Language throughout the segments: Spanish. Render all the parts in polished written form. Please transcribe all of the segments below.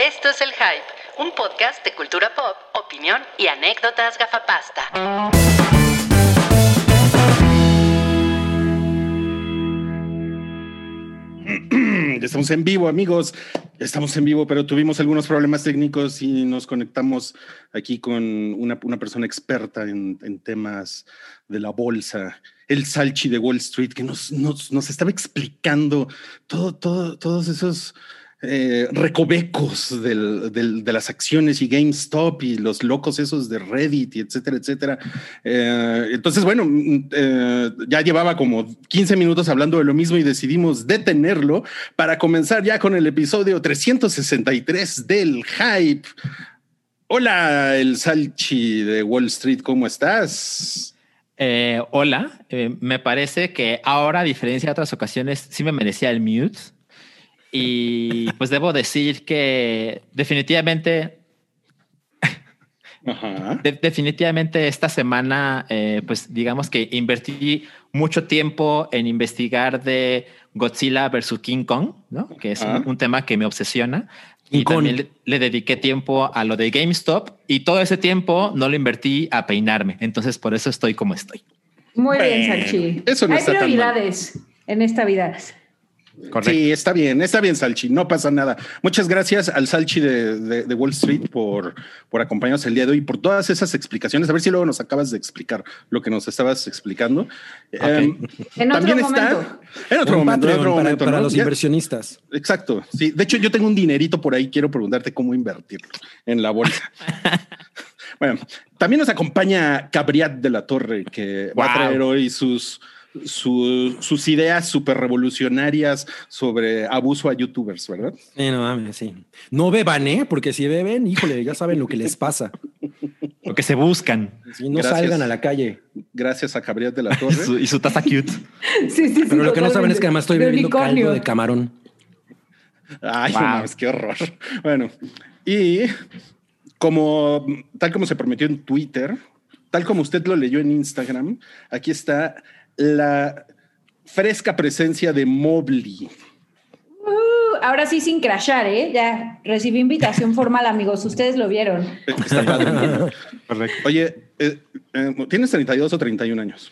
Esto es El Hype, un podcast de cultura pop, opinión y anécdotas gafapasta. Ya estamos en vivo, amigos. Ya estamos en vivo, pero tuvimos algunos problemas técnicos y nos conectamos aquí con una persona experta en temas de la bolsa, el Salchi de Wall Street, que nos estaba explicando todos esos recovecos de las acciones y GameStop y los locos esos de Reddit y etcétera, etcétera. Entonces, bueno, ya llevaba como 15 minutos hablando de lo mismo y decidimos detenerlo para comenzar ya con el episodio 363 del Hype. Hola, el Salchi de Wall Street, ¿cómo estás? Hola, me parece que ahora, a diferencia de otras ocasiones, sí me merecía el mute. Y pues debo decir que definitivamente, definitivamente esta semana, pues digamos que invertí mucho tiempo en investigar de Godzilla versus King Kong, ¿no? Que es un tema que me obsesiona. Y también le dediqué tiempo a lo de GameStop y todo ese tiempo no lo invertí a peinarme. Entonces por eso estoy como estoy. Muy bien, Salchi. Eso no hay está prioridades en esta vida. Correcto. Sí, está bien, Salchi, no pasa nada. Muchas gracias al Salchi de Wall Street por acompañarnos el día de hoy, por todas esas explicaciones. A ver si luego nos acabas de explicar lo que nos estabas explicando. Okay. En otro momento. Para los inversionistas. Exacto, sí. De hecho, yo tengo un dinerito por ahí, quiero preguntarte cómo invertirlo en la bolsa. Bueno, también nos acompaña Cabriat de la Torre, que va a traer hoy sus ideas súper revolucionarias sobre abuso a youtubers, ¿verdad? No mames, sí. No beban, porque si beben, híjole, ya saben lo que les pasa. Lo que se buscan. Sí, no salgan a la calle. Gracias a Cabriat de la Torre. y su taza cute. Sí, pero lo que no saben es que además estoy bebiendo caldo de camarón. Ay, wow. No mames, qué horror. Bueno, y tal como se prometió en Twitter, tal como usted lo leyó en Instagram, aquí está la fresca presencia de Mobley. Ahora sí sin crashar, ya recibí invitación formal, amigos. Ustedes lo vieron. Está padre. Correcto. Oye, ¿tienes 32 o 31 años?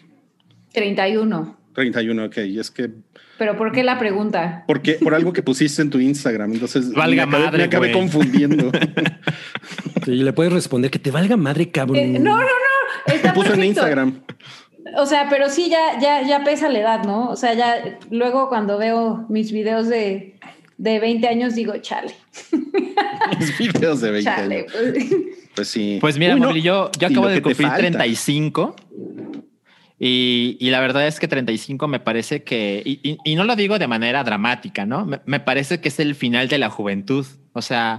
31. 31, ok. Y es que... ¿Pero por qué la pregunta? Porque por algo que pusiste en tu Instagram. Entonces me acabé confundiendo. Sí, le puedes responder que te valga madre, cabrón. No. Está puso perfecto. en Instagram. O sea, pero sí ya pesa la edad, ¿no? O sea, ya luego cuando veo mis videos de 20 años digo, chale. Mis videos de 20 años. Pues sí. Pues mira, Mowgli, yo acabo de cumplir 35 y la verdad es que 35 me parece que, y no lo digo de manera dramática, ¿no? Me parece que es el final de la juventud. O sea...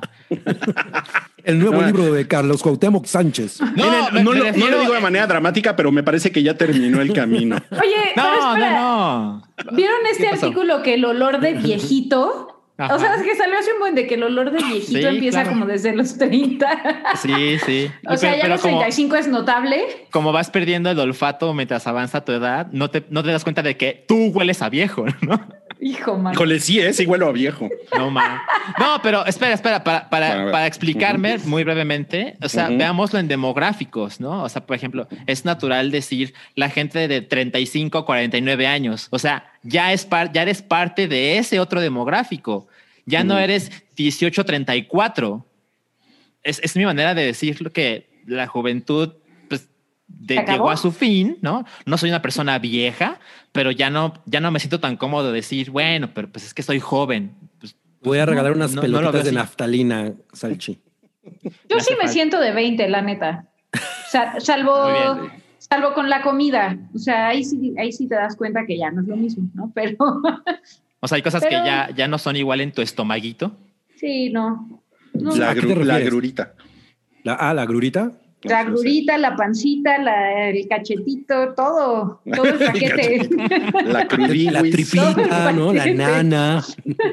El nuevo libro de Carlos Cuauhtémoc Sánchez. No lo digo de manera dramática, pero me parece que ya terminó el camino. Oye, no. ¿Vieron este artículo que el olor de viejito? Ajá. O sea, es que salió hace un buen de que el olor de viejito empieza como desde los 30. Sí. O sea, ya los 35 es notable. Como vas perdiendo el olfato mientras avanza tu edad, no te das cuenta de que tú hueles a viejo, ¿no? Hijo, man. Híjole, sí, sí huelo a viejo. No, man. No, pero espera, para explicarme muy brevemente, o sea, veámoslo en demográficos, ¿no? O sea, por ejemplo, es natural decir la gente de 35, 49 años. O sea, ya eres parte de ese otro demográfico. Ya no eres 18, 34. Es mi manera de decir que la juventud llegó a su fin, ¿no? No soy una persona vieja, pero ya no me siento tan cómodo de decir, bueno, pero pues es que soy joven. Pues, voy a regalar unas pelotitas de naftalina, Salchi. Yo sí me siento de 20, la neta. O sea, salvo con la comida. O sea, ahí sí te das cuenta que ya no es lo mismo, ¿no? Pero... O sea, hay cosas que ya no son igual en tu estomaguito. Sí, no. La grurita. ¿La grurita? La grurita, la pancita, el cachetito, todo el paquete. La tripita, ¿no? La nana.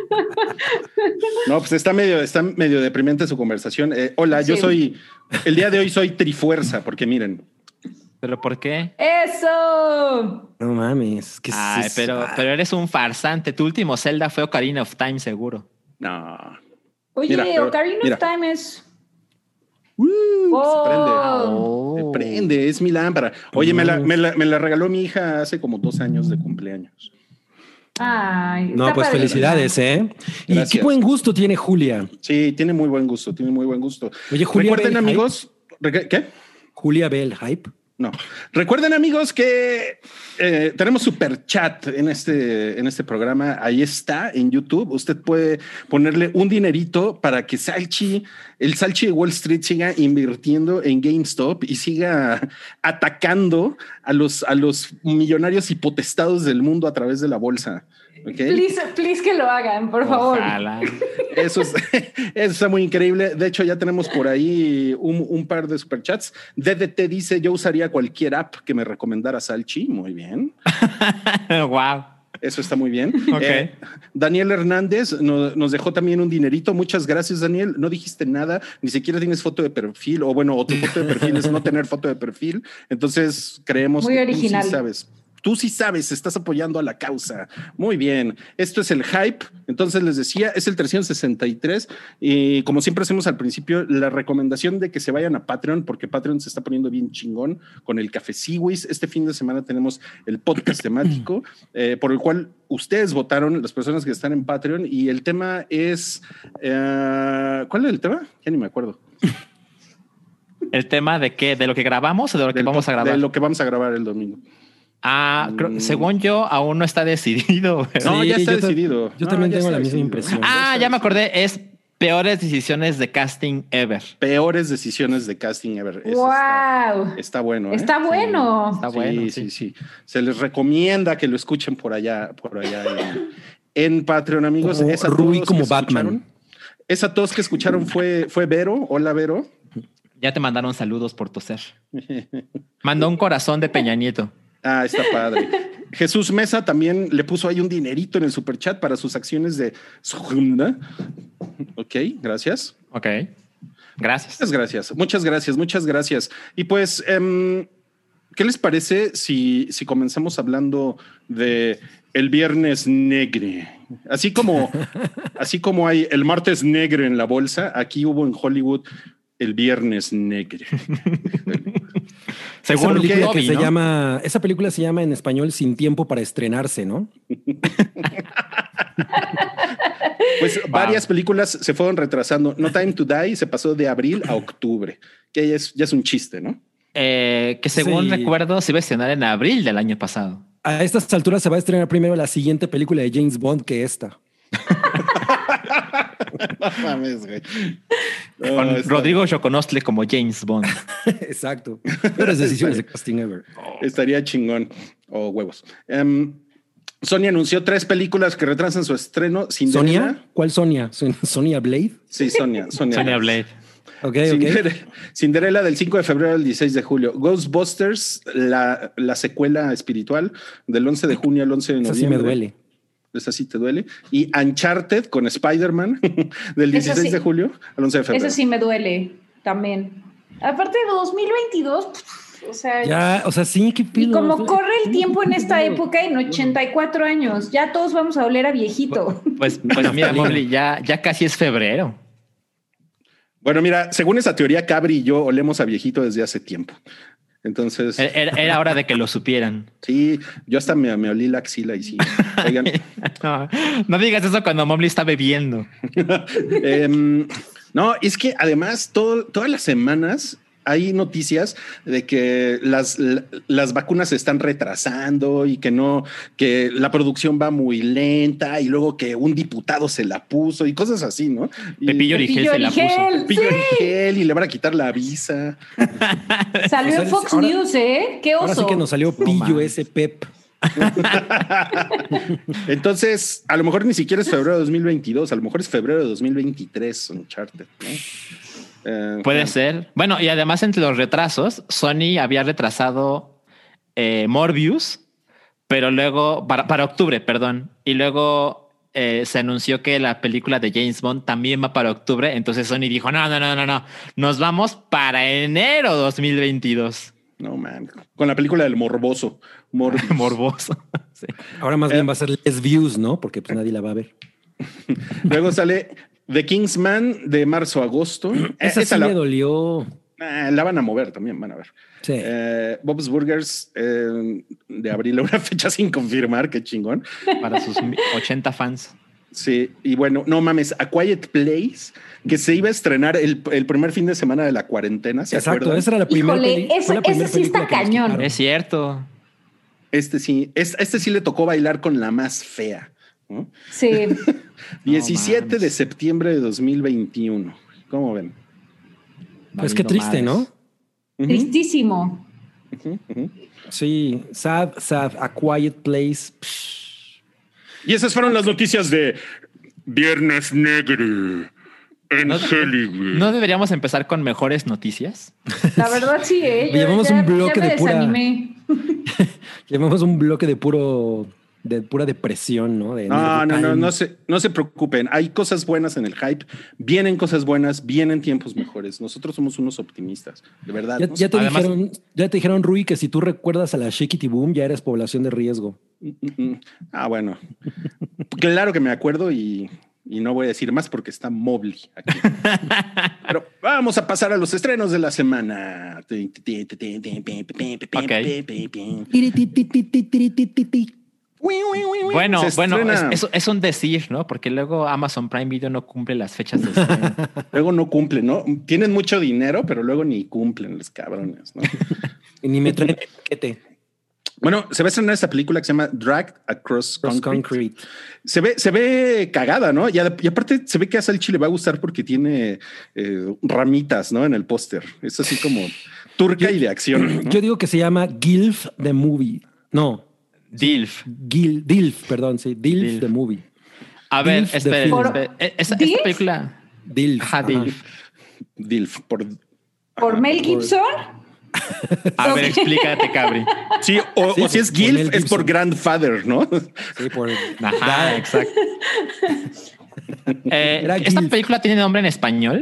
No, pues está medio deprimente su conversación. Hola, sí. El día de hoy soy trifuerza, porque miren. ¿Pero por qué? ¡Eso! No mames. Pero eres un farsante. Tu último Zelda fue Ocarina of Time, seguro. No. Oye, Ocarina of Time es... Se prende, es mi lámpara. Oye, me la regaló mi hija hace como 2 años de cumpleaños. Ay, no, pues felicidades, ¿eh? Gracias. Y qué buen gusto tiene Julia. Sí, tiene muy buen gusto, Oye, Julia, recuerden, amigos, ¿qué? Julia ve el hype. No. Recuerden, amigos, que tenemos super chat en este programa. Ahí está en YouTube. Usted puede ponerle un dinerito para que el Salchi de Wall Street siga invirtiendo en GameStop y siga atacando a los millonarios hipotestados del mundo a través de la bolsa. ¿Okay? Please que lo hagan, por favor. Eso está muy increíble. De hecho, ya tenemos por ahí un par de superchats. DDT dice: yo usaría cualquier app que me recomendara Salchi. Muy bien. Wow. Eso está muy bien. Okay. Daniel Hernández nos dejó también un dinerito. Muchas gracias, Daniel. No dijiste nada, ni siquiera tienes foto de perfil, o tu foto de perfil es no tener foto de perfil. Entonces creemos muy que original. Tú sí sabes. Tú sí sabes, estás apoyando a la causa. Muy bien. Esto es el hype. Entonces les decía, es el 363. Y como siempre hacemos al principio, la recomendación de que se vayan a Patreon, porque Patreon se está poniendo bien chingón con el Café Siwis. Este fin de semana tenemos el podcast temático, por el cual ustedes votaron, las personas que están en Patreon. Y el tema es... ¿cuál es el tema? Ya ni me acuerdo. ¿El tema de qué? ¿De lo que grabamos o de lo que vamos a grabar? De lo que vamos a grabar el domingo. Según yo, aún no está decidido. No, ya está decidido. Yo también tengo la misma impresión. Ya me acordé. Es peores decisiones de casting ever. Peores decisiones de casting ever. Wow. Está bueno. Está bueno. Está bueno. Sí. Se les recomienda que lo escuchen por allá en Patreon, amigos. Como Rui como Batman. Esa tos que escucharon fue Vero. Hola, Vero. Ya te mandaron saludos por toser. Mandó un corazón de Peña Nieto. Está padre. Jesús Mesa también le puso ahí un dinerito en el superchat para sus acciones de Sujunda. Ok, gracias. Ok, gracias. Muchas gracias. Y pues, ¿qué les parece si comenzamos hablando de el Viernes Negre? Así como hay el Martes Negro en la bolsa, aquí hubo en Hollywood el Viernes Negre. Según esa película se llama en español Sin Tiempo para Estrenarse, ¿no? Pues varias películas se fueron retrasando. No Time to Die se pasó de abril a octubre, que ya es un chiste, ¿no? Que según recuerdo se iba a estrenar en abril del año pasado. A estas alturas se va a estrenar primero la siguiente película de James Bond que esta. No mames, güey. Con Rodrigo Choconostle como James Bond. Exacto. Peores decisiones de casting ever. Estaría chingón. Huevos. Sony anunció 3 películas que retrasan su estreno. ¿Sonia? ¿Cuál Sonia? ¿Sonia Blade? Sí, Sonia Blade. Okay. Cinderella del 5 de febrero al 16 de julio. Ghostbusters, la secuela espiritual, del 11 de junio al 11 de noviembre. Eso sí me duele. Esa sí te duele. Y Uncharted con Spider-Man del 16 de julio al 11 de febrero. Eso sí me duele también. Aparte de 2022, sí, qué pido. Y como corre el tiempo en esta época, en 84 años, ya todos vamos a oler a viejito. Pues mira, Mowgli, ya casi es febrero. Bueno, mira, según esa teoría, Cabri y yo olemos a viejito desde hace tiempo. Entonces... Era hora de que lo supieran. Sí, yo hasta me olí la axila y sí. Oigan. No digas eso cuando Mowgli está bebiendo. No, es que además todas las semanas hay noticias de que las vacunas se están retrasando y que la producción va muy lenta y luego que un diputado se la puso y cosas así, ¿no? Pepillo Origel se la puso. Pepillo Origel y le van a quitar la visa. Salió en Fox News, ¿eh? Qué oso. Ahora sí que nos salió pillo ese Pep. Entonces, a lo mejor ni siquiera es febrero de 2022, a lo mejor es febrero de 2023, Uncharted, ¿no? Puede ser. Bueno, y además entre los retrasos, Sony había retrasado Morbius, pero luego para octubre, perdón. Y luego se anunció que la película de James Bond también va para octubre. Entonces Sony dijo, no. Nos vamos para enero 2022. No, man. Con la película del Morboso. Morboso. Sí. Ahora más bien va a ser Les Views, ¿no? Porque pues nadie la va a ver. Luego sale The Kingsman de marzo a agosto. Esa sí me dolió. La van a mover también, van a ver. Sí. Bob's Burgers de abril, una fecha sin confirmar, qué chingón. Para sus 80 fans. Sí, y bueno, no mames, A Quiet Place, que se iba a estrenar el primer fin de semana de la cuarentena. Exacto, acuerdan? esa era la primera. Ese sí está cañón. Es cierto. Este sí le tocó bailar con la más fea, ¿no? Sí. 17 de septiembre de 2021. ¿Cómo ven? Pues qué triste, ¿no? Tristísimo. Sí, sad, A Quiet Place. Y esas fueron las noticias de Viernes Negro en Hollywood. ¿No deberíamos empezar con mejores noticias? La verdad sí, Llevamos un bloque de pura... desanimé. Llevamos un bloque de pura depresión, ¿no? No se preocupen. Hay cosas buenas en el hype. Vienen cosas buenas, vienen tiempos mejores. Nosotros somos unos optimistas, de verdad. Ya te dijeron, Rui, que si tú recuerdas a la Shake It Boom, ya eres población de riesgo. Bueno. Claro que me acuerdo y no voy a decir más porque está Mobley aquí. Pero vamos a pasar a los estrenos de la semana. Bueno, es un decir, ¿no? Porque luego Amazon Prime Video no cumple las fechas de estreno. Luego no cumple, ¿no? Tienen mucho dinero, pero luego ni cumplen los cabrones, ¿no? Y ni me traen el paquete. Bueno, se va a estrenar esta película que se llama Dragged Across Concrete. Se ve cagada, ¿no? Y aparte se ve que a Salchi le va a gustar porque tiene ramitas, ¿no? En el póster. Es así como turca y de acción, ¿no? Yo digo que se llama Gilf the Movie. No. Dilf. Dilf, perdón, sí. Dilf the Movie. A ver, espera. Esta película... Dilf. Ajá, Dilf. Dilf. ¿Por Mel Gibson? A ver, explícate, Cabri. Sí, o si es Gilf, es por Grandfather, ¿no? Sí, por... Ajá, exacto. ¿Esta película tiene nombre en español?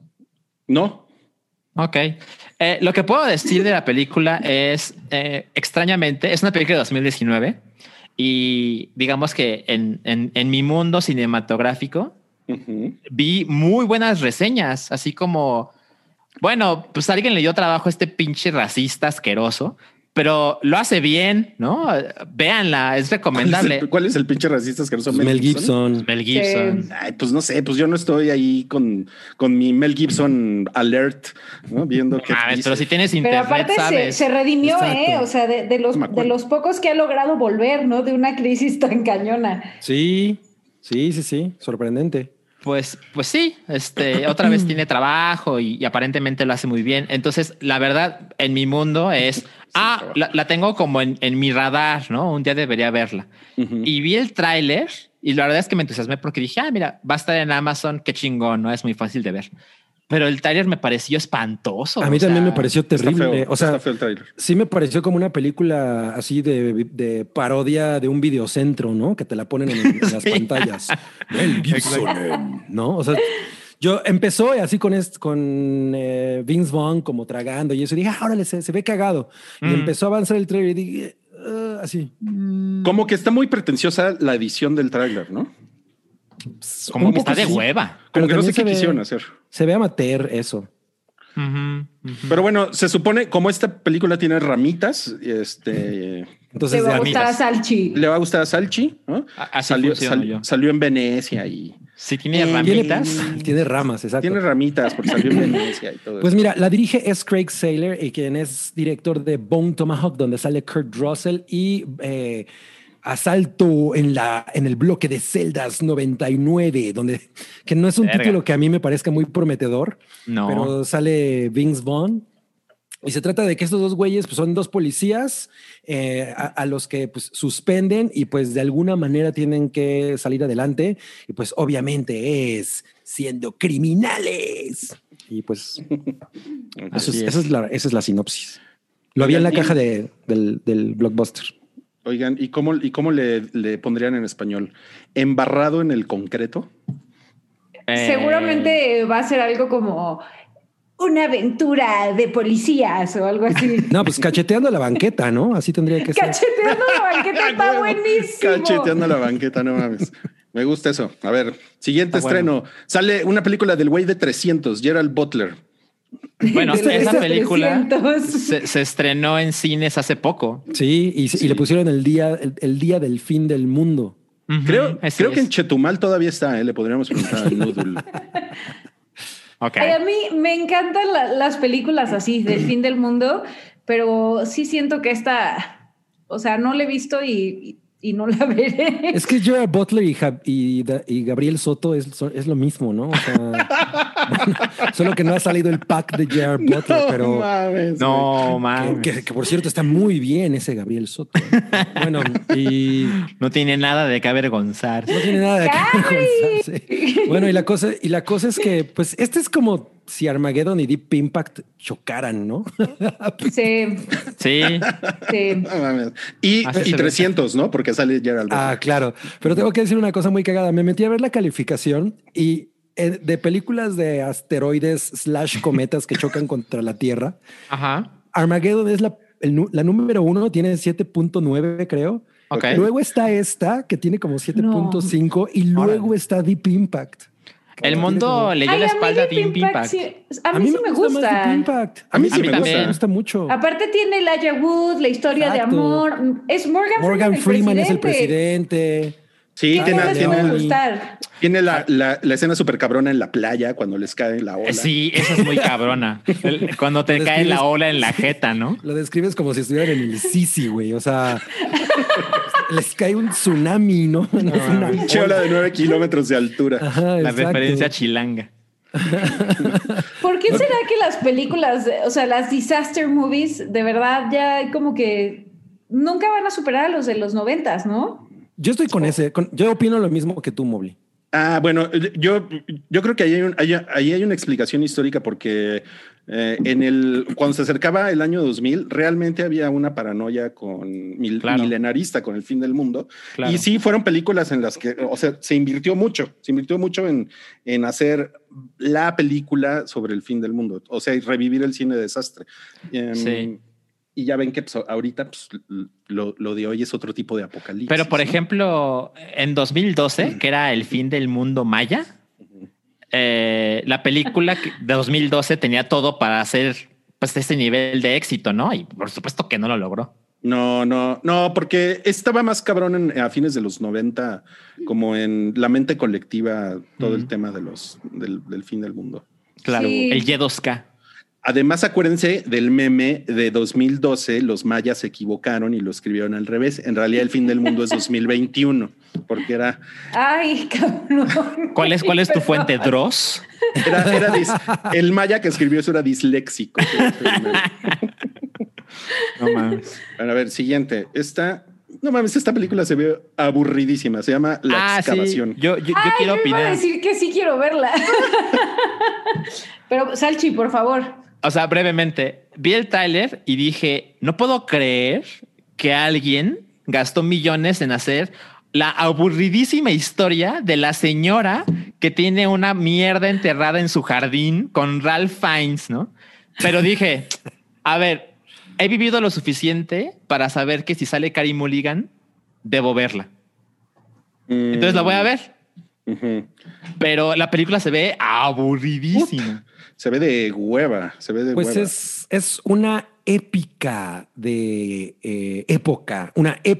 No. Ok. Lo que puedo decir de la película es, extrañamente, es una película de 2019 y digamos que en mi mundo cinematográfico vi muy buenas reseñas, así como... Bueno, pues alguien le dio trabajo a este pinche racista asqueroso, pero lo hace bien, ¿no? Véanla, es recomendable. ¿Cuál es el pinche racista asqueroso? Mel Gibson. Mel Gibson. Sí. Ay, pues no sé, pues yo no estoy ahí con mi Mel Gibson alert, ¿no? Viendo que. Pero si tienes internet, pero aparte sabes. Se redimió, Exacto. O sea, de los pocos que ha logrado volver, ¿no? De una crisis tan cañona. Sí. Sorprendente. Pues sí, otra vez tiene trabajo y aparentemente lo hace muy bien. Entonces, la verdad, en mi mundo es, la tengo como en mi radar, ¿no? Un día debería verla. Y vi el tráiler y la verdad es que me entusiasmé porque dije, mira, va a estar en Amazon, qué chingón, ¿no? Es muy fácil de ver. Pero el tráiler me pareció espantoso. A mí también me pareció terrible. Está feo el tráiler. Sí me pareció como una película así de parodia de un videocentro, ¿no? Que te la ponen en las pantallas. El Gibson, ¿no? O sea, yo empezó así con Vince Vaughn como tragando y eso. Y dije, órale, se ve cagado. Y empezó a avanzar el tráiler y dije, así. Como que está muy pretenciosa la edición del tráiler, ¿no? Como que está de hueva. Como que no sé qué quisieron hacer. Se ve amateur eso. Pero bueno, se supone, como esta película tiene ramitas, entonces le va a gustar a Salchi. Le va a gustar a Salchi, ¿no? Salió en Venecia y... Sí, tiene ramitas. Tiene ramas, exacto. Tiene ramitas porque salió en Venecia y todo. Pues mira, la dirige es Craig Saylor, y quien es director de Bone Tomahawk, donde sale Kurt Russell, y Asalto en el bloque de celdas 99, que no es un título que a mí me parezca muy prometedor, pero sale Vince Vaughn. Y se trata de que estos dos güeyes pues, son dos policías a los que pues, suspenden y pues de alguna manera tienen que salir adelante. Y pues obviamente es siendo criminales. Y pues esa es la sinopsis. Lo había en la caja del Blockbuster. Oigan, ¿y cómo le pondrían en español? ¿Embarrado en el concreto? Seguramente va a ser algo como una aventura de policías o algo así. No, pues cacheteando la banqueta, ¿no? Así tendría que ser. Cacheteando la banqueta está buenísimo. Cacheteando la banqueta, no mames. Me gusta eso. A ver, siguiente estreno. Bueno. Sale una película del güey de 300, Gerald Butler. Bueno, esa película se estrenó en cines hace poco. Sí, y le pusieron el día del fin del mundo. Creo que en Chetumal todavía está, le podríamos preguntar al Noodle. Okay. Ay, a mí me encantan las películas así, del fin del mundo, pero sí siento que esta, o sea, no la he visto y no la veré. Es que Gerard Butler y Gabriel Soto es lo mismo, ¿no? O sea, solo que no ha salido el pack de Gerard Butler, pero no mames. Que por cierto está muy bien ese Gabriel Soto. Bueno, y no tiene nada de qué avergonzarse. No tiene nada de qué avergonzarse. Bueno, y la cosa es que, pues, este es como si Armageddon y Deep Impact chocaran, ¿no? Sí. Y 300, ¿no? Porque sale Gerald. Claro. Pero tengo que decir una cosa muy cagada. Me metí a ver la calificación y de películas de asteroides / cometas que chocan contra la Tierra. Ajá. Armageddon es la número 1, tiene 7.9, creo. Okay. Luego está esta, que tiene como 7.5, y luego está Deep Impact. El mundo le dio la espalda a Deep Impact. Sí, a mí sí me gusta. Deep Impact. A mí me gusta mucho. Aparte tiene Elijah Wood, la historia de amor. Es Morgan Freeman es el presidente. Sí, tiene la escena súper cabrona en la playa cuando les cae la ola. Sí, esa es muy cabrona. Cuando te cae la ola en la jeta, ¿no? Lo describes como si estuvieran en el Sisi, güey. O sea, les cae un tsunami, ¿no? Una pinche ola de 9 kilómetros de altura. Ajá, la referencia chilanga. ¿Por qué será que las películas, o sea, las disaster movies, de verdad ya como que nunca van a superar a los de los 90s, ¿no? Yo estoy yo opino lo mismo que tú, Mobley. Bueno, yo creo que ahí hay una explicación histórica porque cuando se acercaba el año 2000, realmente había una paranoia milenarista con el fin del mundo. Claro. Y sí, fueron películas en las que, o sea, se invirtió mucho en hacer la película sobre el fin del mundo, o sea, revivir el cine desastre. Sí. Y ya ven que pues, ahorita pues, lo de hoy es otro tipo de apocalipsis. Pero, por ejemplo, en 2012, que era el fin del mundo maya, la película de 2012 tenía todo para hacer pues este nivel de éxito, ¿no? Y por supuesto que no lo logró. No, porque estaba más cabrón a fines de los 90, como en la mente colectiva, todo el tema de del fin del mundo. Claro, sí. El Y2K. Además, acuérdense del meme de 2012, los mayas se equivocaron y lo escribieron al revés. En realidad, el fin del mundo es 2021, porque era... ¡Ay, cabrón! ¿Cuál es tu fuente, Dross? El maya que escribió eso era disléxico. No mames. A ver, siguiente. Esta película se ve aburridísima. Se llama La Excavación. Sí. Yo quiero opinar. Iba a decir que sí quiero verla. Pero, Salchi, por favor. O sea, brevemente, vi el tráiler y dije, no puedo creer que alguien gastó millones en hacer la aburridísima historia de la señora que tiene una mierda enterrada en su jardín con Ralph Fiennes, ¿no? Pero dije, a ver, he vivido lo suficiente para saber que si sale Carey Mulligan, debo verla. Entonces la voy a ver. Pero la película se ve aburridísima. Se ve de hueva, pues es una épica de época,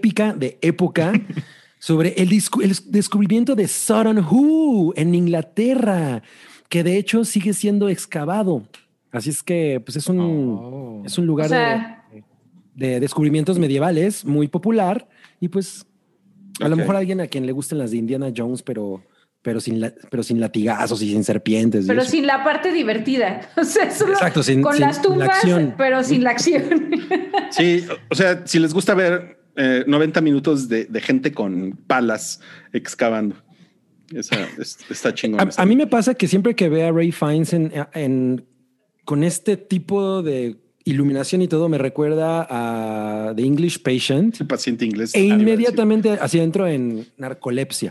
sobre el descubrimiento de Sutton Hoo en Inglaterra, que de hecho sigue siendo excavado. Así es que pues es un lugar de descubrimientos medievales muy popular y pues a lo mejor alguien a quien le gusten las de Indiana Jones, pero sin latigazos y sin serpientes. Pero sin la parte divertida. O sea, solo exacto, con las tumbas, pero sin la acción. Sí, o sea, si les gusta ver 90 minutos de gente con palas excavando. Está chingón. A mí me pasa que siempre que veo a Ralph Fiennes con este tipo de iluminación y todo, me recuerda a The English Patient. El paciente inglés. E inmediatamente hacia adentro en narcolepsia.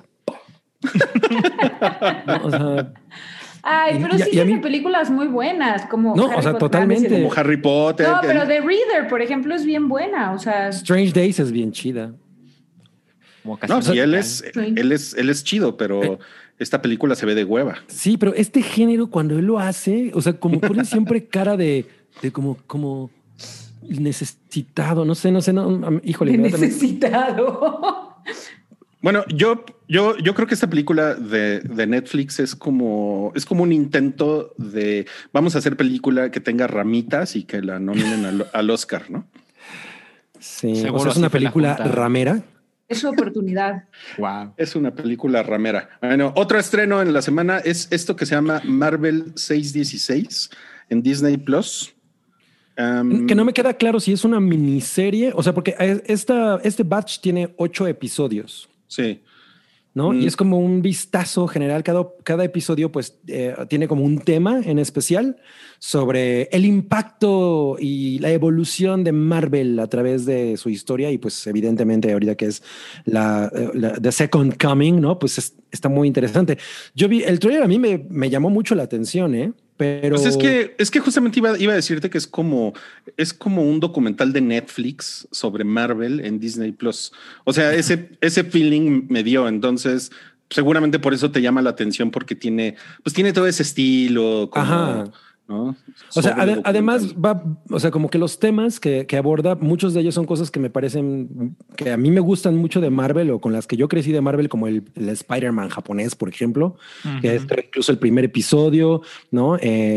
No, o sea, pero sí tiene películas muy buenas como totalmente como Harry Potter. No, pero The Reader, por ejemplo, es bien buena. O sea, Strange Days es bien chida. Como casi no, sí, él es chido, pero esta película se ve de hueva. Sí, pero este género, cuando él lo hace, o sea, como pone siempre cara de como necesitado, no sé, híjole. Necesitado. Bueno, yo creo que esta película de Netflix es como un intento de vamos a hacer película que tenga ramitas y que la nominen al Oscar, ¿no? Sí, seguro, o sea, es una película ramera. Es su oportunidad. Wow. Es una película ramera. Bueno, otro estreno en la semana es esto que se llama Marvel 616 en Disney Plus. Que no me queda claro si es una miniserie, o sea, porque este batch tiene 8 episodios. Sí. ¿No? Y es como un vistazo general. Cada episodio pues tiene como un tema en especial sobre el impacto y la evolución de Marvel a través de su historia y pues evidentemente ahorita que es la The Second Coming, ¿no? Pues está muy interesante. Yo vi el trailer, a mí me llamó mucho la atención, pero pues es que justamente iba a decirte que es como un documental de Netflix sobre Marvel en Disney Plus. O sea, ese feeling me dio. Entonces, seguramente por eso te llama la atención, porque tiene todo ese estilo. Como, ¿no? O sea, además o sea, como que los temas que aborda, muchos de ellos son cosas que me parecen que a mí me gustan mucho de Marvel o con las que yo crecí de Marvel, como el Spider-Man japonés, por ejemplo, que es incluso el primer episodio, ¿no?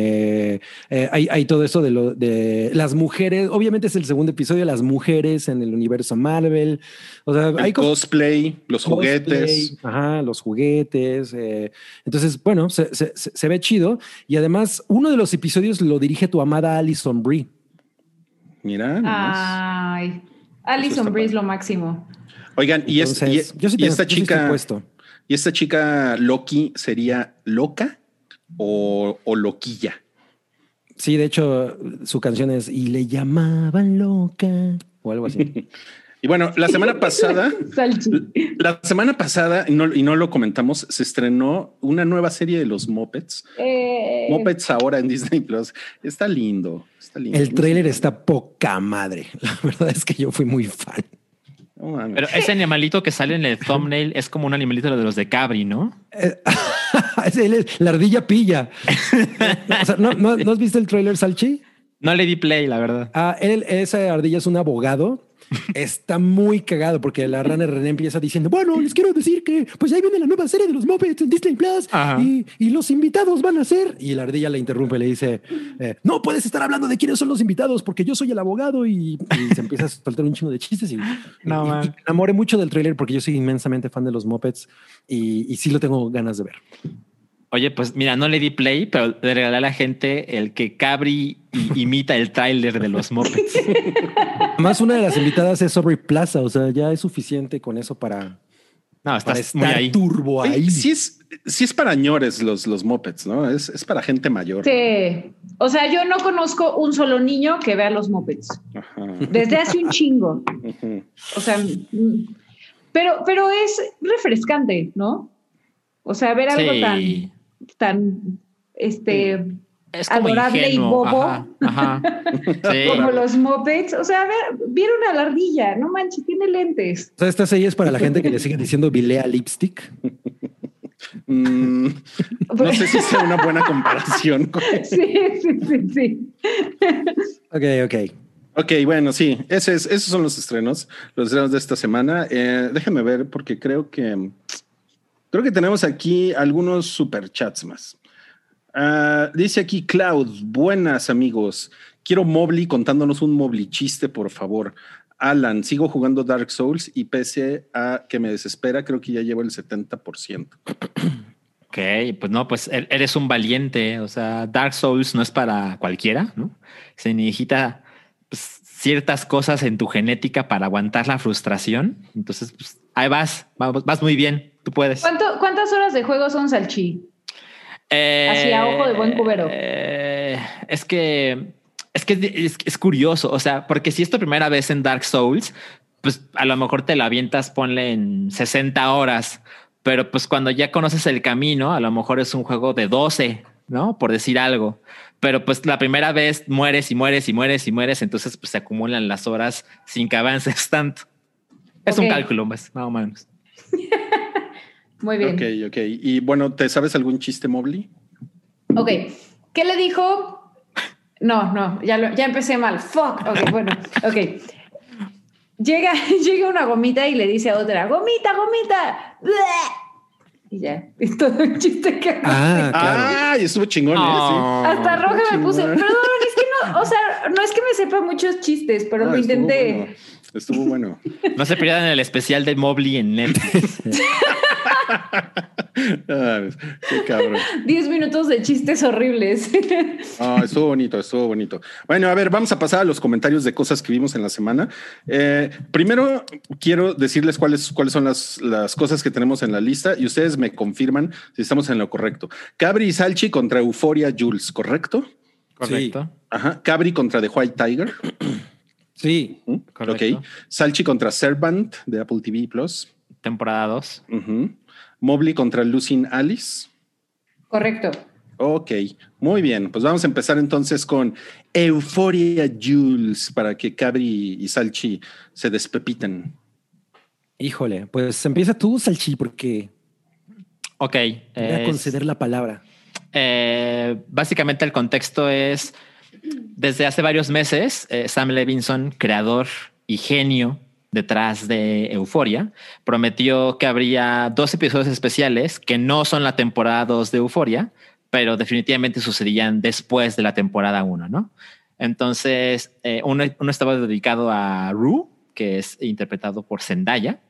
Hay todo eso de las mujeres, obviamente es el segundo episodio, las mujeres en el universo Marvel. O sea, hay cosplay, los juguetes. Ajá, los juguetes. Entonces, bueno, se ve chido. Y además, uno de los episodios lo dirige tu amada Alison Brie. Mira, nomás. Ay, Alison Brie es lo máximo. Oigan, entonces, y esta chica Loki sería loca o loquilla. Sí, de hecho, su canción es Y le llamaban loca o algo así. Y bueno, la semana pasada, y no lo comentamos, se estrenó una nueva serie de los Muppets. Muppets ahora en Disney Plus. Está lindo. El tráiler está poca madre. La verdad es que yo fui muy fan. Oh, pero ese animalito que sale en el thumbnail es como un animalito de los de Cabri, ¿no? La ardilla pilla. O sea, ¿no has visto el tráiler, Salchi? No le di play, la verdad. Esa ardilla es un abogado. Está muy cagado porque la rana René empieza diciendo, bueno, les quiero decir que pues ahí viene la nueva serie de los Muppets en Disney Plus y los invitados van a ser. Y la ardilla le interrumpe y le dice, no puedes estar hablando de quiénes son los invitados porque yo soy el abogado y se empieza a soltar un chingo de chistes y me enamoré mucho del tráiler porque yo soy inmensamente fan de los Muppets y sí lo tengo ganas de ver. Oye, pues mira, no le di play, pero le regalé a la gente el que Cabri imita el tráiler de los Muppets. Además, una de las invitadas es Aubrey Plaza, o sea, ya es suficiente con eso para estás muy ahí. Turbo ahí. Oye, sí es para ñores los Muppets, ¿no? Es para gente mayor. Sí. O sea, yo no conozco un solo niño que vea los Muppets. Ajá. Desde hace un chingo. O sea, pero es refrescante, ¿no? O sea, ver algo tan es adorable ingenuo, y bobo ajá. Sí. como los Muppets. O sea, vieron a la ardilla, no manches, tiene lentes. O sea, esta serie es para la gente que le sigue diciendo Vilea Lipstick. No sé si sea una buena comparación. Sí. Ok, bueno, sí, esos son los estrenos de esta semana. Déjenme ver porque creo que tenemos aquí algunos superchats más. Dice aquí Cloud, buenas amigos. Quiero Mobley contándonos un Mobley chiste, por favor. Alan, sigo jugando Dark Souls y pese a que me desespera, creo que ya llevo el 70%. Ok, pues no, pues eres un valiente. O sea, Dark Souls no es para cualquiera, ¿no? Se necesita pues, ciertas cosas en tu genética para aguantar la frustración. Entonces, pues, ahí vas muy bien. Tú puedes. ¿Cuántas horas de juego son, Salchi? Así a ojo de buen cubero. Es que es curioso. O sea, porque si es tu primera vez en Dark Souls, pues a lo mejor te la avientas, ponle en 60 horas. Pero pues cuando ya conoces el camino, a lo mejor es un juego de 12, ¿no? Por decir algo. Pero pues la primera vez mueres. Entonces pues se acumulan las horas sin que avances tanto. Es un cálculo más o menos. Muy bien. Ok. Y bueno, ¿te sabes algún chiste, Mobley? Ok. ¿Qué le dijo? No, ya empecé mal. Fuck. Ok, bueno. Ok. Llega una gomita y le dice a otra, gomita. Y ya, es todo el chiste que... Claro. Estuvo chingón, ¿eh? Sí. Hasta roja me puse. Perdón, es que no, o sea, no es que me sepa muchos chistes, pero lo intenté. Estuvo bueno. No se pierdan el especial de Mobley en Netflix. Qué cabrón. 10 minutos de chistes horribles. Estuvo bonito. Bueno, a ver, vamos a pasar a los comentarios de cosas que vimos en la semana. Primero, quiero decirles cuáles son las cosas que tenemos en la lista y ustedes me confirman si estamos en lo correcto. Cabri y Salchi contra Euphoria Jules, ¿correcto? Correcto. Sí. Ajá. Cabri contra The White Tiger. Sí. Correcto. Ok. Salchi contra Servant de Apple TV Plus. Temporada 2. Mobley contra Lucin Alice. Correcto. Ok, muy bien. Pues vamos a empezar entonces con Euphoria Jules para que Cabri y Salchi se despepiten. Híjole, pues empieza tú, Salchi, porque Ok. voy a conceder la palabra. Básicamente el contexto es, desde hace varios meses, Sam Levinson, creador y genio detrás de Euphoria, prometió que habría 2 episodios especiales que no son la temporada 2 de Euphoria, pero definitivamente sucederían después de la temporada 1, ¿no? Entonces, uno estaba dedicado a Rue, que es interpretado por Zendaya,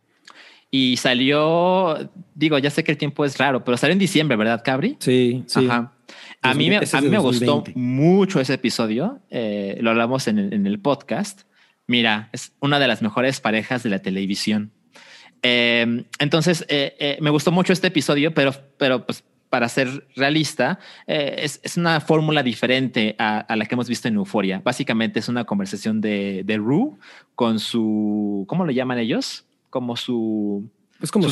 y salió, digo, ya sé que el tiempo es raro, pero salió en diciembre, ¿verdad, Cabri? Sí. Ajá. A mí me gustó mucho ese episodio. Lo hablamos en el podcast. Mira, es una de las mejores parejas de la televisión. Entonces, me gustó mucho este episodio, pero pues, para ser realista, es una fórmula diferente a la que hemos visto en Euphoria. Básicamente es una conversación de Rue con su... ¿Cómo lo llaman ellos? Como su... Es como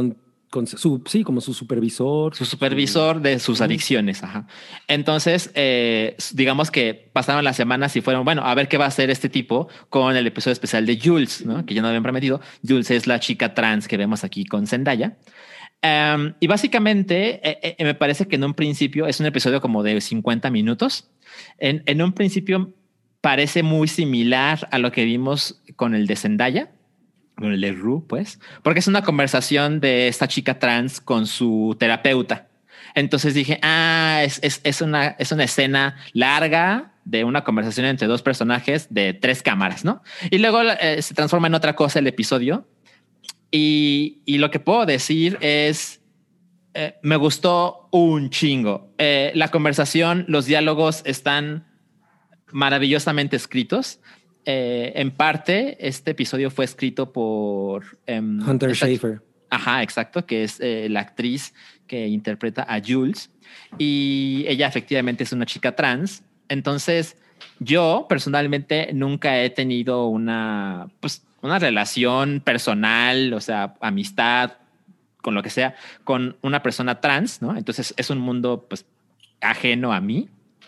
como su supervisor. Su supervisor de sus adicciones. Ajá. Entonces, digamos que pasaron las semanas y fueron, bueno, a ver qué va a hacer este tipo con el episodio especial de Jules, ¿no? Que ya no habían prometido. Jules es la chica trans que vemos aquí con Zendaya. Y básicamente me parece que en un principio es un episodio como de 50 minutos. En un principio parece muy similar a lo que vimos con el de Zendaya, con el de Rue, pues, porque es una conversación de esta chica trans con su terapeuta. Entonces dije, es una escena larga de una conversación entre 2 personajes de 3 cámaras, ¿no? Y luego se transforma en otra cosa el episodio. Y lo que puedo decir es, me gustó un chingo. La conversación, los diálogos están maravillosamente escritos. En parte, este episodio fue escrito por Hunter Schafer. Ajá, exacto, que es la actriz que interpreta a Jules. Y ella efectivamente es una chica trans. Entonces, yo personalmente nunca he tenido una relación personal, o sea, amistad, con lo que sea, con una persona trans, ¿no? Entonces es un mundo pues ajeno a mí,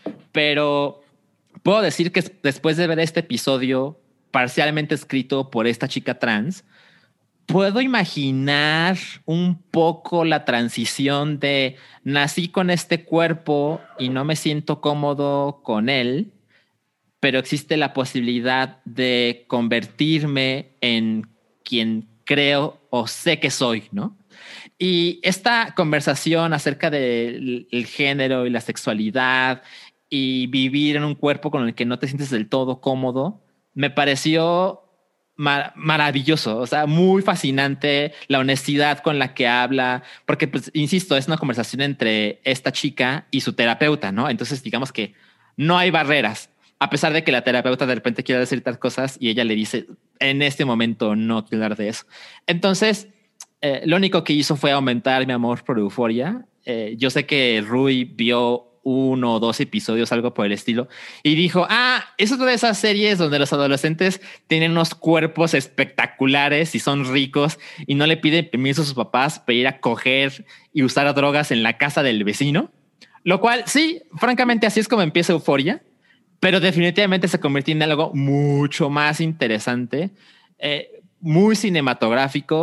pero puedo decir que después de ver este episodio parcialmente escrito por esta chica trans, puedo imaginar un poco la transición de nací con este cuerpo y no me siento cómodo con él, pero existe la posibilidad de convertirme en quien creo o sé que soy, ¿no? Y esta conversación acerca del género y la sexualidad y vivir en un cuerpo con el que no te sientes del todo cómodo, me pareció maravilloso, o sea, muy fascinante la honestidad con la que habla, porque, pues, insisto, es una conversación entre esta chica y su terapeuta, ¿no? Entonces, digamos que no hay barreras, a pesar de que la terapeuta de repente quiere decir tal cosas y ella le dice, en este momento no quiero hablar de eso. Entonces, lo único que hizo fue aumentar mi amor por Euphoria. Yo sé que Rui vio 1 o 2 episodios, algo por el estilo, y dijo, es una de esas series donde los adolescentes tienen unos cuerpos espectaculares y son ricos y no le piden permiso a sus papás para ir a coger y usar drogas en la casa del vecino, lo cual sí, francamente así es como empieza Euphoria, pero definitivamente se convirtió en algo mucho más interesante, muy cinematográfico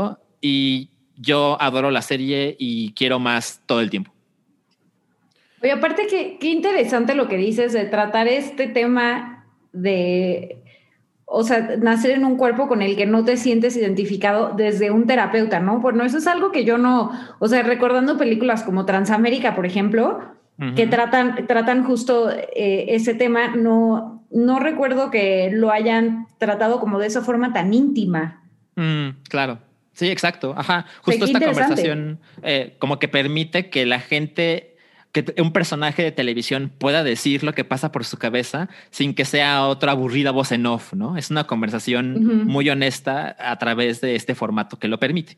y yo adoro la serie y quiero más todo el tiempo. Oye, aparte qué interesante lo que dices de tratar este tema de, o sea, nacer en un cuerpo con el que no te sientes identificado desde un terapeuta, ¿no? Bueno, eso es algo que yo no, o sea, recordando películas como Transamérica, por ejemplo, que tratan justo ese tema, no recuerdo que lo hayan tratado como de esa forma tan íntima. Claro. Sí, exacto. Ajá. Justo esta conversación como que permite que la gente, que un personaje de televisión pueda decir lo que pasa por su cabeza sin que sea otra aburrida voz en off, ¿no? Es una conversación muy honesta a través de este formato que lo permite.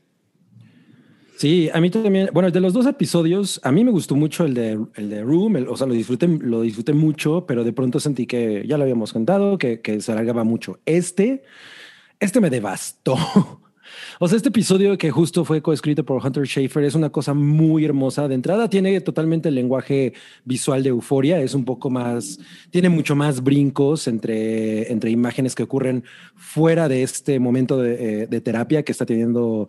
Sí, a mí también. Bueno, de los 2 episodios, a mí me gustó mucho el de Room, o sea, lo disfruté mucho, pero de pronto sentí que ya lo habíamos contado, que se alargaba mucho. Este me devastó. O sea, este episodio que justo fue coescrito por Hunter Schafer es una cosa muy hermosa. De entrada tiene totalmente el lenguaje visual de Euphoria. Es un poco más, tiene mucho más brincos entre imágenes que ocurren fuera de este momento de terapia que está teniendo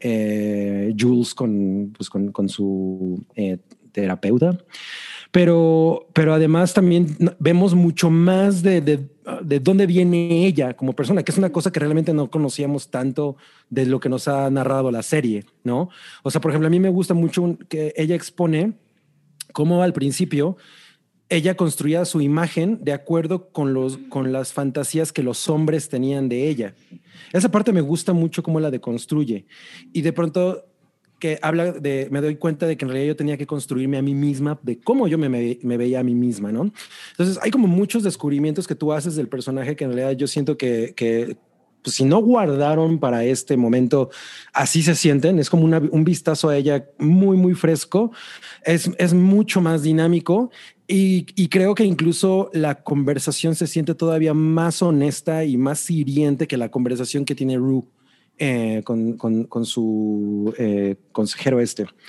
Jules con su terapeuta. Pero además también vemos mucho más de dónde viene ella como persona, que es una cosa que realmente no conocíamos tanto de lo que nos ha narrado la serie, ¿no? O sea, por ejemplo, a mí me gusta mucho que ella expone cómo al principio ella construía su imagen de acuerdo con las fantasías que los hombres tenían de ella. Esa parte me gusta mucho cómo la deconstruye. Y de pronto que habla de, me doy cuenta de que en realidad yo tenía que construirme a mí misma, de cómo yo me veía a mí misma, ¿no? Entonces hay como muchos descubrimientos que tú haces del personaje que en realidad yo siento que pues, si no guardaron para este momento, así se sienten. Es como un vistazo a ella muy, muy fresco. Es mucho más dinámico y creo que incluso la conversación se siente todavía más honesta y más hiriente que la conversación que tiene Rue con su consejero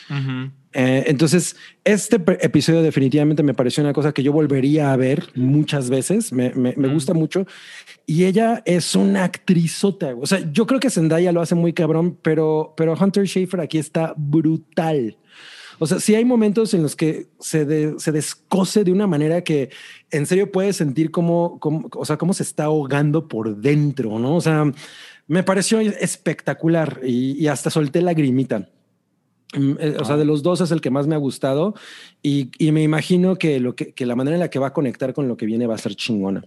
entonces este episodio definitivamente me pareció una cosa que yo volvería a ver muchas veces. Me gusta mucho y ella es una actrizota. O sea, yo creo que Zendaya lo hace muy cabrón, pero Hunter Schafer aquí está brutal. O sea, sí hay momentos en los que se descose de una manera que en serio puedes sentir cómo se está ahogando por dentro, ¿no? O sea, me pareció espectacular y hasta solté lagrimita. O sea, de los 2 es el que más me ha gustado y me imagino que la manera en la que va a conectar con lo que viene va a ser chingona.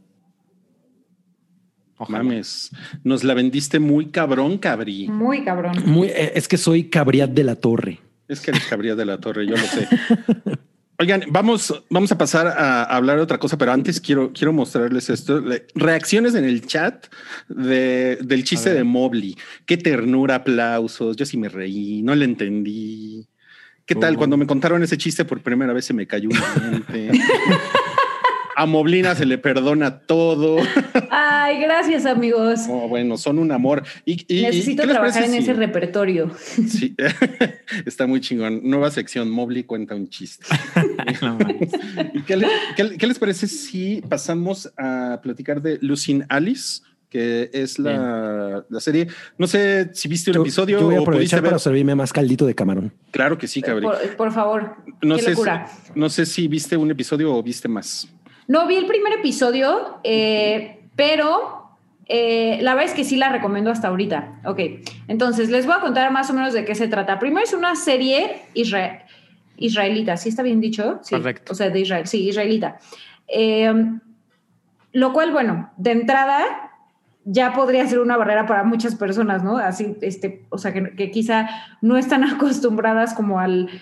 Mames, nos la vendiste muy cabrón, Cabri. Muy cabrón. Es que soy Cabriat de la Torre. Es que eres Cabriat de la Torre, yo lo sé. Oigan, vamos a pasar a hablar de otra cosa, pero antes quiero mostrarles esto. Reacciones en el chat del chiste de Mobley. Qué ternura, aplausos. Yo sí me reí, no le entendí. ¿Qué tal? Cuando me contaron ese chiste por primera vez se me cayó un diente. A Moblina se le perdona todo. Ay, gracias, amigos. Oh, bueno, son un amor. Necesito trabajar en ese repertorio. Sí, está muy chingón. Nueva sección, Mobley cuenta un chiste. ¿Qué les parece si pasamos a platicar de Lucien Alice, que es la serie? No sé si viste un episodio. Yo voy a aprovechar para servirme más caldito de camarón. Claro que sí, cabrón. Por favor, qué locura. No sé si viste un episodio o viste más. No, vi el primer episodio, pero la verdad es que sí la recomiendo hasta ahorita. Ok, entonces les voy a contar más o menos de qué se trata. Primero es una serie israelita, ¿sí está bien dicho? Sí. Correcto. O sea, de Israel, sí, israelita. Lo cual, bueno, de entrada ya podría ser una barrera para muchas personas, ¿no? Así, o sea, que quizá no están acostumbradas como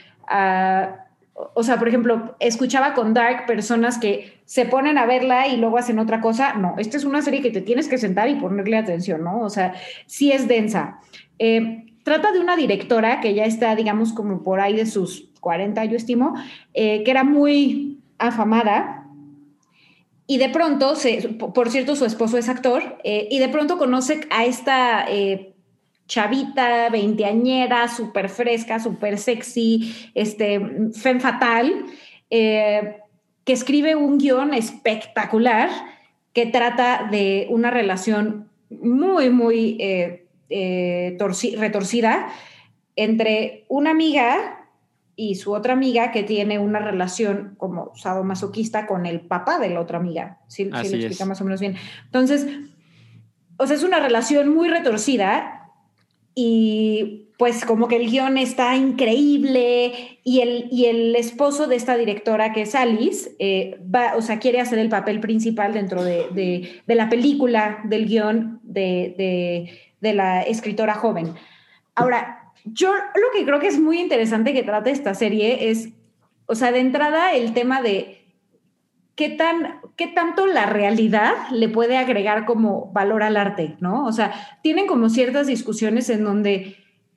o sea, por ejemplo, escuchaba con Dark personas que se ponen a verla y luego hacen otra cosa. No, esta es una serie que te tienes que sentar y ponerle atención, ¿no? O sea, sí es densa. Trata de una directora que ya está, digamos, como por ahí de sus 40, yo estimo, que era muy afamada. Y de pronto, por cierto, su esposo es actor, y de pronto conoce a esta chavita, veinteañera, súper fresca, súper sexy, femme fatal, que escribe un guión espectacular que trata de una relación muy, muy retorcida entre una amiga y su otra amiga que tiene una relación como sadomasoquista con el papá de la otra amiga. Sí lo explica más o menos bien. Entonces, o sea, es una relación muy retorcida y pues como que el guión está increíble y el esposo de esta directora, que es Alice, quiere hacer el papel principal dentro de la película, del guión de la escritora joven. Ahora, yo lo que creo que es muy interesante que trate esta serie es, o sea, de entrada el tema de qué tanto la realidad le puede agregar como valor al arte, ¿no? O sea, tienen como ciertas discusiones en donde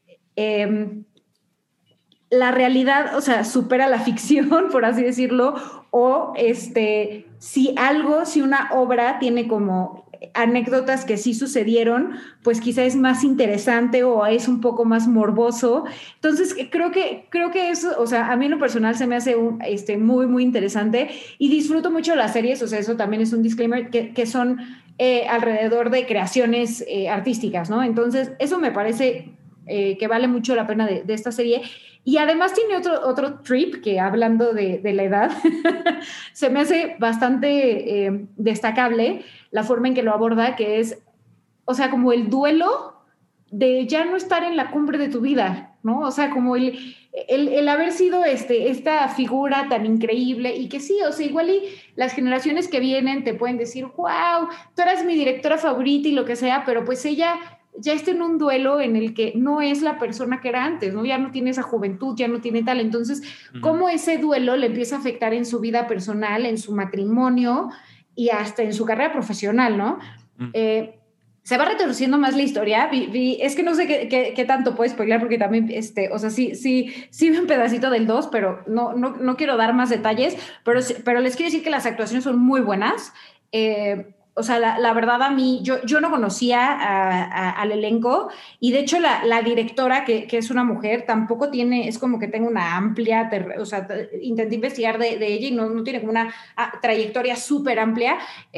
la realidad, o sea, supera la ficción, por así decirlo, o si una obra tiene como anécdotas que sí sucedieron, pues quizá es más interesante o es un poco más morboso. Entonces, creo que eso, o sea, a mí en lo personal se me hace muy, muy interesante y disfruto mucho las series, o sea, eso también es un disclaimer, que son alrededor de creaciones artísticas, ¿no? Entonces, eso me parece que vale mucho la pena de esta serie. Y además tiene otro trip que, hablando de la edad, se me hace bastante destacable la forma en que lo aborda, que es, o sea, como el duelo de ya no estar en la cumbre de tu vida, ¿no? O sea, como el haber sido esta figura tan increíble y que sí, o sea, igual y las generaciones que vienen te pueden decir, wow, tú eras mi directora favorita y lo que sea, pero pues ella ya está en un duelo en el que no es la persona que era antes, ¿no? Ya no tiene esa juventud, ya no tiene tal. Entonces, ¿cómo ese duelo le empieza a afectar en su vida personal, en su matrimonio y hasta en su carrera profesional, ¿no? Se va retorciendo más la historia. Es que no sé qué tanto puedo spoiler porque también, o sea, sí vi un pedacito del 2, pero no quiero dar más detalles, pero les quiero decir que las actuaciones son muy buenas. O sea, la verdad, a mí, yo no conocía al elenco y de hecho la directora, que es una mujer, tampoco es como que tenga una amplia, o sea, intenté investigar de ella y no tiene como una trayectoria súper amplia,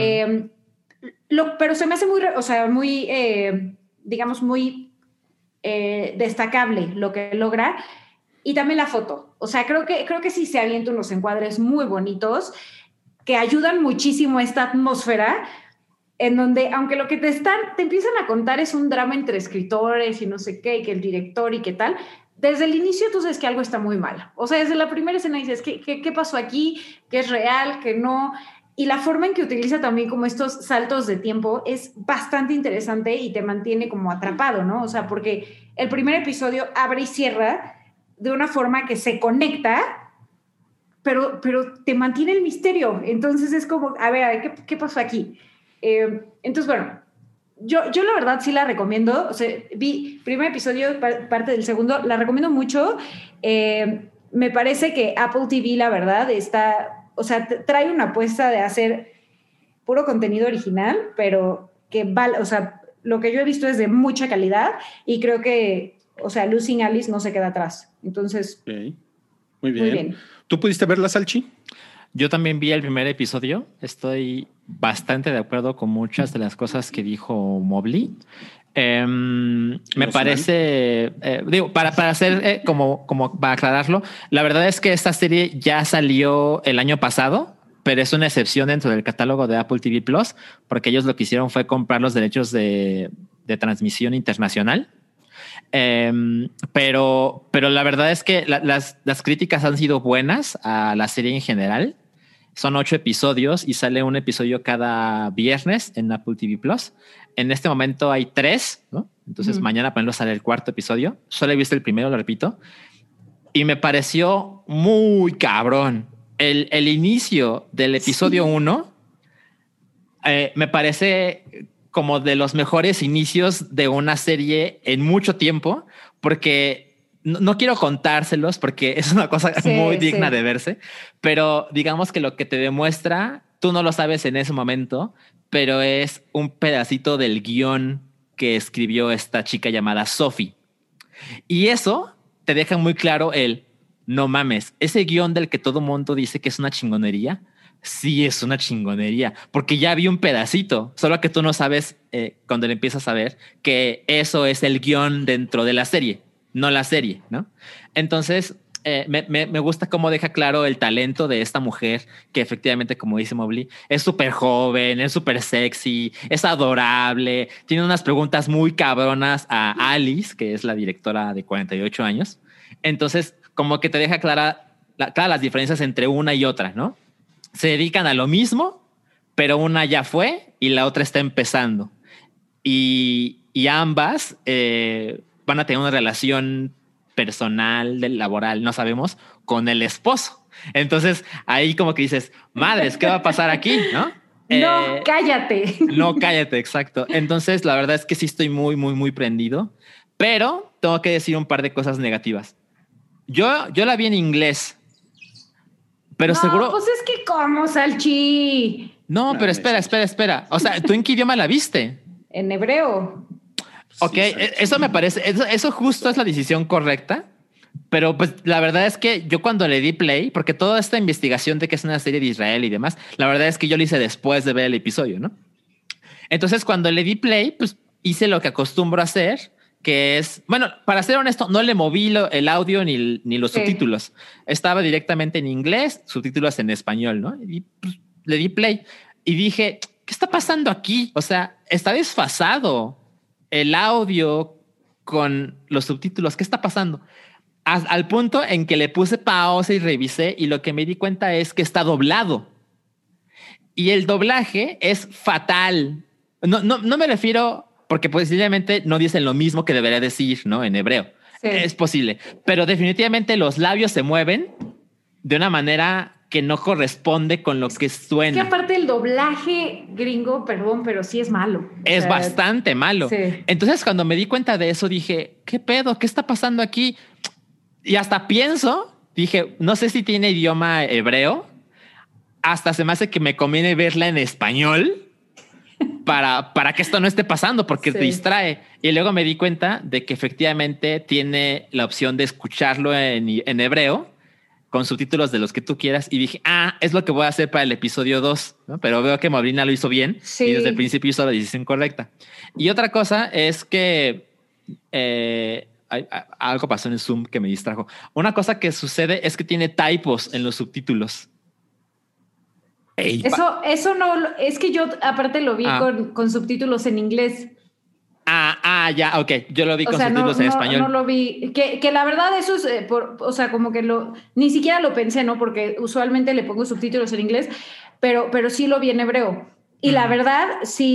pero se me hace muy, digamos, muy destacable lo que logra. Y también la foto, o sea, creo que sí se avientan unos encuadres muy bonitos que ayudan muchísimo a esta atmósfera en donde, aunque lo que te empiezan a contar es un drama entre escritores y no sé qué, y que el director y qué tal, desde el inicio tú sabes que algo está muy mal. O sea, desde la primera escena dices, ¿qué pasó aquí? ¿Qué es real? ¿Qué no? Y la forma en que utiliza también como estos saltos de tiempo es bastante interesante y te mantiene como atrapado, ¿no? O sea, porque el primer episodio abre y cierra de una forma que se conecta, pero te mantiene el misterio. Entonces es como, a ver, ¿qué pasó aquí? Entonces, bueno, yo la verdad sí la recomiendo. O sea, vi primer episodio, parte del segundo, la recomiendo mucho. Me parece que Apple TV, la verdad, o sea, trae una apuesta de hacer puro contenido original, pero que vale, o sea, lo que yo he visto es de mucha calidad y creo que, o sea, Losing Alice no se queda atrás. Entonces, okay. Muy bien. ¿Tú pudiste verla, Salchi? Yo también vi el primer episodio. Estoy bastante de acuerdo con muchas de las cosas que dijo Mobley. Me parece, para hacer como para aclararlo, la verdad es que esta serie ya salió el año pasado, pero es una excepción dentro del catálogo de Apple TV Plus, porque ellos lo que hicieron fue comprar los derechos de transmisión internacional. Pero la verdad es que las críticas han sido buenas a la serie en general. Son 8 episodios y sale un episodio cada viernes en Apple TV Plus. En este momento hay 3, ¿no? Entonces mañana, por ejemplo, sale el 4º episodio. Solo he visto el primero, lo repito. Y me pareció muy cabrón. El inicio del episodio 1 me parece como de los mejores inicios de una serie en mucho tiempo, porque no quiero contárselos porque es una cosa muy digna de verse, pero digamos que lo que te demuestra, tú no lo sabes en ese momento, pero es un pedacito del guión que escribió esta chica llamada Sophie. Y eso te deja muy claro no mames, ese guión del que todo mundo dice que es una chingonería, sí es una chingonería, porque ya vi un pedacito, solo que tú no sabes cuando le empiezas a ver que eso es el guión dentro de la serie, no la serie, ¿no? Entonces, me gusta cómo deja claro el talento de esta mujer, que efectivamente, como dice Mobley, es súper joven, es súper sexy, es adorable, tiene unas preguntas muy cabronas a Alice, que es la directora de 48 años. Entonces, como que te deja claras las diferencias entre una y otra, ¿no? Se dedican a lo mismo, pero una ya fue y la otra está empezando. Y ambas van a tener una relación personal, laboral, no sabemos, con el esposo. Entonces, ahí como que dices, madres, ¿qué va a pasar aquí? ¿No? No, cállate. No, cállate, exacto. Entonces, la verdad es que sí estoy muy, muy, muy prendido, pero tengo que decir un par de cosas negativas. Yo la vi en inglés, pero no, seguro... pues es que como, Salchi. No, pero espera. O sea, ¿tú en qué idioma la viste? En hebreo. Ok, sí, eso me parece, eso justo es la decisión correcta, pero pues la verdad es que yo cuando le di play, porque toda esta investigación de que es una serie de Israel y demás, la verdad es que yo lo hice después de ver el episodio, ¿no? Entonces cuando le di play, pues hice lo que acostumbro a hacer, que es, bueno, para ser honesto, no le moví el audio ni los subtítulos. Estaba directamente en inglés, subtítulos en español, ¿no? Y pues, le di play y dije, ¿qué está pasando aquí? O sea, está desfasado el audio con los subtítulos. ¿Qué está pasando? Al punto en que le puse pausa y revisé y lo que me di cuenta es que está doblado. Y el doblaje es fatal. No me refiero porque posiblemente no dicen lo mismo que debería decir, ¿no? En hebreo. Sí. Es posible. Pero definitivamente los labios se mueven de una manera que no corresponde con lo que suena. Es que aparte el doblaje gringo, perdón, pero sí es malo. Es bastante malo. Sí. Entonces cuando me di cuenta de eso dije, ¿qué pedo? ¿Qué está pasando aquí? Y hasta dije, no sé si tiene idioma hebreo. Hasta se me hace que me conviene verla en español para que esto no esté pasando, porque te distrae. Y luego me di cuenta de que efectivamente tiene la opción de escucharlo en hebreo con subtítulos de los que tú quieras, y dije, es lo que voy a hacer para el episodio 2, ¿no? Pero veo que Moblina lo hizo bien, sí, y desde el principio hizo la decisión correcta. Y otra cosa es que algo pasó en el Zoom que me distrajo. Una cosa que sucede es que tiene typos en los subtítulos. Eso no, es que yo aparte lo vi con subtítulos en inglés. Ya, ok. Yo lo vi con subtítulos en español. No lo vi. Que la verdad eso es, o sea, como que ni siquiera lo pensé, ¿no? Porque usualmente le pongo subtítulos en inglés, pero sí lo vi en hebreo. Y la verdad,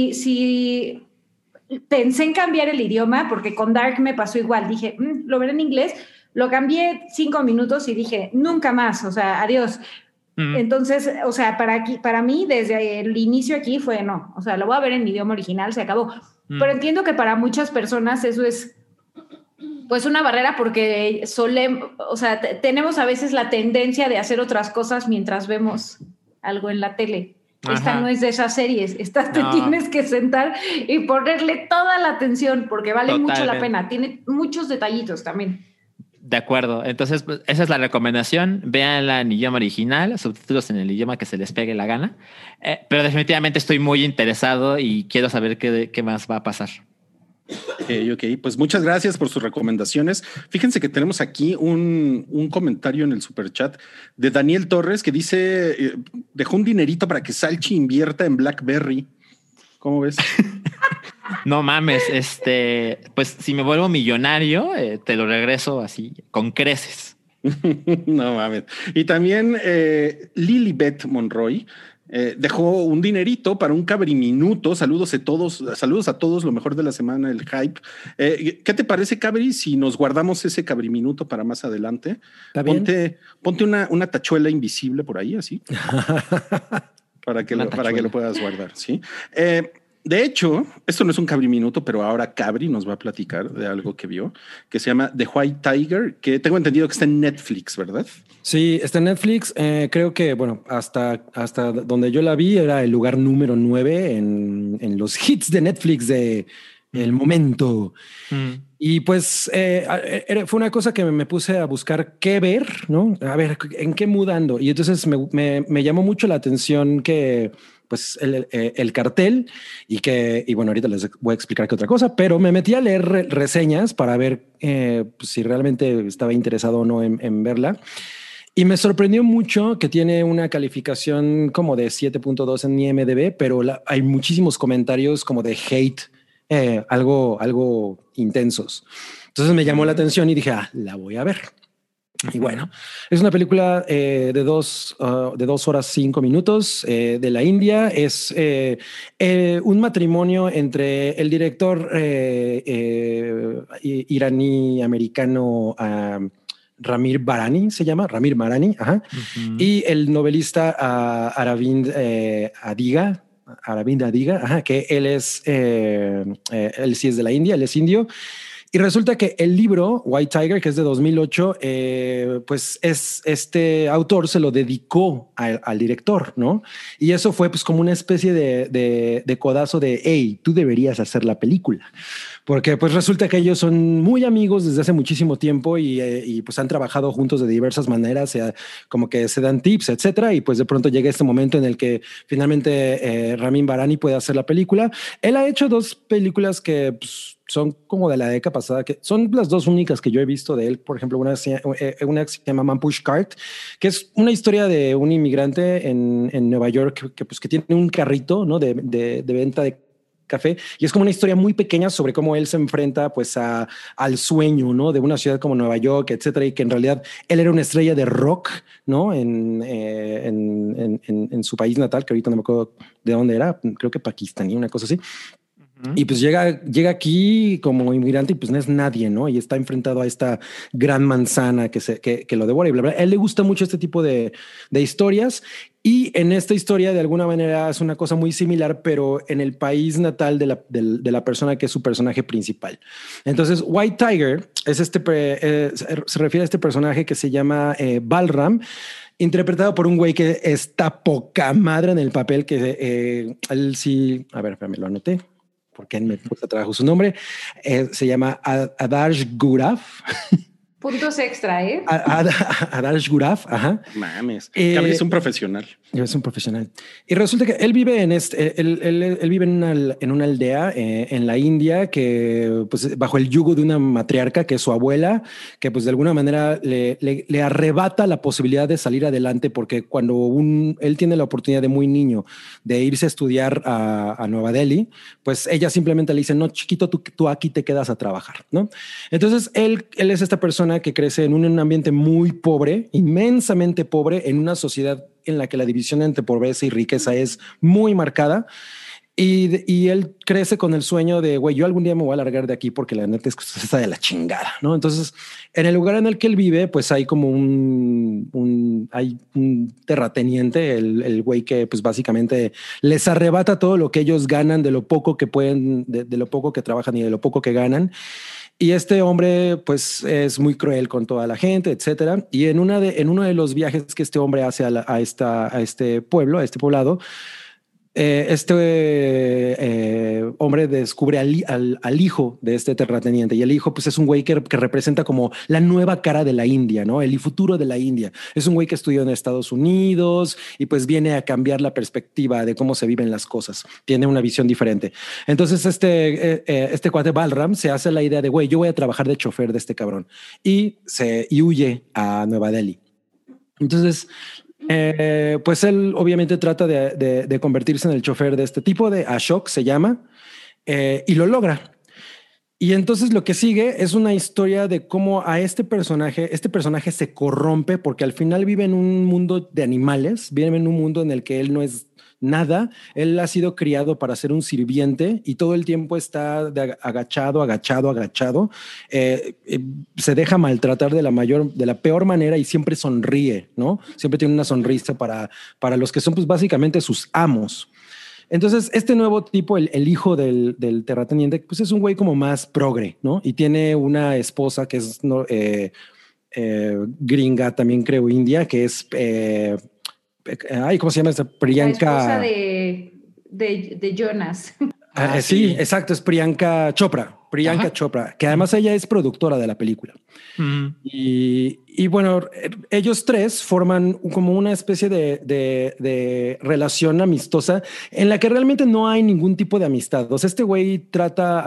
sí pensé en cambiar el idioma, porque con Dark me pasó igual. Dije, lo veré en inglés. Lo cambié 5 minutos y dije, nunca más, o sea, adiós. Entonces, o sea, para mí, desde el inicio aquí fue no. O sea, lo voy a ver en idioma original, se acabó. Pero entiendo que para muchas personas eso es pues una barrera porque o sea, tenemos a veces la tendencia de hacer otras cosas mientras vemos algo en la tele. Ajá. Esta no es de esas series. Te tienes que sentar y ponerle toda la atención porque vale mucho la pena. Tiene muchos detallitos también. De acuerdo. Entonces, pues, esa es la recomendación. Véanla en idioma original, subtítulos en el idioma que se les pegue la gana. Pero definitivamente estoy muy interesado y quiero saber qué más va a pasar. Ok. Pues muchas gracias por sus recomendaciones. Fíjense que tenemos aquí un comentario en el superchat de Daniel Torres que dice, dejó un dinerito para que Salchi invierta en BlackBerry. ¿Cómo ves? No mames, pues si me vuelvo millonario, te lo regreso así, con creces. No mames. Y también Lilibet Monroy dejó un dinerito para un cabriminuto. Saludos a todos, lo mejor de la semana, el hype. ¿Qué te parece, Cabri, si nos guardamos ese cabriminuto para más adelante? Ponte una tachuela invisible por ahí, así. para que lo puedas guardar, ¿sí? De hecho, esto no es un cabriminuto, pero ahora Cabri nos va a platicar de algo que vio, que se llama The White Tiger, que tengo entendido que está en Netflix, ¿verdad? Sí, está en Netflix. Creo que, bueno, hasta donde yo la vi era el lugar número 9 en los hits de Netflix de el momento. Y pues fue una cosa que me puse a buscar qué ver, ¿no? A ver, ¿en qué mudando? Y entonces me llamó mucho la atención que pues el cartel y bueno, ahorita les voy a explicar qué otra cosa, pero me metí a leer reseñas para ver pues, si realmente estaba interesado o no en verla. Y me sorprendió mucho que tiene una calificación como de 7.2 en IMDb, pero hay muchísimos comentarios como de hate, algo intensos. Entonces me llamó la atención y dije, la voy a ver. Y bueno, es una película de 2 horas 5 minutos de la India. Es un matrimonio entre el director iraní-americano Ramir Barani, se llama Ramir Barani, y el novelista Aravind Adiga, que él sí es de la India, él es indio. Y resulta que el libro White Tiger, que es de 2008, pues este autor se lo dedicó al director, ¿no? Y eso fue pues como una especie de codazo de, hey, tú deberías hacer la película. Porque pues resulta que ellos son muy amigos desde hace muchísimo tiempo y pues han trabajado juntos de diversas maneras, como que se dan tips, etcétera. Y pues de pronto llega este momento en el que finalmente Ramin Barani puede hacer la película. Él ha hecho 2 películas que pues, son como de la década pasada, que son las 2 únicas que yo he visto de él. Por ejemplo, una que se llama Man Push Cart, que es una historia de un inmigrante en Nueva York que tiene un carrito, ¿no? de venta de café, y es como una historia muy pequeña sobre cómo él se enfrenta pues al sueño, ¿no? De una ciudad como Nueva York, etcétera, y que en realidad él era una estrella de rock, ¿no? En su país natal, que ahorita no me acuerdo de dónde era, creo que pakistaní, una cosa así. Y pues llega aquí como inmigrante y pues no es nadie, ¿no? Y está enfrentado a esta gran manzana que lo devora y bla, bla. A él le gusta mucho este tipo de historias, y en esta historia de alguna manera es una cosa muy similar, pero en el país natal de la persona que es su personaje principal. Entonces White Tiger es se refiere a este personaje que se llama Balram, interpretado por un güey que está poca madre en el papel, que él sí, a ver, me lo anoté porque él me puso a trabajo su nombre, se llama Adarsh Guraf. Puntos extra, ¿eh? Adarsh Guraf, ajá. Mames, es un profesional. Es un profesional. Y resulta que él vive él vive en una aldea en la India, que pues bajo el yugo de una matriarca que es su abuela, que pues de alguna manera le arrebata la posibilidad de salir adelante, porque cuando él tiene la oportunidad de muy niño de irse a estudiar a Nueva Delhi, pues ella simplemente le dice, no, chiquito, tú aquí te quedas a trabajar, ¿no? Entonces él es esta persona que crece en un ambiente muy pobre, inmensamente pobre, en una sociedad en la que la división entre pobreza y riqueza es muy marcada. Y él crece con el sueño de, güey, yo algún día me voy a largar de aquí porque la neta es que esto está de la chingada, ¿no? Entonces, en el lugar en el que él vive, pues hay como hay un terrateniente, el güey que pues básicamente les arrebata todo lo que ellos ganan, de lo poco que pueden, de lo poco que trabajan y de lo poco que ganan. Y este hombre, pues, es muy cruel con toda la gente, etcétera. Y en uno de los viajes que este hombre hace a este pueblo, a este poblado, hombre descubre al hijo de este terrateniente, y el hijo pues es un güey que representa como la nueva cara de la India, ¿no? El futuro de la India. Es un güey que estudió en Estados Unidos y pues viene a cambiar la perspectiva de cómo se viven las cosas. Tiene una visión diferente. Entonces este cuate Balram se hace la idea de, güey, yo voy a trabajar de chofer de este cabrón, y huye a Nueva Delhi. Entonces pues él obviamente trata de convertirse en el chofer de este tipo, de Ashok se llama, y lo logra. Y entonces lo que sigue es una historia de cómo a este personaje se corrompe, porque al final vive en un mundo de animales, vive en un mundo en el que él no es nada. Él ha sido criado para ser un sirviente y todo el tiempo está agachado. Se deja maltratar de la peor manera y siempre sonríe, ¿no? Siempre tiene una sonrisa para los que son pues básicamente sus amos. Entonces, este nuevo tipo, el hijo del terrateniente, pues es un güey como más progre, ¿no? Y tiene una esposa que es gringa, también creo india, que es... ¿cómo se llama esta? Priyanka. La esposa de Jonas. Sí, exacto, es Priyanka Chopra. Chopra, que además ella es productora de la película. Y bueno, ellos tres forman como una especie de relación amistosa en la que realmente no hay ningún tipo de amistad. O sea, este güey trata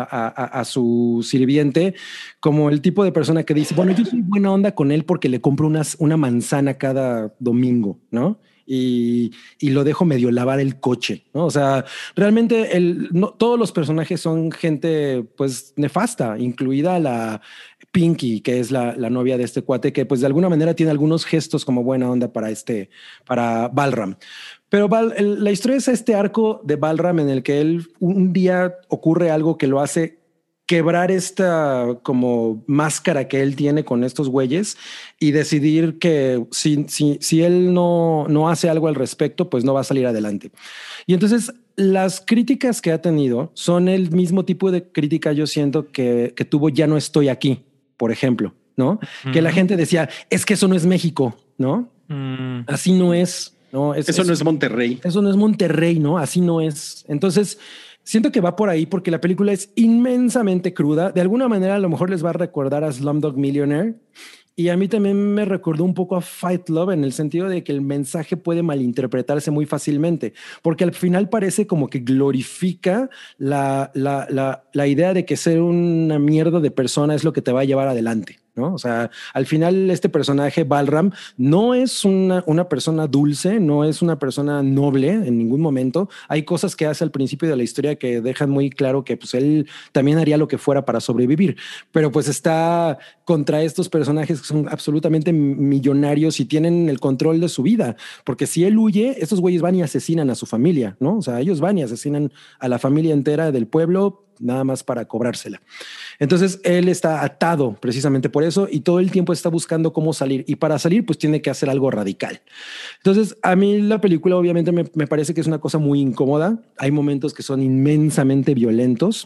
a su sirviente como el tipo de persona que dice, bueno, yo soy buena onda con él porque le compro una manzana cada domingo, ¿no? Y lo dejo medio lavar el coche, ¿no? O sea, realmente todos los personajes son gente pues nefasta, incluida la Pinky, que es la novia de este cuate, que pues de alguna manera tiene algunos gestos como buena onda para Balram. Pero la historia es este arco de Balram en el que él un día ocurre algo que lo hace quebrar esta como máscara que él tiene con estos güeyes y decidir que si él no hace algo al respecto, pues no va a salir adelante. Y entonces las críticas que ha tenido son el mismo tipo de crítica, yo siento que tuvo Ya no estoy aquí, por ejemplo, ¿no? Que la gente decía, es que eso no es México, ¿no? Así no es, ¿no? Eso no es Monterrey. Eso no es Monterrey, ¿no? Así no es. Entonces, siento que va por ahí porque la película es inmensamente cruda. De alguna manera a lo mejor les va a recordar a Slumdog Millionaire. Y a mí también me recordó un poco a Fight Club en el sentido de que el mensaje puede malinterpretarse muy fácilmente, porque al final parece como que glorifica la idea de que ser una mierda de persona es lo que te va a llevar adelante, ¿no? O sea, al final este personaje Balram no es una persona dulce, no es una persona noble en ningún momento. Hay cosas que hace al principio de la historia que dejan muy claro que pues él también haría lo que fuera para sobrevivir, pero pues está contra estos personajes que son absolutamente millonarios y tienen el control de su vida, porque si él huye, estos güeyes van y asesinan a su familia, ¿no? O sea, ellos van y asesinan a la familia entera del pueblo nada más para cobrársela. Entonces él está atado precisamente por eso y todo el tiempo está buscando cómo salir, y para salir pues tiene que hacer algo radical. Entonces a mí la película obviamente me parece que es una cosa muy incómoda. Hay momentos que son inmensamente violentos.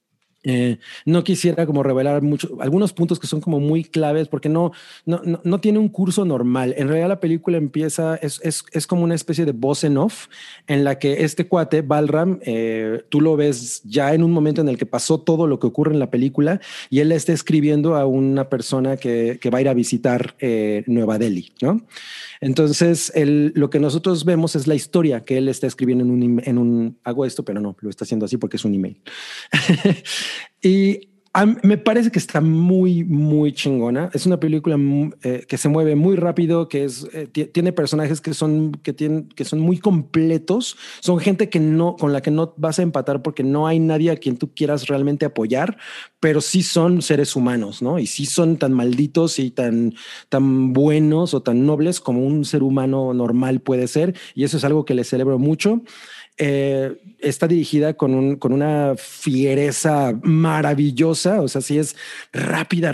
No quisiera como revelar algunos puntos que son como muy claves porque no tiene un curso normal. En realidad la película empieza, es como una especie de voz en off en la que este cuate, Balram, tú lo ves ya en un momento en el que pasó todo lo que ocurre en la película y él le está escribiendo a una persona que va a ir a visitar Nueva Delhi, ¿no? Entonces lo que nosotros vemos es la historia que él está escribiendo en un hago esto, pero no, lo está haciendo así porque es un email. Y me parece que está muy, muy chingona. Es una película que se mueve muy rápido, que tiene personajes que son muy completos. Son gente con la que no vas a empatar porque no hay nadie a quien tú quieras realmente apoyar, pero sí son seres humanos, ¿no? Y sí son tan malditos y tan buenos o tan nobles como un ser humano normal puede ser. Y eso es algo que le celebro mucho. Está dirigida con una fiereza maravillosa, o sea, sí es rápida,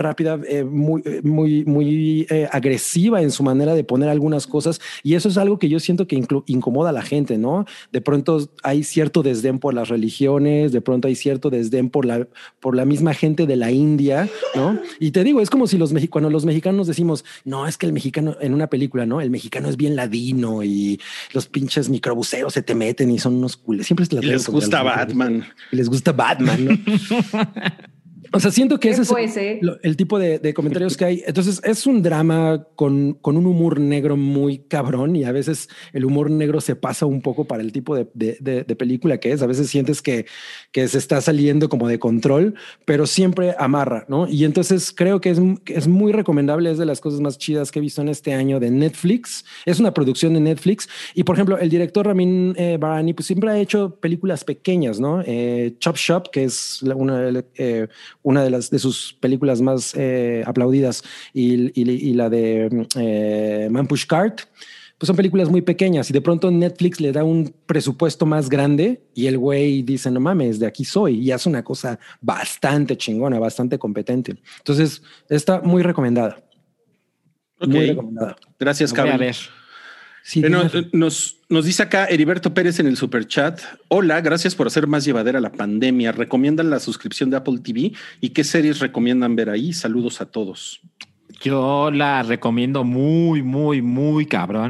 muy agresiva en su manera de poner algunas cosas, y eso es algo que yo siento que incomoda a la gente, ¿no? De pronto hay cierto desdén por las religiones, de pronto hay cierto desdén por la misma gente de la India, ¿no? Y te digo, es como si cuando los mexicanos decimos, no, es que el mexicano en una película, ¿no? El mexicano es bien ladino y los pinches microbuseros se te meten y son unos cules. Siempre les gusta Batman. Les gusta Batman, ¿no? O sea, siento que ese es el tipo de comentarios que hay. Entonces es un drama con un humor negro muy cabrón, y a veces el humor negro se pasa un poco para el tipo de película que es. A veces sientes que se está saliendo como de control, pero siempre amarra, ¿no? Y entonces creo que es muy recomendable. Es de las cosas más chidas que he visto en este año de Netflix. Es una producción de Netflix. Y por ejemplo, el director Ramin Barani pues siempre ha hecho películas pequeñas, ¿no? Chop Shop, que es una de sus películas más aplaudidas, y la de Man Push Cart, pues son películas muy pequeñas, y de pronto Netflix le da un presupuesto más grande y el güey dice, no mames, de aquí soy, y hace una cosa bastante chingona, bastante competente. Entonces está muy recomendada. Okay. Muy recomendada. Gracias, Carlos. A ver. Sí, nos dice acá Heriberto Pérez en el superchat: hola, gracias por hacer más llevadera la pandemia. ¿Recomiendan la suscripción de Apple TV? ¿Y qué series recomiendan ver ahí? Saludos a todos. Yo la recomiendo muy, muy, muy cabrón.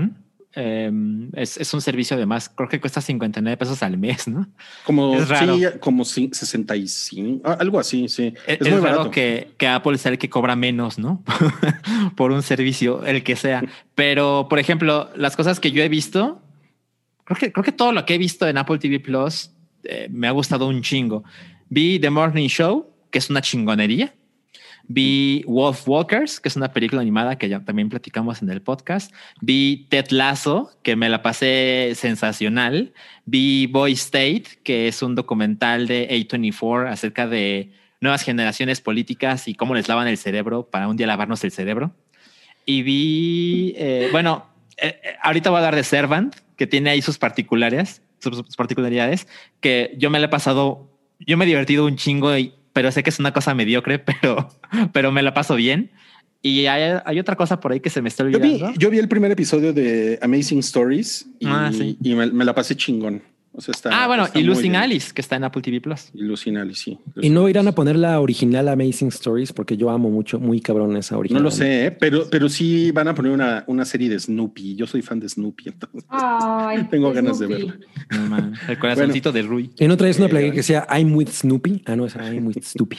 Es un servicio además, creo que cuesta $59 al mes, ¿no? Como, es raro. Sí, como 65, algo así, sí. Es muy raro barato. Que Apple sea el que cobra menos, ¿no? Por un servicio, el que sea. Pero, por ejemplo, las cosas que yo he visto, creo que todo lo que he visto en Apple TV Plus me ha gustado un chingo. Vi The Morning Show, que es una chingonería. Vi Wolf Walkers, que es una película animada que ya también platicamos en el podcast. Vi Ted Lasso, que me la pasé sensacional. Vi Boy State, que es un documental de A24 acerca de nuevas generaciones políticas y cómo les lavan el cerebro para un día lavarnos el cerebro. Y vi, ahorita voy a hablar de Servant, que tiene ahí sus particularidades, que yo me la he pasado, yo me he divertido un chingo pero sé que es una cosa mediocre, pero me la paso bien. Y hay otra cosa por ahí que se me está olvidando. Yo vi el primer episodio de Amazing Stories y me la pasé chingón. O sea, está y Losing Alice, que está en Apple TV Plus. Y Losing Alice, sí. Y no irán a poner la original Amazing Stories, porque yo amo mucho, muy cabrón esa original. No lo sé, pero sí van a poner una serie de Snoopy. Yo soy fan de Snoopy, entonces tengo ganas de verla. No, man. El corazoncito de Rui. ¿Y no traes una plaga que decía I'm with Snoopy? No, es I'm with Stupid.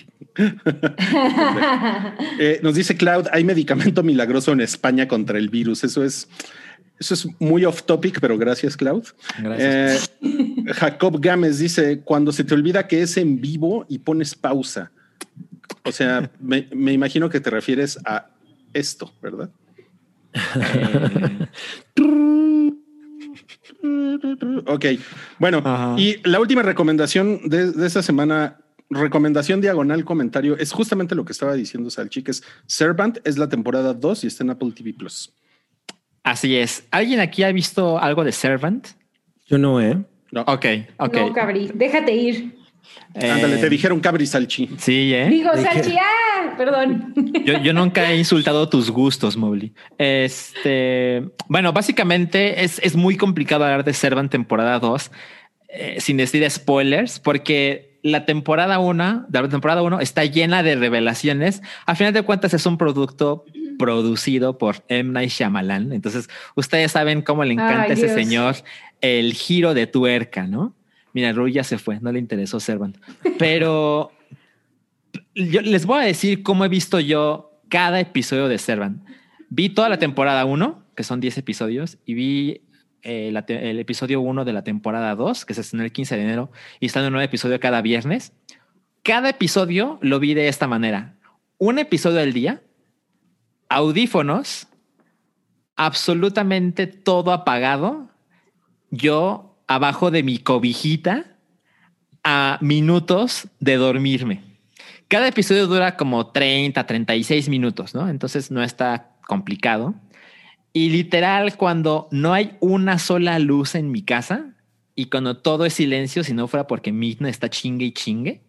Nos dice Cloud, hay medicamento milagroso en España contra el virus. Eso es muy off topic, pero gracias, Cloud. Gracias. Jacob Gámez dice, cuando se te olvida que es en vivo y pones pausa. O sea, me imagino que te refieres a esto, ¿verdad? Ok, bueno, ajá. Y la última recomendación de esta semana, recomendación diagonal comentario, es justamente lo que estaba diciendo Salchi, que es Servant, es la temporada 2 y está en Apple TV Plus. Así es. ¿Alguien aquí ha visto algo de Servant? Yo no, No. Ok. No, Cabri, déjate ir. Ándale, te dijeron Cabri Salchi. Sí, Digo, Salchi, perdón. Yo nunca he insultado tus gustos, Mowgli. Bueno, básicamente es muy complicado hablar de Servant temporada 2 sin decir spoilers, porque la temporada 1 está llena de revelaciones. A final de cuentas es un producto producido por M. Night Shyamalan. Entonces, ustedes saben cómo le encanta a ese señor el giro de tuerca, ¿no? Mira, Rui ya se fue, no le interesó Servant. Pero yo les voy a decir cómo he visto yo cada episodio de Servant. Vi toda la temporada 1, que son 10 episodios, y vi el episodio 1 de la temporada 2, que se estrenó el 15 de enero, y está en un nuevo episodio cada viernes. Cada episodio lo vi de esta manera. Un episodio al día, audífonos, absolutamente todo apagado, yo abajo de mi cobijita a minutos de dormirme. Cada episodio dura como 30, 36 minutos, ¿no? Entonces no está complicado. Y literal, cuando no hay una sola luz en mi casa y cuando todo es silencio, si no fuera porque Midna está chingue y chingue,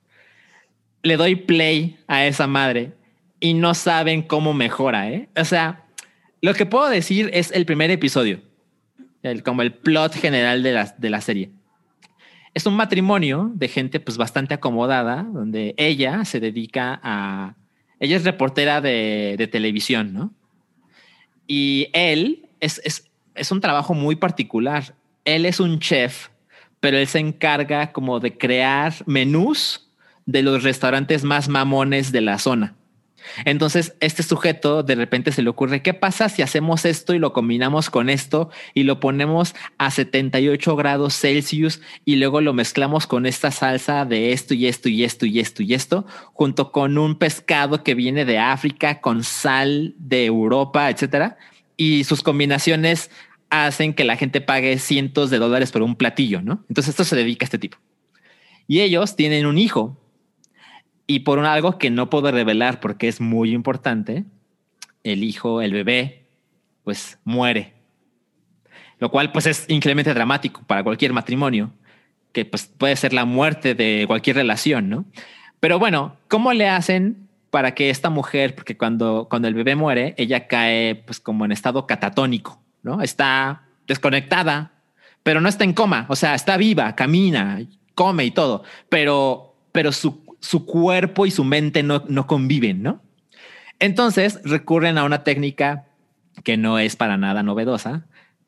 le doy play a esa madre y no saben cómo mejora, O sea, lo que puedo decir es el primer episodio, como el plot general de la serie. Es un matrimonio de gente pues bastante acomodada, donde ella se dedica a... Ella es reportera de televisión, ¿no? Y él es un trabajo muy particular. Él es un chef, pero él se encarga como de crear menús de los restaurantes más mamones de la zona. Entonces, este sujeto de repente se le ocurre, ¿qué pasa si hacemos esto y lo combinamos con esto y lo ponemos a 78 grados Celsius y luego lo mezclamos con esta salsa de esto y esto y esto y esto y esto, junto con un pescado que viene de África con sal de Europa, etcétera? Y sus combinaciones hacen que la gente pague cientos de dólares por un platillo, ¿no? Entonces, esto se dedica a este tipo. Y ellos tienen un hijo. Y por algo que no puedo revelar porque es muy importante, el hijo, el bebé, pues muere. Lo cual pues es increíblemente dramático para cualquier matrimonio, que pues puede ser la muerte de cualquier relación, ¿no? Pero bueno, ¿cómo le hacen para que esta mujer, porque cuando el bebé muere, ella cae pues como en estado catatónico, ¿no? Está desconectada, pero no está en coma, o sea, está viva, camina, come y todo, pero su cuerpo y su mente no conviven, ¿no? Entonces recurren a una técnica que no es para nada novedosa,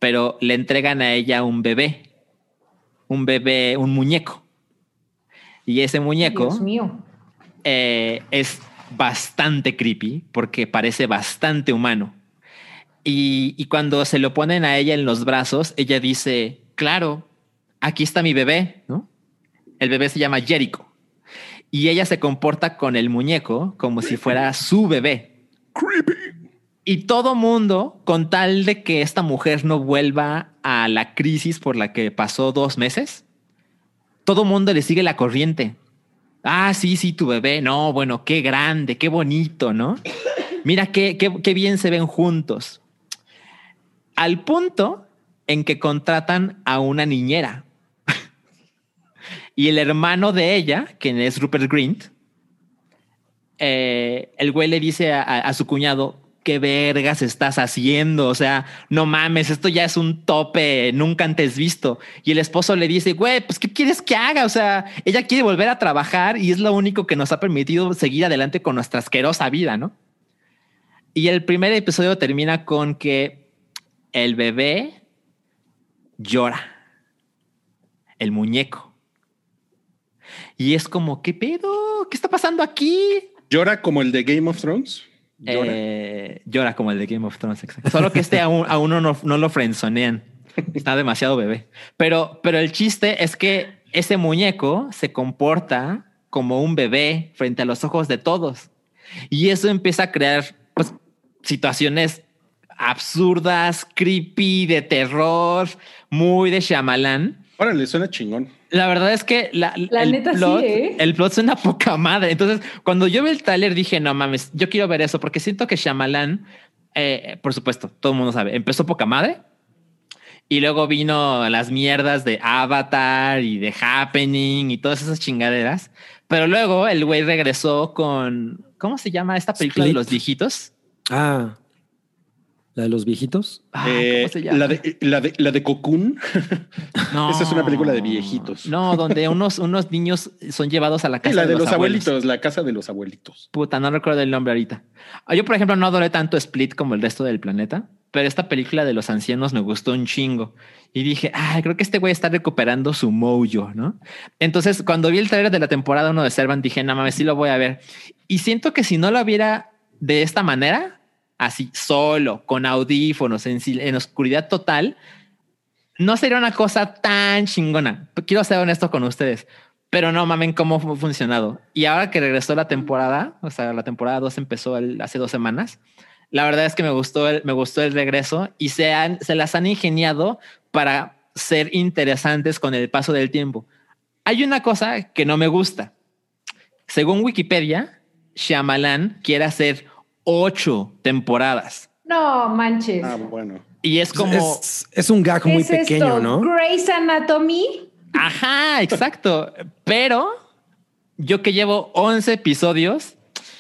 pero le entregan a ella un bebé, un muñeco. Y ese muñeco, Dios mío, es bastante creepy porque parece bastante humano. Y cuando se lo ponen a ella en los brazos, ella dice, claro, aquí está mi bebé, ¿no? El bebé se llama Jericho. Y ella se comporta con el muñeco como si fuera su bebé. Creepy. Y todo mundo, con tal de que esta mujer no vuelva a la crisis por la que pasó 2 meses, todo mundo le sigue la corriente. Ah, sí, tu bebé. No, bueno, qué grande, qué bonito, ¿no? Mira qué bien se ven juntos. Al punto en que contratan a una niñera. Y el hermano de ella, quien es Rupert Grint, el güey le dice a su cuñado, ¿qué vergas estás haciendo? O sea, no mames, esto ya es un tope nunca antes visto. Y el esposo le dice, güey, pues ¿qué quieres que haga? O sea, ella quiere volver a trabajar y es lo único que nos ha permitido seguir adelante con nuestra asquerosa vida, ¿no? Y el primer episodio termina con que el bebé llora. El muñeco. Y es como, ¿qué pedo? ¿Qué está pasando aquí? ¿Llora como el de Game of Thrones? Llora como el de Game of Thrones, exacto. Solo que aún no lo frenzonean. Está demasiado bebé. Pero el chiste es que ese muñeco se comporta como un bebé frente a los ojos de todos. Y eso empieza a crear pues, situaciones absurdas, creepy, de terror, muy de Shyamalan. Órale, suena chingón. La verdad es que el plot suena poca madre. Entonces, cuando yo vi el tráiler dije, no mames, yo quiero ver eso porque siento que Shyamalan, por supuesto, todo el mundo sabe, empezó poca madre y luego vino las mierdas de Avatar y de Happening y todas esas chingaderas. Pero luego el güey regresó con, ¿cómo se llama esta película de los viejitos? Ah, ¿la de los viejitos? ¿Cómo se llama? La de Cocoon. No. Esa es una película de viejitos. No, donde unos niños son llevados a la casa la de los abuelos. abuelitos, la casa de los abuelitos. Puta, no recuerdo el nombre ahorita. Yo, por ejemplo, no adoré tanto Split como el resto del planeta, pero esta película de los ancianos me gustó un chingo. Y dije, creo que este güey está recuperando su mojo, ¿no? Entonces, cuando vi el trailer de la temporada 1 de Servant, dije, no mames, sí lo voy a ver. Y siento que si no lo viera de esta manera, así solo, con audífonos, en oscuridad total, no sería una cosa tan chingona. Quiero ser honesto con ustedes, pero no mamen cómo ha funcionado. Y ahora que regresó la temporada, o sea, la temporada 2 empezó hace 2 semanas, la verdad es que me gustó el regreso y se las han ingeniado para ser interesantes con el paso del tiempo. Hay una cosa que no me gusta. Según Wikipedia, Shyamalan quiere hacer 8 temporadas. No manches. Bueno. Y es como... Es un gag muy pequeño, esto? ¿no? Grey's Anatomy. Ajá, exacto. Pero yo que llevo 11 episodios,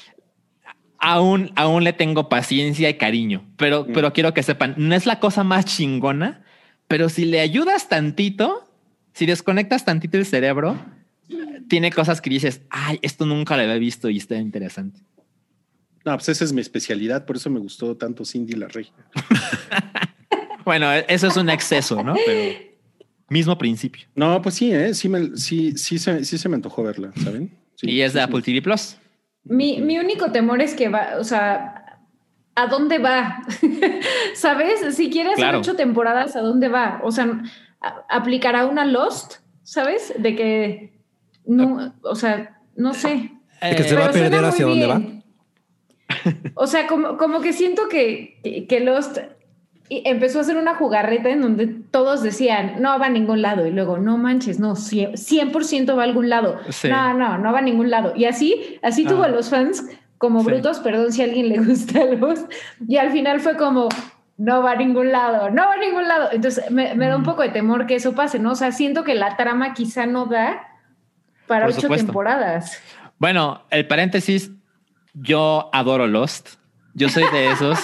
aún le tengo paciencia y cariño. Pero quiero que sepan, no es la cosa más chingona, pero si le ayudas tantito, si desconectas tantito el cerebro, tiene cosas que dices, esto nunca lo había visto y está interesante. No, pues esa es mi especialidad, por eso me gustó tanto Cindy la Regia. Bueno, eso es un exceso, ¿no? Pero mismo principio. No, pues sí, sí se me antojó verla, ¿saben? Sí, y es de Apple TV Plus. Mi único temor es que va, o sea, ¿a dónde va? ¿Sabes? Si quiere hacer 8 temporadas, ¿a dónde va? O sea, ¿aplicará una Lost? ¿Sabes? De que no, o sea, no sé. De que se va a perder hacia dónde va. O sea, como que siento que Lost empezó a hacer una jugarreta en donde todos decían, no va a ningún lado. Y luego, no manches, no, 100% va a algún lado. Sí. No va a ningún lado. Y así tuvo a los fans como brutos, perdón si a alguien le gusta Lost. Y al final fue como, no va a ningún lado. Entonces me da un poco de temor que eso pase, ¿no? O sea, siento que la trama quizá no da para 8 temporadas. Bueno, el paréntesis, yo adoro Lost. Yo soy de esos,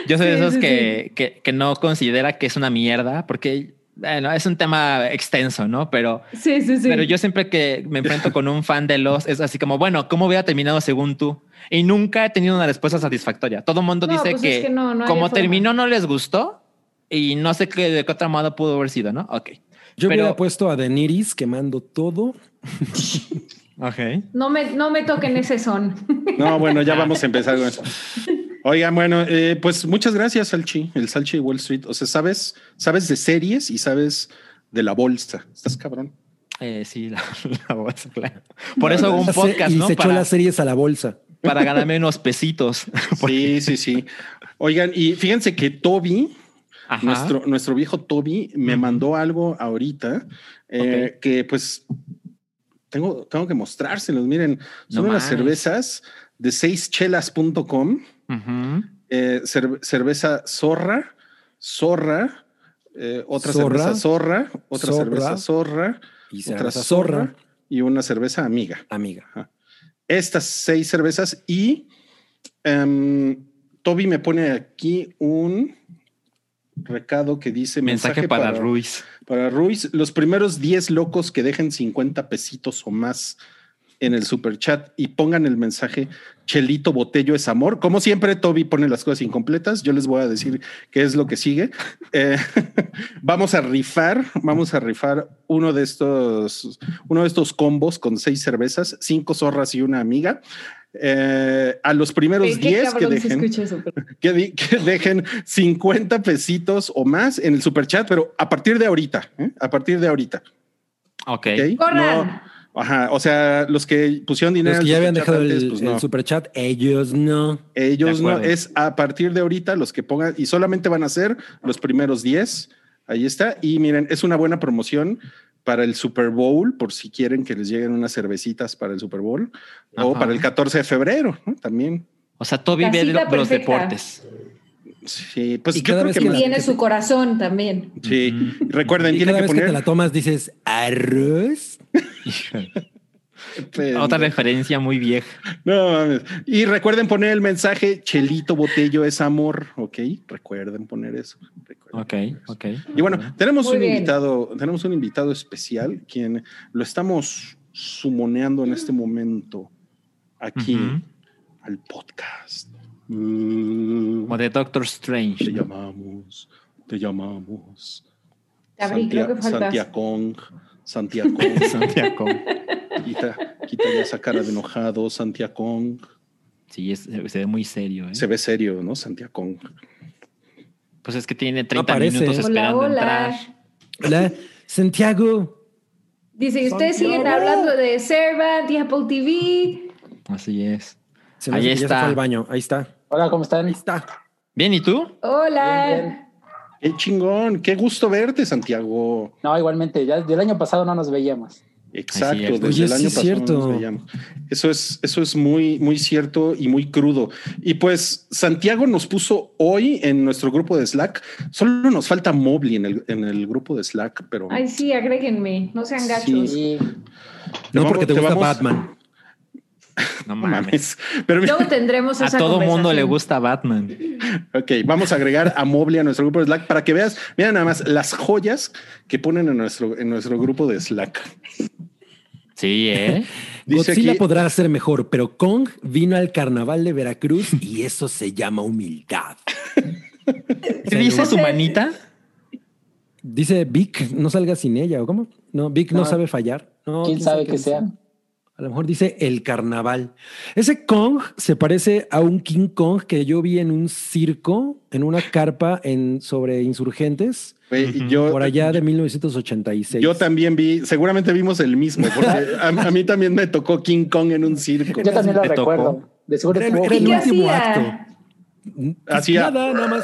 que no considera que es una mierda, porque bueno, es un tema extenso, ¿no? Pero yo siempre que me enfrento con un fan de Lost es así como, bueno, ¿cómo hubiera terminado según tú? Y nunca he tenido una respuesta satisfactoria. Todo el mundo dice que como terminó no les gustó, Y no sé de qué otra moda pudo haber sido, ¿no? Ok. Yo hubiera puesto a Daenerys quemando todo. Ok. No me toquen ese son. No, bueno, ya vamos a empezar con eso. Oigan, bueno, pues muchas gracias, Salchi, el Salchi de Wall Street. O sea, sabes de series y sabes de la bolsa. ¿Estás cabrón? Sí, la bolsa, claro. Por eso hago un podcast, ¿no? Y se echó las series a la bolsa. Para ganarme unos pesitos. Sí. Oigan, y fíjense que Toby, nuestro viejo Toby, me mandó algo ahorita que pues tengo que mostrárselos. Miren, son unas cervezas de 6chelas.com. Cerveza Zorra, otra cerveza Zorra, otra cerveza Zorra, y otra Zorra y una cerveza Amiga. Ajá. Estas 6 cervezas y Toby me pone aquí un recado que dice mensaje para Ruiz. Para Ruiz, los primeros 10 locos que dejen 50 pesitos o más en el superchat y pongan el mensaje Chelito Botello es amor. Como siempre, Toby pone las cosas incompletas. Yo les voy a decir qué es lo que sigue. Vamos a rifar uno de estos combos con 6 cervezas, 5 zorras y una amiga. A los primeros 10 que dejen 50 pesitos o más en el superchat, pero a partir de ahorita. Ok. ¡Corran! Ajá, o sea, los que pusieron dinero. Los que ya habían dejado el superchat, ellos no. Ellos no, es a partir de ahorita los que pongan, y solamente van a ser los primeros 10. Ahí está. Y miren, es una buena promoción para el Super Bowl, por si quieren que les lleguen unas cervecitas para el Super Bowl, o para el 14 de febrero, ¿no? También. O sea, Toby ve los deportes. Sí, pues y cada vez que tiene su corazón también. Sí, recuerden, tienen que poner. Que te la tomas dices arroz. Otra referencia muy vieja. No mames. Y recuerden poner el mensaje Chelito Botello es amor, ¿ok? Recuerden poner eso. Ok. Y bueno, tenemos un invitado especial, quien lo estamos sumoneando en este momento aquí al podcast. Como de Doctor Strange. Te llamamos. Creo que Santiago. Quita ya esa cara de enojado, Santiago. Sí, se ve muy serio. Se ve serio, ¿no? Santiago. Pues es que tiene 30 minutos esperando entrar. Hola, Santiago. Dice, ustedes siguen hablando de Servant y Apple TV. Así es. Ahí está. Ya se fue al baño. Ahí está. Hola, ¿cómo están? Ahí está. Bien, ¿y tú? Hola. Bien. Qué chingón, qué gusto verte, Santiago. No, igualmente, ya del año pasado no nos veíamos. Exacto, desde el año pasado cierto. no nos veíamos. Eso es muy, muy cierto y muy crudo. Y pues Santiago nos puso hoy en nuestro grupo de Slack. Solo nos falta Mobley en el grupo de Slack, pero. Ay, sí, agréguenme, no sean gachos. Sí. No, porque te gusta Batman. No mames. Pero luego tendremos esa a todo mundo le gusta Batman. Ok, vamos a agregar a Mobley a nuestro grupo de Slack para que veas, mira nada más las joyas que ponen en nuestro grupo de Slack. Sí, Dice Godzilla podrá ser mejor, pero Kong vino al carnaval de Veracruz y eso se llama humildad. ¿Qué dice su manita? Dice Vic, no salga sin ella, ¿o cómo? No, Vic no sabe fallar. No, ¿Quién sabe que sea? A lo mejor dice el carnaval. Ese Kong se parece a un King Kong que yo vi en un circo, en una carpa sobre Insurgentes, por allá de 1986. Yo también vi, seguramente vimos el mismo, porque a mí también me tocó King Kong en un circo. Yo también lo recuerdo. De seguro era el último acto. Hacía nada más.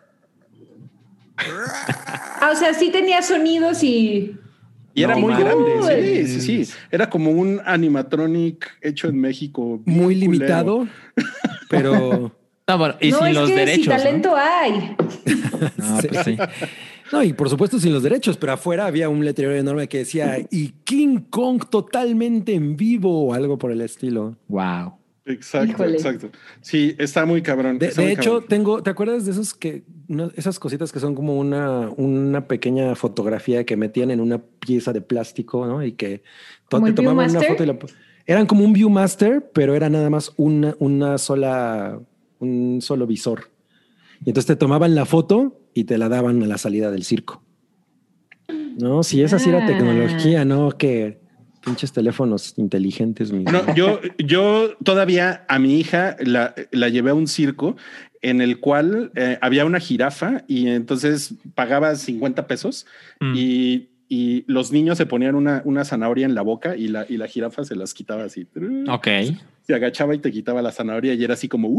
O sea, sí tenía sonidos y era muy grande, sí. Era como un animatronic hecho en México. Muy limitado, pero... No, bueno, y sin los derechos. Si talento hay. No, pues sí. No, y por supuesto sin los derechos, pero afuera había un letrero enorme que decía y King Kong totalmente en vivo o algo por el estilo. Wow. Exacto. Sí, está muy cabrón. De hecho, ¿te acuerdas de esos esas cositas que son como una pequeña fotografía que metían en una pieza de plástico, ¿no? Y que te tomaban una foto y eran como un Viewmaster, pero era nada más un solo visor. Y entonces te tomaban la foto y te la daban a la salida del circo. No, si esa sí era tecnología, ¿no? Que pinches teléfonos inteligentes. No, yo todavía a mi hija la llevé a un circo en el cual había una jirafa y entonces pagaba 50 pesos y los niños se ponían una zanahoria en la boca y la jirafa se las quitaba así. Ok. Se agachaba y te quitaba la zanahoria y era así como...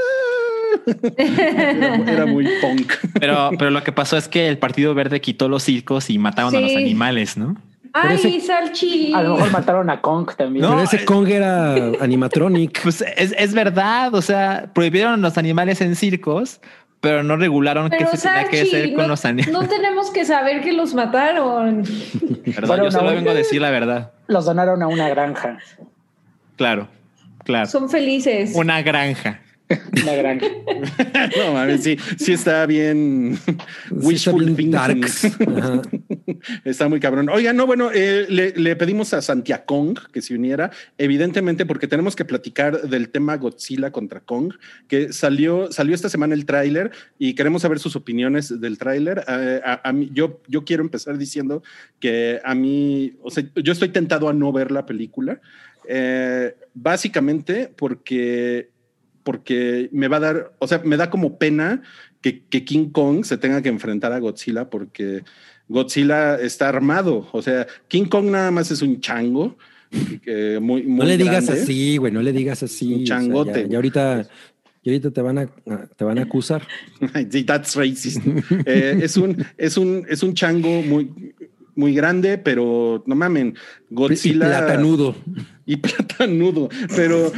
Era muy punk. Pero lo que pasó es que el Partido Verde quitó los circos y mataron a los animales, ¿no? ¡Ay, Salchi! A lo mejor mataron a Kong también. No, pero ese Kong era animatronic. Pues es verdad, o sea, prohibieron los animales en circos, pero no regularon qué se tenía que hacer con los animales. No tenemos que saber que los mataron. Perdón, yo solo vengo a decir la verdad. Los donaron a una granja. Claro. Son felices. Una granja. Una granja. No, mames, sí está bien wishful thinking. Está muy cabrón. Oiga, no, bueno, le pedimos a Santiago Kong que se uniera, evidentemente porque tenemos que platicar del tema Godzilla contra Kong, que salió esta semana el tráiler y queremos saber sus opiniones del tráiler. A mí, yo quiero empezar diciendo que a mí, o sea, yo estoy tentado a no ver la película, básicamente porque me va a dar, o sea, me da como pena que King Kong se tenga que enfrentar a Godzilla porque Godzilla está armado. O sea, King Kong nada más es un chango. Muy no le digas grande. Así, güey, no le digas así. Un changote. O sea, y ahorita te van a acusar. That's racist. Es un chango muy grande, pero no mamen, Godzilla. Y platanudo, pero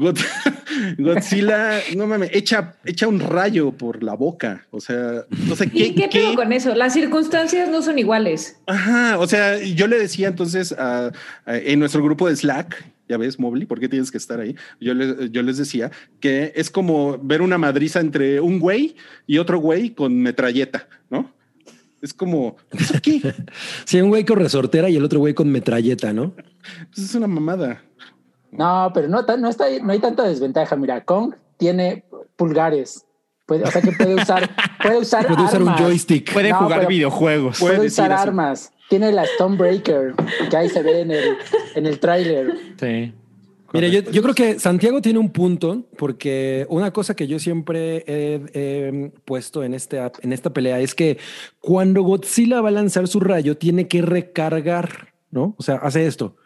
Godzilla, no mames, echa un rayo por la boca. O sea, no sé qué. ¿Y qué pedo con eso? Las circunstancias no son iguales. Ajá, o sea, yo le decía entonces en nuestro grupo de Slack, ya ves, Mobley, ¿por qué tienes que estar ahí? Yo les decía que es como ver una madriza entre un güey y otro güey con metralleta, ¿no? Es como, ¿eso qué? Sí, un güey con resortera y el otro güey con metralleta, ¿no? Pues es una mamada. No, pero no hay tanta desventaja. Mira, Kong tiene pulgares. O sea que puede usar un joystick. Puede jugar videojuegos. Puede usar armas. Tiene la Stonebreaker, que ahí se ve en el tráiler. Sí. Mira, yo creo que Santiago tiene un punto, porque una cosa que yo siempre he puesto en esta pelea es que cuando Godzilla va a lanzar su rayo, tiene que recargar, ¿no? O sea, hace esto.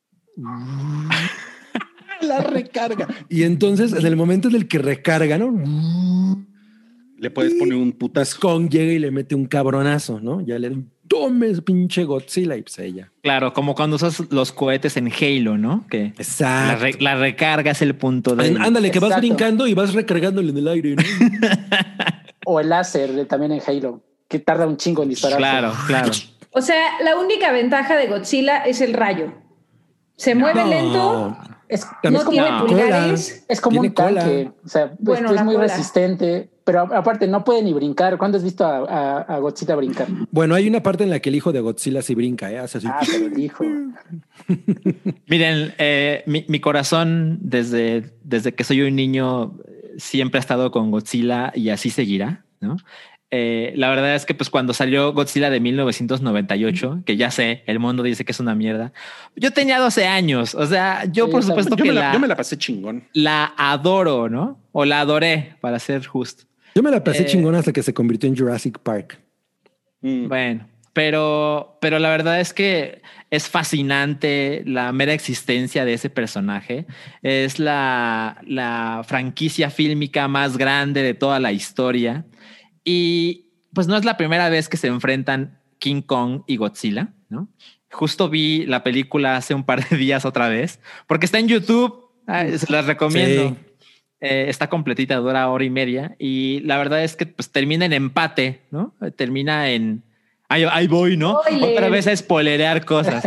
La recarga. Y entonces, en el momento en el que recarga, ¿no? Le puedes poner un putazo. Kong llega y le mete un cabronazo, ¿no? Ya le tome pinche Godzilla y pues ella. Claro, como cuando usas los cohetes en Halo, ¿no? Que exacto. La recarga es el punto de... Ándale, que vas brincando y vas recargándole en el aire, ¿no? O el láser también en Halo, que tarda un chingo en disparar. Claro. O sea, la única ventaja de Godzilla es el rayo. Se mueve lento, no tiene pulgares. Es como un tanque. O sea, es muy resistente. Pero aparte, no puede ni brincar. ¿Cuándo has visto a Godzilla brincar? Bueno, hay una parte en la que el hijo de Godzilla sí brinca, ¿eh? Hace así. Pero el hijo. Miren, mi corazón desde que soy un niño siempre ha estado con Godzilla y así seguirá, ¿no? La verdad es que pues cuando salió Godzilla de 1998, que ya sé, el mundo dice que es una mierda. Yo tenía 12 años. O sea, yo por supuesto yo me la pasé chingón. La adoro, ¿no? O la adoré, para ser justo. Yo me la pasé chingón hasta que se convirtió en Jurassic Park. Bueno, pero la verdad es que es fascinante la mera existencia de ese personaje. Es la franquicia fílmica más grande de toda la historia. Y pues no es la primera vez que se enfrentan King Kong y Godzilla, ¿no? Justo vi la película hace un par de días otra vez, porque está en YouTube. Se las recomiendo. Sí. Está completita, dura hora y media. Y la verdad es que pues termina en empate, ¿no? Termina en... Ahí voy, ¿no? Oye. Otra vez a spoilerear cosas.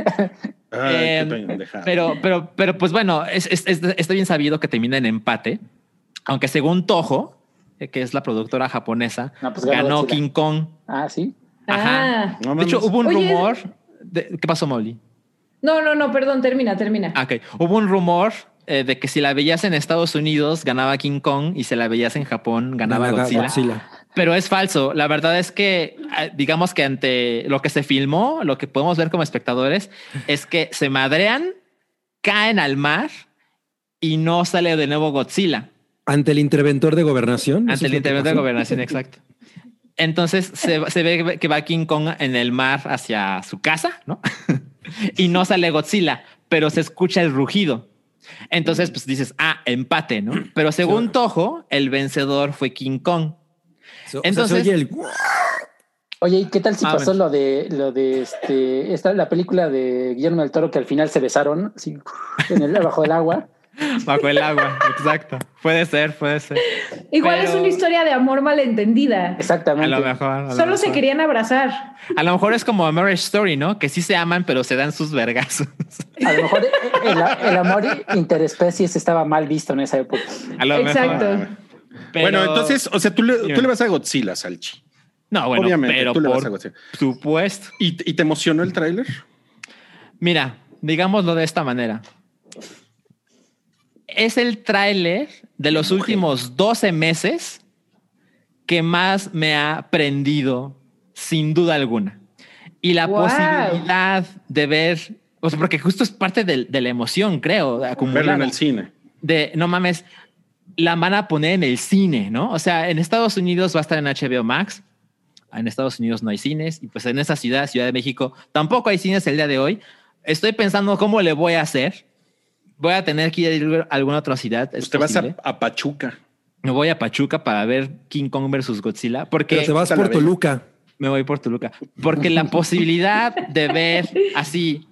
Pero pues bueno, está bien sabido que termina en empate. Aunque según Toho, que es la productora japonesa, ganó King Kong. Ah, ¿sí? Ajá. De hecho, hubo un rumor... ¿Qué pasó, Molly? No, perdón, termina. Ok. Hubo un rumor de que si la veías en Estados Unidos ganaba King Kong y si la veías en Japón ganaba Godzilla. Pero es falso. La verdad es que, digamos que ante lo que se filmó, lo que podemos ver como espectadores es que se madrean, caen al mar y no sale de nuevo Godzilla. Ante el interventor de gobernación. Ante el interventor de gobernación, exacto. Entonces se ve que va King Kong en el mar hacia su casa, ¿no? Y no sale Godzilla, pero se escucha el rugido. Entonces, pues dices, empate, ¿no? Pero según Toho, el vencedor fue King Kong. Entonces, oye, ¿y qué tal si pasó lo de la película de Guillermo del Toro que al final se besaron así, bajo el agua? Bajo el agua, exacto. Puede ser. Igual es una historia de amor malentendida. Exactamente. A lo mejor. Solo se querían abrazar. A lo mejor es como a Marriage Story, ¿no? Que sí se aman, pero se dan sus vergazos. A lo mejor el amor interespecies estaba mal visto en esa época. A lo Exacto. Mejor. Pero, bueno, entonces, o sea, tú le vas a Godzilla, Salchi. No, bueno, obviamente, pero tú le vas a Godzilla. Supuesto. ¿Y te emocionó el tráiler? Mira, digámoslo de esta manera. Es el tráiler de los últimos 12 meses que más me ha prendido, sin duda alguna. Y la posibilidad de ver, o sea, porque justo es parte de la emoción, creo, de acumular. Verlo en el cine. No mames, la van a poner en el cine, ¿no? O sea, en Estados Unidos va a estar en HBO Max. En Estados Unidos no hay cines. Y pues en esa Ciudad de México, tampoco hay cines el día de hoy. Estoy pensando cómo le voy a hacer. Voy a tener que ir a alguna otra ciudad. Pues te vas a Pachuca. Me voy a Pachuca para ver King Kong versus Godzilla. Porque pero te vas por Toluca. Me voy por Toluca. Porque la posibilidad de ver así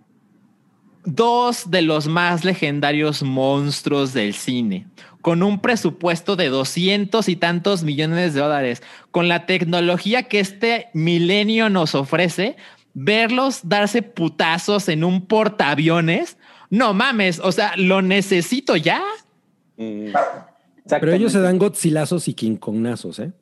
2 de los más legendarios monstruos del cine, con un presupuesto de 200 y tantos millones de dólares, con la tecnología que este milenio nos ofrece, verlos darse putazos en un portaaviones. No mames, o sea, lo necesito ya. Pero ellos se dan Godzillazos y King Kongnazos, ¿eh?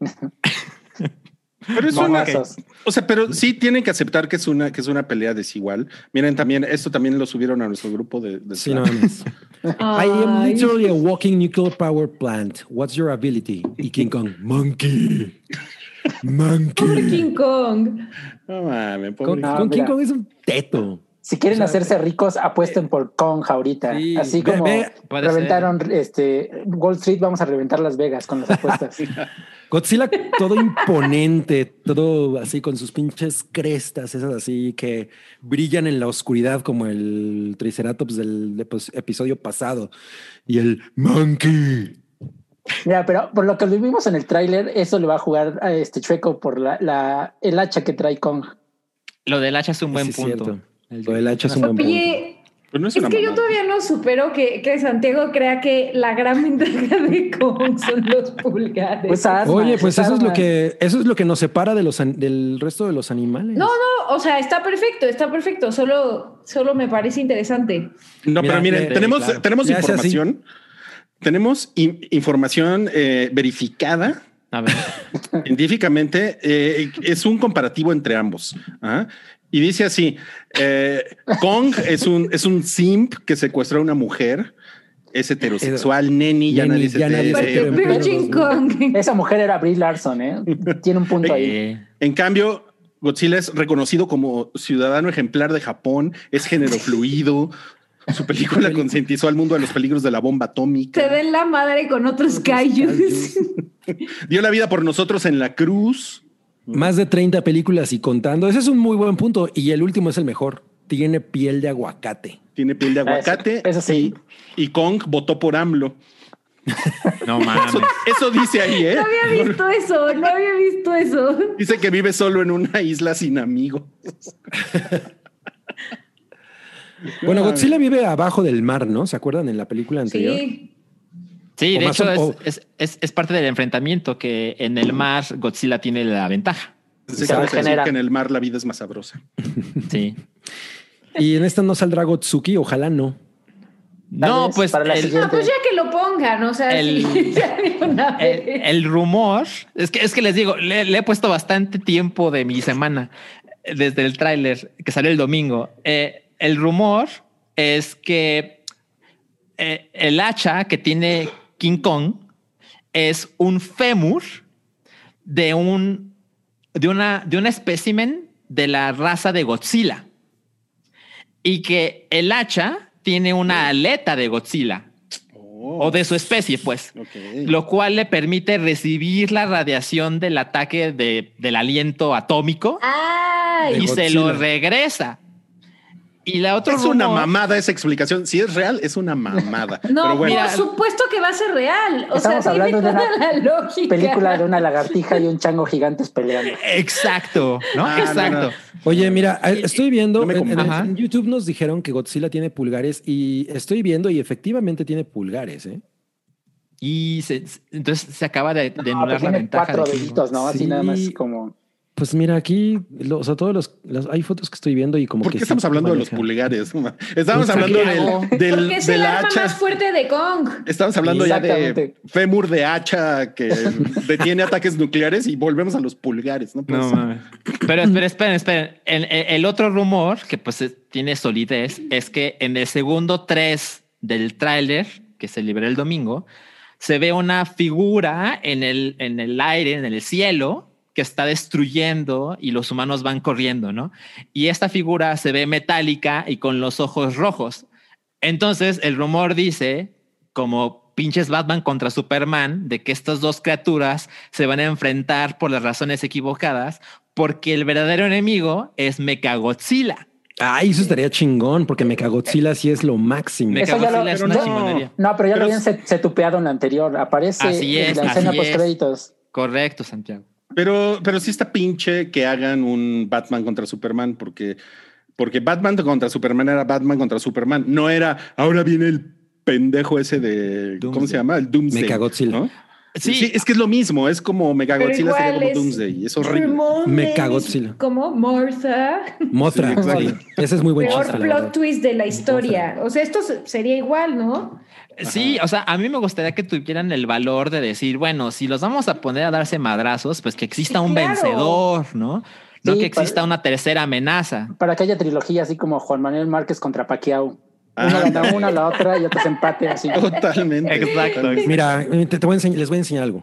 Pero es o sea, pero sí tienen que aceptar que es una pelea desigual. Miren, esto también lo subieron a nuestro grupo de sí, no mames. I am literally a walking nuclear power plant. What's your ability? Y King Kong, monkey. Pobre King Kong. No mames, King Kong es un teto. Si quieren hacerse ricos, apuesten por Kong ahorita. Sí, así como reventaron Wall Street, vamos a reventar Las Vegas con las apuestas. Godzilla todo imponente, todo así con sus pinches crestas, esas así que brillan en la oscuridad como el Triceratops del episodio pasado. Y el Monkey. Mira, pero por lo que vimos en el tráiler, eso le va a jugar a Chueco por el hacha que trae Kong. Lo del hacha es un buen punto. Cierto. Lo del hacha es un buen punto. Pero no es que yo todavía no supero que Santiago crea que la gran ventaja de Kong son los pulgares. Pues oye, pues eso es lo que nos separa del resto de los animales. No, o sea, está perfecto. Solo me parece interesante. No, pero miren, tenemos información. Tenemos información verificada. A ver. Científicamente, es un comparativo entre ambos. Y dice así: Kong es un simp que secuestró a una mujer, es heterosexual, neni, ya nadie se Esa mujer era Brie Larson, tiene un punto ahí. En cambio, Godzilla es reconocido como ciudadano ejemplar de Japón, es género fluido. Su película concientizó al mundo de los peligros de la bomba atómica. Se den la madre con otros kaijus. Dio la vida por nosotros en la cruz. Más de 30 películas y contando. Ese es un muy buen punto. Y el último es el mejor. Tiene piel de aguacate. Eso sí. Y Kong votó por AMLO. No mames. Eso dice ahí, ¿eh? No había visto eso. Dice que vive solo en una isla sin amigos. Bueno, Godzilla vive abajo del mar, ¿no? ¿Se acuerdan en la película anterior? Sí, de hecho es parte del enfrentamiento que en el mar Godzilla tiene la ventaja. Se que en el mar la vida es más sabrosa. Sí. Y en esta no saldrá Gotsuki, ojalá no. No, pues pues ya que lo pongan, o sea, el rumor es que les digo, le he puesto bastante tiempo de mi semana desde el tráiler que salió el domingo. El rumor es que el hacha que tiene King Kong es un fémur de un espécimen de la raza de Godzilla y que el hacha tiene una aleta de Godzilla o de su especie, pues, lo cual le permite recibir la radiación del ataque del aliento atómico y se lo regresa. Y la otra es una mamada esa explicación. Si es real, es una mamada. No, pero bueno. por supuesto que va a ser real. Estamos hablando de una película de una lagartija y un chango gigantes peleando. Exacto, ¿no? Exacto. No. Oye, mira, estoy viendo, en YouTube nos dijeron que Godzilla tiene pulgares y estoy viendo y efectivamente tiene pulgares, ¿eh? Y entonces se acaba de anular la ventaja. 4 deditos, ¿no? Así nada más como... Pues mira, aquí, o sea, todos hay fotos que estoy viendo y como ¿Por que... qué estamos hablando de los pulgares? Estamos hablando del es el arma más fuerte de Kong. Estamos hablando ya de fémur de hacha que detiene ataques nucleares y volvemos a los pulgares, ¿no? Pues, no, pero esperen. El otro rumor que pues tiene solidez es que en el segundo 3 del tráiler que se liberó el domingo se ve una figura en el aire, en el cielo, que está destruyendo y los humanos van corriendo, ¿no? Y esta figura se ve metálica y con los ojos rojos. Entonces, el rumor dice, como pinches Batman contra Superman, de que estas dos criaturas se van a enfrentar por las razones equivocadas, porque el verdadero enemigo es Mechagodzilla. Ay, eso estaría chingón, porque Mechagodzilla sí es lo máximo. Mechagodzilla es una chingonería. No, pero ya lo habían setupeado en la anterior. Aparece en la escena post-créditos. Correcto, Santiago. Pero sí está pinche que hagan un Batman contra Superman, porque Batman contra Superman era Batman contra Superman. No era, ahora viene el pendejo ese de... Doomsday. ¿Cómo se llama? El Doomsday. Mechagodzilla. ¿No? Sí, es que es lo mismo. Es como Mechagodzilla sería como Doomsday. Es horrible. Mechagodzilla. Como Mothra. Sí. Ese es muy buen chiste. Peor plot twist de la historia. O sea, esto sería igual, ¿no? Sí, o sea, a mí me gustaría que tuvieran el valor de decir, bueno, si los vamos a poner a darse madrazos, pues que exista un vencedor, ¿no? No que exista una tercera amenaza. Para que haya trilogía así como Juan Manuel Márquez contra Pacquiao. Una gana una, la otra y otro se empate así. Totalmente. Exacto. Mira, les voy a enseñar algo.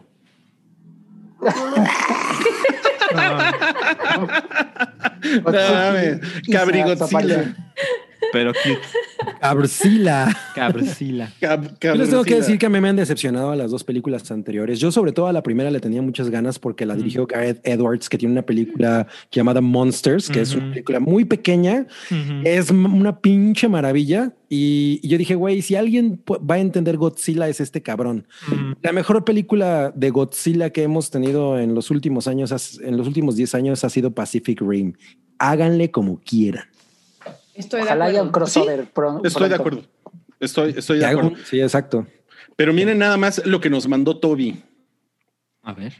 Dame, Cabrigodzilla. Pero cute. Cabrcila. Yo les tengo que decir que a mí me han decepcionado a las dos películas anteriores. Yo sobre todo a la primera le tenía muchas ganas porque la dirigió Gareth Edwards, que tiene una película llamada Monsters, que es una película muy pequeña. Es una pinche maravilla. Y yo dije, güey, si alguien va a entender Godzilla es este cabrón. La mejor película de Godzilla que hemos tenido en los últimos años, en los últimos 10 años, ha sido Pacific Rim. Háganle como quieran. Ojalá haya un crossover. ¿Sí? Estoy de acuerdo. Estoy de acuerdo. Sí, exacto. Pero miren nada más lo que nos mandó Toby. A ver.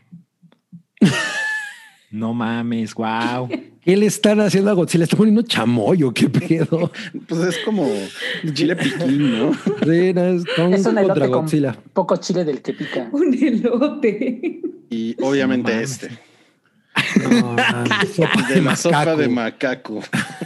No mames, wow. ¿Qué le están haciendo a Godzilla? ¿Está poniendo chamoyo? ¿Qué pedo? Pues es como chile piquín, ¿no? Sí, es un elote Godzilla. Con poco chile del que pica. Un elote. Y obviamente No, de la sopa de macaco.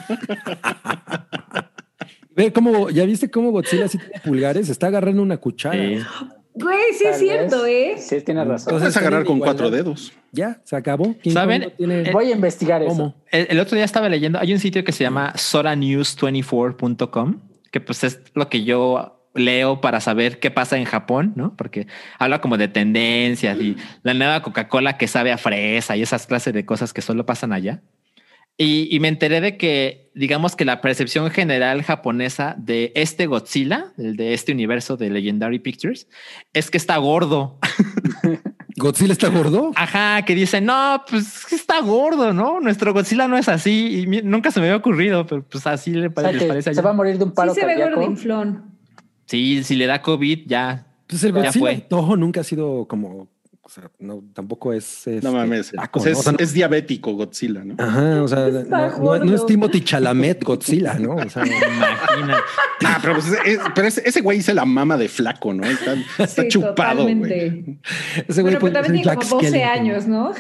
Ve cómo, ¿ya viste cómo Godzilla sí tiene pulgares? Está agarrando una cuchara. Güey, sí es cierto, ¿eh? Sí, tienes razón. Puedes agarrar con 4 dedos. Ya, se acabó. ¿Saben? Voy a investigar ¿Cómo? eso. El otro día estaba leyendo, hay un sitio que se llama soranews24.com, que pues es lo que yo leo para saber qué pasa en Japón, ¿no? Porque habla como de tendencias y la nueva Coca-Cola que sabe a fresa y esas clases de cosas que solo pasan allá. Y me enteré de que, digamos que la percepción general japonesa de este Godzilla, el de este universo de Legendary Pictures, es que está gordo. ¿Godzilla está gordo? Ajá, que dicen, no, pues está gordo, ¿no? Nuestro Godzilla no es así. Y nunca se me había ocurrido, pero pues así les parece allá. Se va a morir de un paro cardíaco. Sí se ve gordinflón. Sí, si le da COVID, ya. Pues el Godzilla Toho nunca ha sido como... O sea, no, tampoco es... No mames. Flaco, o sea, ¿no? O sea, es diabético Godzilla, ¿no? Ajá, o sea, no es Timothy Chalamet Godzilla, ¿no? O sea, imagina. Pero ese güey se la mama de flaco, ¿no? Está chupado, güey. Ese güey pero también tiene como 12 años, ¿no?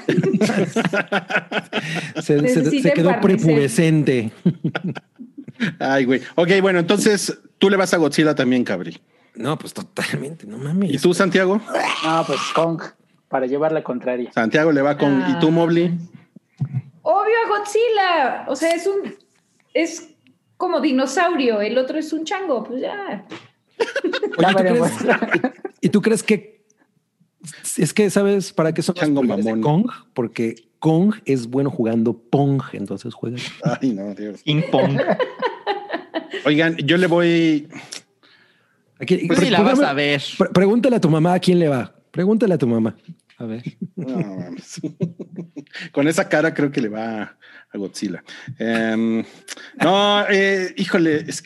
se quedó prepubescente. Ay, güey. Ok, bueno, entonces tú le vas a Godzilla también, Cabri. No, pues totalmente, no mames. ¿Y tú, Santiago? No, pues Kong. para llevar la contraria. Santiago le va con... ¿Y tú, Mobley? Obvio a Godzilla. O sea, es como dinosaurio. El otro es un chango. Pues ya. Oye, ¿y tú crees que... Es que, ¿sabes para qué son chango mamón? Kong? Porque Kong es bueno jugando Pong. Entonces juega. Ay, no, Dios. Ping Pong. Oigan, yo le voy... Pues sí, la vas a ver. Pregúntale a tu mamá a quién le va. Pregúntale a tu mamá. A ver. No, mames. Con esa cara creo que le va a Godzilla. Híjole, es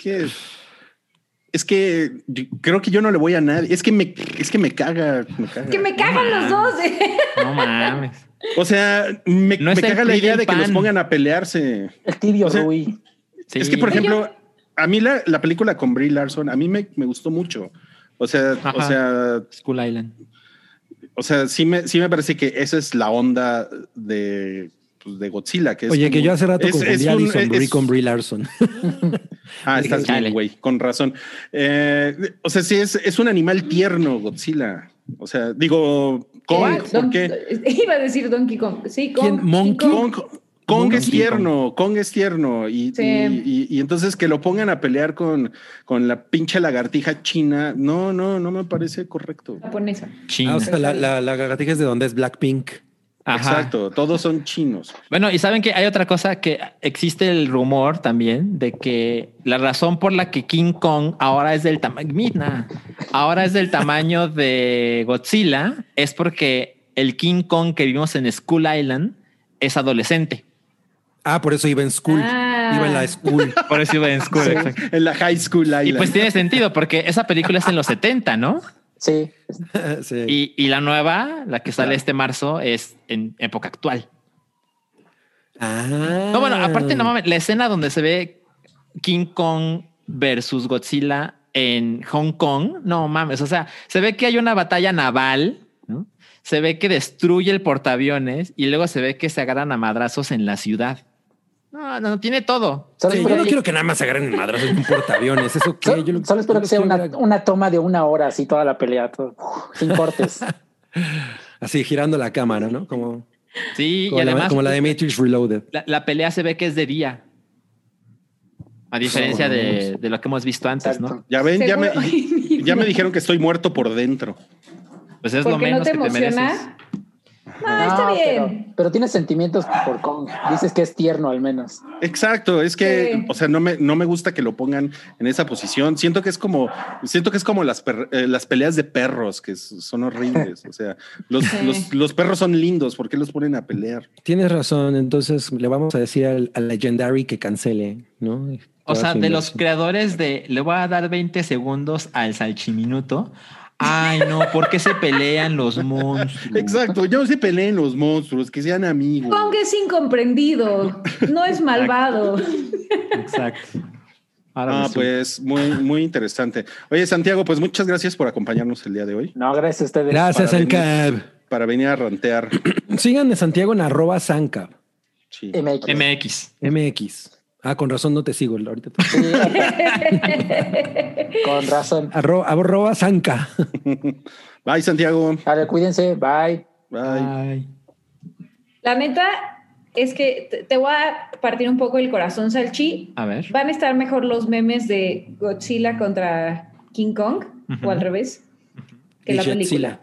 que creo que yo no le voy a nadie. Es que me caga. Que me cagan los dos. No mames. O sea, me caga la idea de que los pongan a pelearse. El tibio, Rui. Sí. Es que, por ejemplo, a mí la película con Brie Larson, a mí me gustó mucho. O sea, Skull Island. O sea, sí me parece que esa es la onda de Godzilla. Que es Oye, como, que yo hace rato confundí a Alison Brie con Brie Larson. Estás bien, güey, con razón. O sea, sí es un animal tierno, Godzilla. O sea, digo, Kong, ¿por qué? Iba a decir Donkey Kong. Sí, Kong. ¿Monkey? Kong es tierno y entonces que lo pongan a pelear con la pinche lagartija china, no me parece correcto. Japonesa. China. O sea, la lagartija es de donde es Blackpink. Ajá. Exacto, todos son chinos. Bueno, y saben que hay otra cosa que existe el rumor también de que la razón por la que King Kong ahora es del tamaño de Godzilla es porque el King Kong que vimos en Skull Island es adolescente. Por eso iba en school. Iba en la school. Por eso iba en school, sí, exacto. En la High School Island. Y pues tiene sentido porque esa película es en los 70, ¿no? Sí. Sí. Y la nueva, la que sale este marzo, es en época actual. No, bueno, aparte, no mames, la escena donde se ve King Kong versus Godzilla en Hong Kong, no mames, o sea, se ve que hay una batalla naval, ¿no? Se ve que destruye el portaaviones y luego se ve que se agarran a madrazos en la ciudad. No, tiene todo. Sí, yo no quiero que nada más se agarren en madrazos en un portaaviones. ¿Eso qué? Solo espero que sea una toma de 1 hora, así toda la pelea, sin cortes. Así girando la cámara, ¿no? Como y además como la de Matrix Reloaded. La pelea se ve que es de día. A diferencia de lo que hemos visto antes, exacto, ¿no? Ya ven, ya me dijeron que estoy muerto por dentro. Pues es lo menos que te mereces. No, está bien. Pero tienes sentimientos por Kong. Dices que es tierno al menos. Exacto, es que, o sea, no me gusta que lo pongan en esa posición. Siento que es como las peleas de perros, que son horribles. O sea, los perros son lindos, ¿por qué los ponen a pelear? Tienes razón, entonces le vamos a decir al Legendary que cancele, ¿no? O sea, de los creadores le voy a dar 20 segundos al Salchiminuto. Ay, no, ¿por qué se pelean los monstruos? Exacto, ya no se peleen los monstruos, que sean amigos. Kong es incomprendido, no es malvado. Exacto. Pues muy interesante. Oye, Santiago, pues muchas gracias por acompañarnos el día de hoy. No, gracias a ustedes. Gracias, Sancab. Para venir a rantear. Sigan a Santiago en @Sancab. Sí. MX. Con razón no te sigo ahorita. Con razón. @Sanca. Bye, Santiago. Vale, cuídense. Bye. La neta es que te voy a partir un poco el corazón, Salchi. A ver. Van a estar mejor los memes de Godzilla contra King Kong, o al revés, que la película.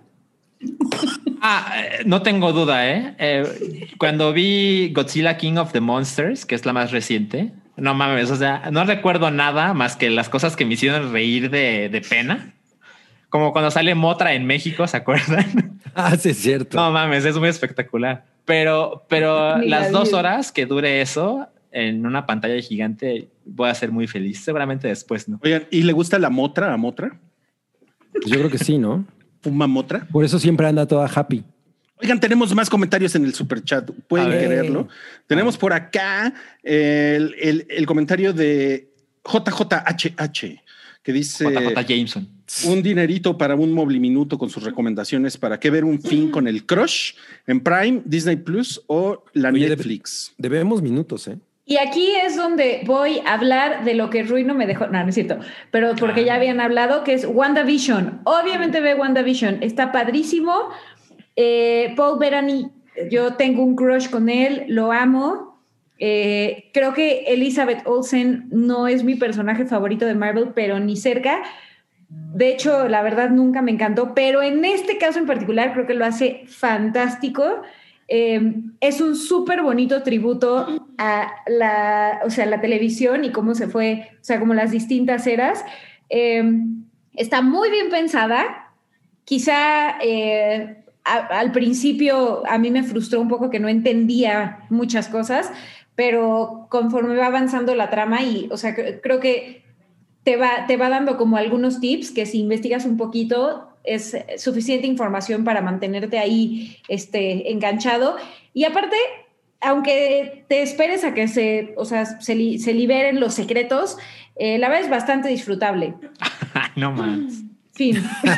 No tengo duda, cuando vi Godzilla King of the Monsters, que es la más reciente, no mames, o sea, no recuerdo nada más que las cosas que me hicieron reír de pena. Como cuando sale Mothra en México, ¿se acuerdan? Sí, es cierto. No mames, es muy espectacular. Pero las 2 horas que dure eso en una pantalla gigante, voy a ser muy feliz. Seguramente después, ¿no? Oigan, ¿y le gusta la Mothra a Mothra? Pues yo creo que sí, ¿no? ¿Fuma Mothra? Por eso siempre anda toda happy. Oigan, tenemos más comentarios en el superchat. ¿Pueden quererlo? Tenemos por acá el comentario de JJHH, que dice... JJ Jameson. Un dinerito para un Mobliminuto con sus recomendaciones para qué ver un fin con el Crush en Prime, Disney Plus o la Netflix. Debemos minutos, ¿eh? Y aquí es donde voy a hablar de lo que Rui no me dejó. No es cierto, pero porque ya habían hablado, que es WandaVision. Obviamente ve WandaVision, está padrísimo. Paul Bettany, yo tengo un crush con él, lo amo. Creo que Elizabeth Olsen no es mi personaje favorito de Marvel, pero ni cerca. De hecho, la verdad nunca me encantó, pero en este caso en particular creo que lo hace fantástico. Es un súper bonito tributo a la televisión y cómo se fue, o sea, como las distintas eras. Está muy bien pensada. Quizá al principio a mí me frustró un poco que no entendía muchas cosas, pero conforme va avanzando la trama y, o sea, creo que te va dando como algunos tips que si investigas un poquito es suficiente información para mantenerte ahí enganchado. Y aparte, aunque te esperes a que se liberen los secretos, la verdad es bastante disfrutable. No más. Fin.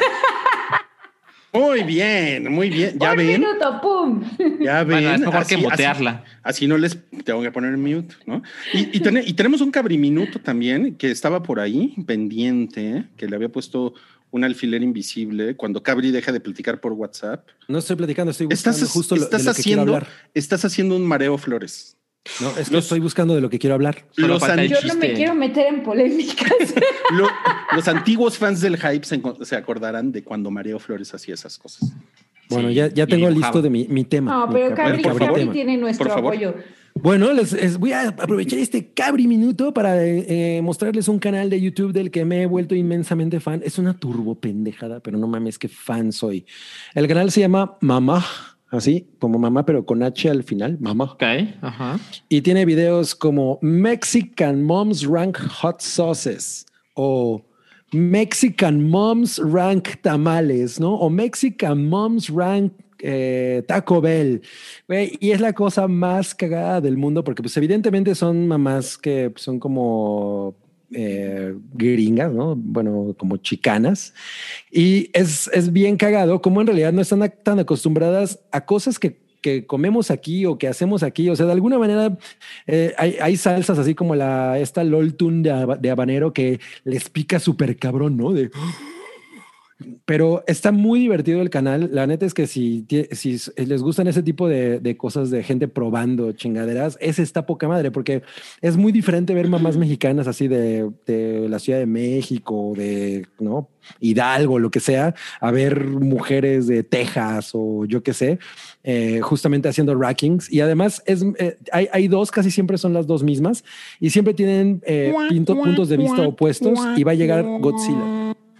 Muy bien, muy bien. ¿Ya ven? Minuto, ¡pum! Ya ven. Bueno, es mejor que mutearla. Así no les tengo que poner en mute, ¿no? Y tenemos un cabriminuto también que estaba por ahí pendiente, que le había puesto un alfiler invisible cuando Cabri deja de platicar por WhatsApp. No estoy platicando, estoy buscando justo de lo que quiero hablar. Estás haciendo un mareo Flores. No, es que estoy buscando de lo que quiero hablar. Yo no me quiero meter en polémicas. Los antiguos fans del hype se acordarán de cuando Mareo Flores hacía esas cosas. Bueno, sí, ya tengo listo de mi tema. No, pero Cabri tiene nuestro apoyo. Bueno, les voy a aprovechar este Cabri minuto para mostrarles un canal de YouTube del que me he vuelto inmensamente fan. Es una turbo pendejada, pero no mames, qué fan soy. El canal se llama Mamá. Así como mamá, pero con H al final, mamá. Ok, ajá. Y tiene videos como Mexican Moms Rank Hot Sauces o Mexican Moms Rank Tamales, ¿no? O Mexican Moms Rank Taco Bell. Y es la cosa más cagada del mundo porque pues evidentemente son mamás que son como gringas, ¿no? Bueno, como chicanas. Y es bien cagado como en realidad no están tan acostumbradas a cosas que comemos aquí o que hacemos aquí. O sea, de alguna manera hay salsas así como esta LOL Tun de habanero que les pica súper cabrón, ¿no? Pero está muy divertido el canal. La neta es que si les gustan ese tipo de cosas de gente probando chingaderas, está poca madre, porque es muy diferente ver mamás mexicanas así de la Ciudad de México, de ¿no? Hidalgo, lo que sea, a ver mujeres de Texas o yo qué sé, justamente haciendo rankings. Y además hay dos, casi siempre son las dos mismas y siempre tienen puntos de vista opuestos y va a llegar Godzilla.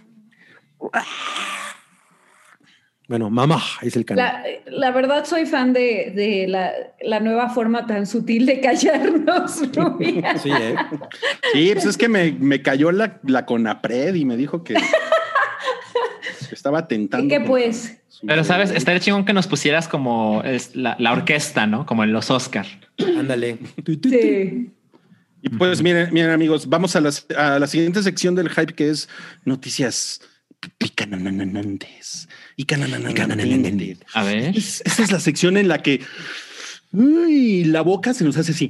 Bueno, mamá es el canal. La verdad soy fan de la nueva forma tan sutil de callarnos, Rubia. Sí, sí, pues es que me cayó la Conapred y me dijo que estaba tentando. ¿Y qué pues? Pero sabes, estaría chingón que nos pusieras como la orquesta, ¿no? Como en los Oscar. Ándale. Sí. Y pues miren amigos, vamos a la siguiente sección del hype, que es noticias picanananantes y cananananantes. A ver. Esa es la sección en la que la boca se nos hace así.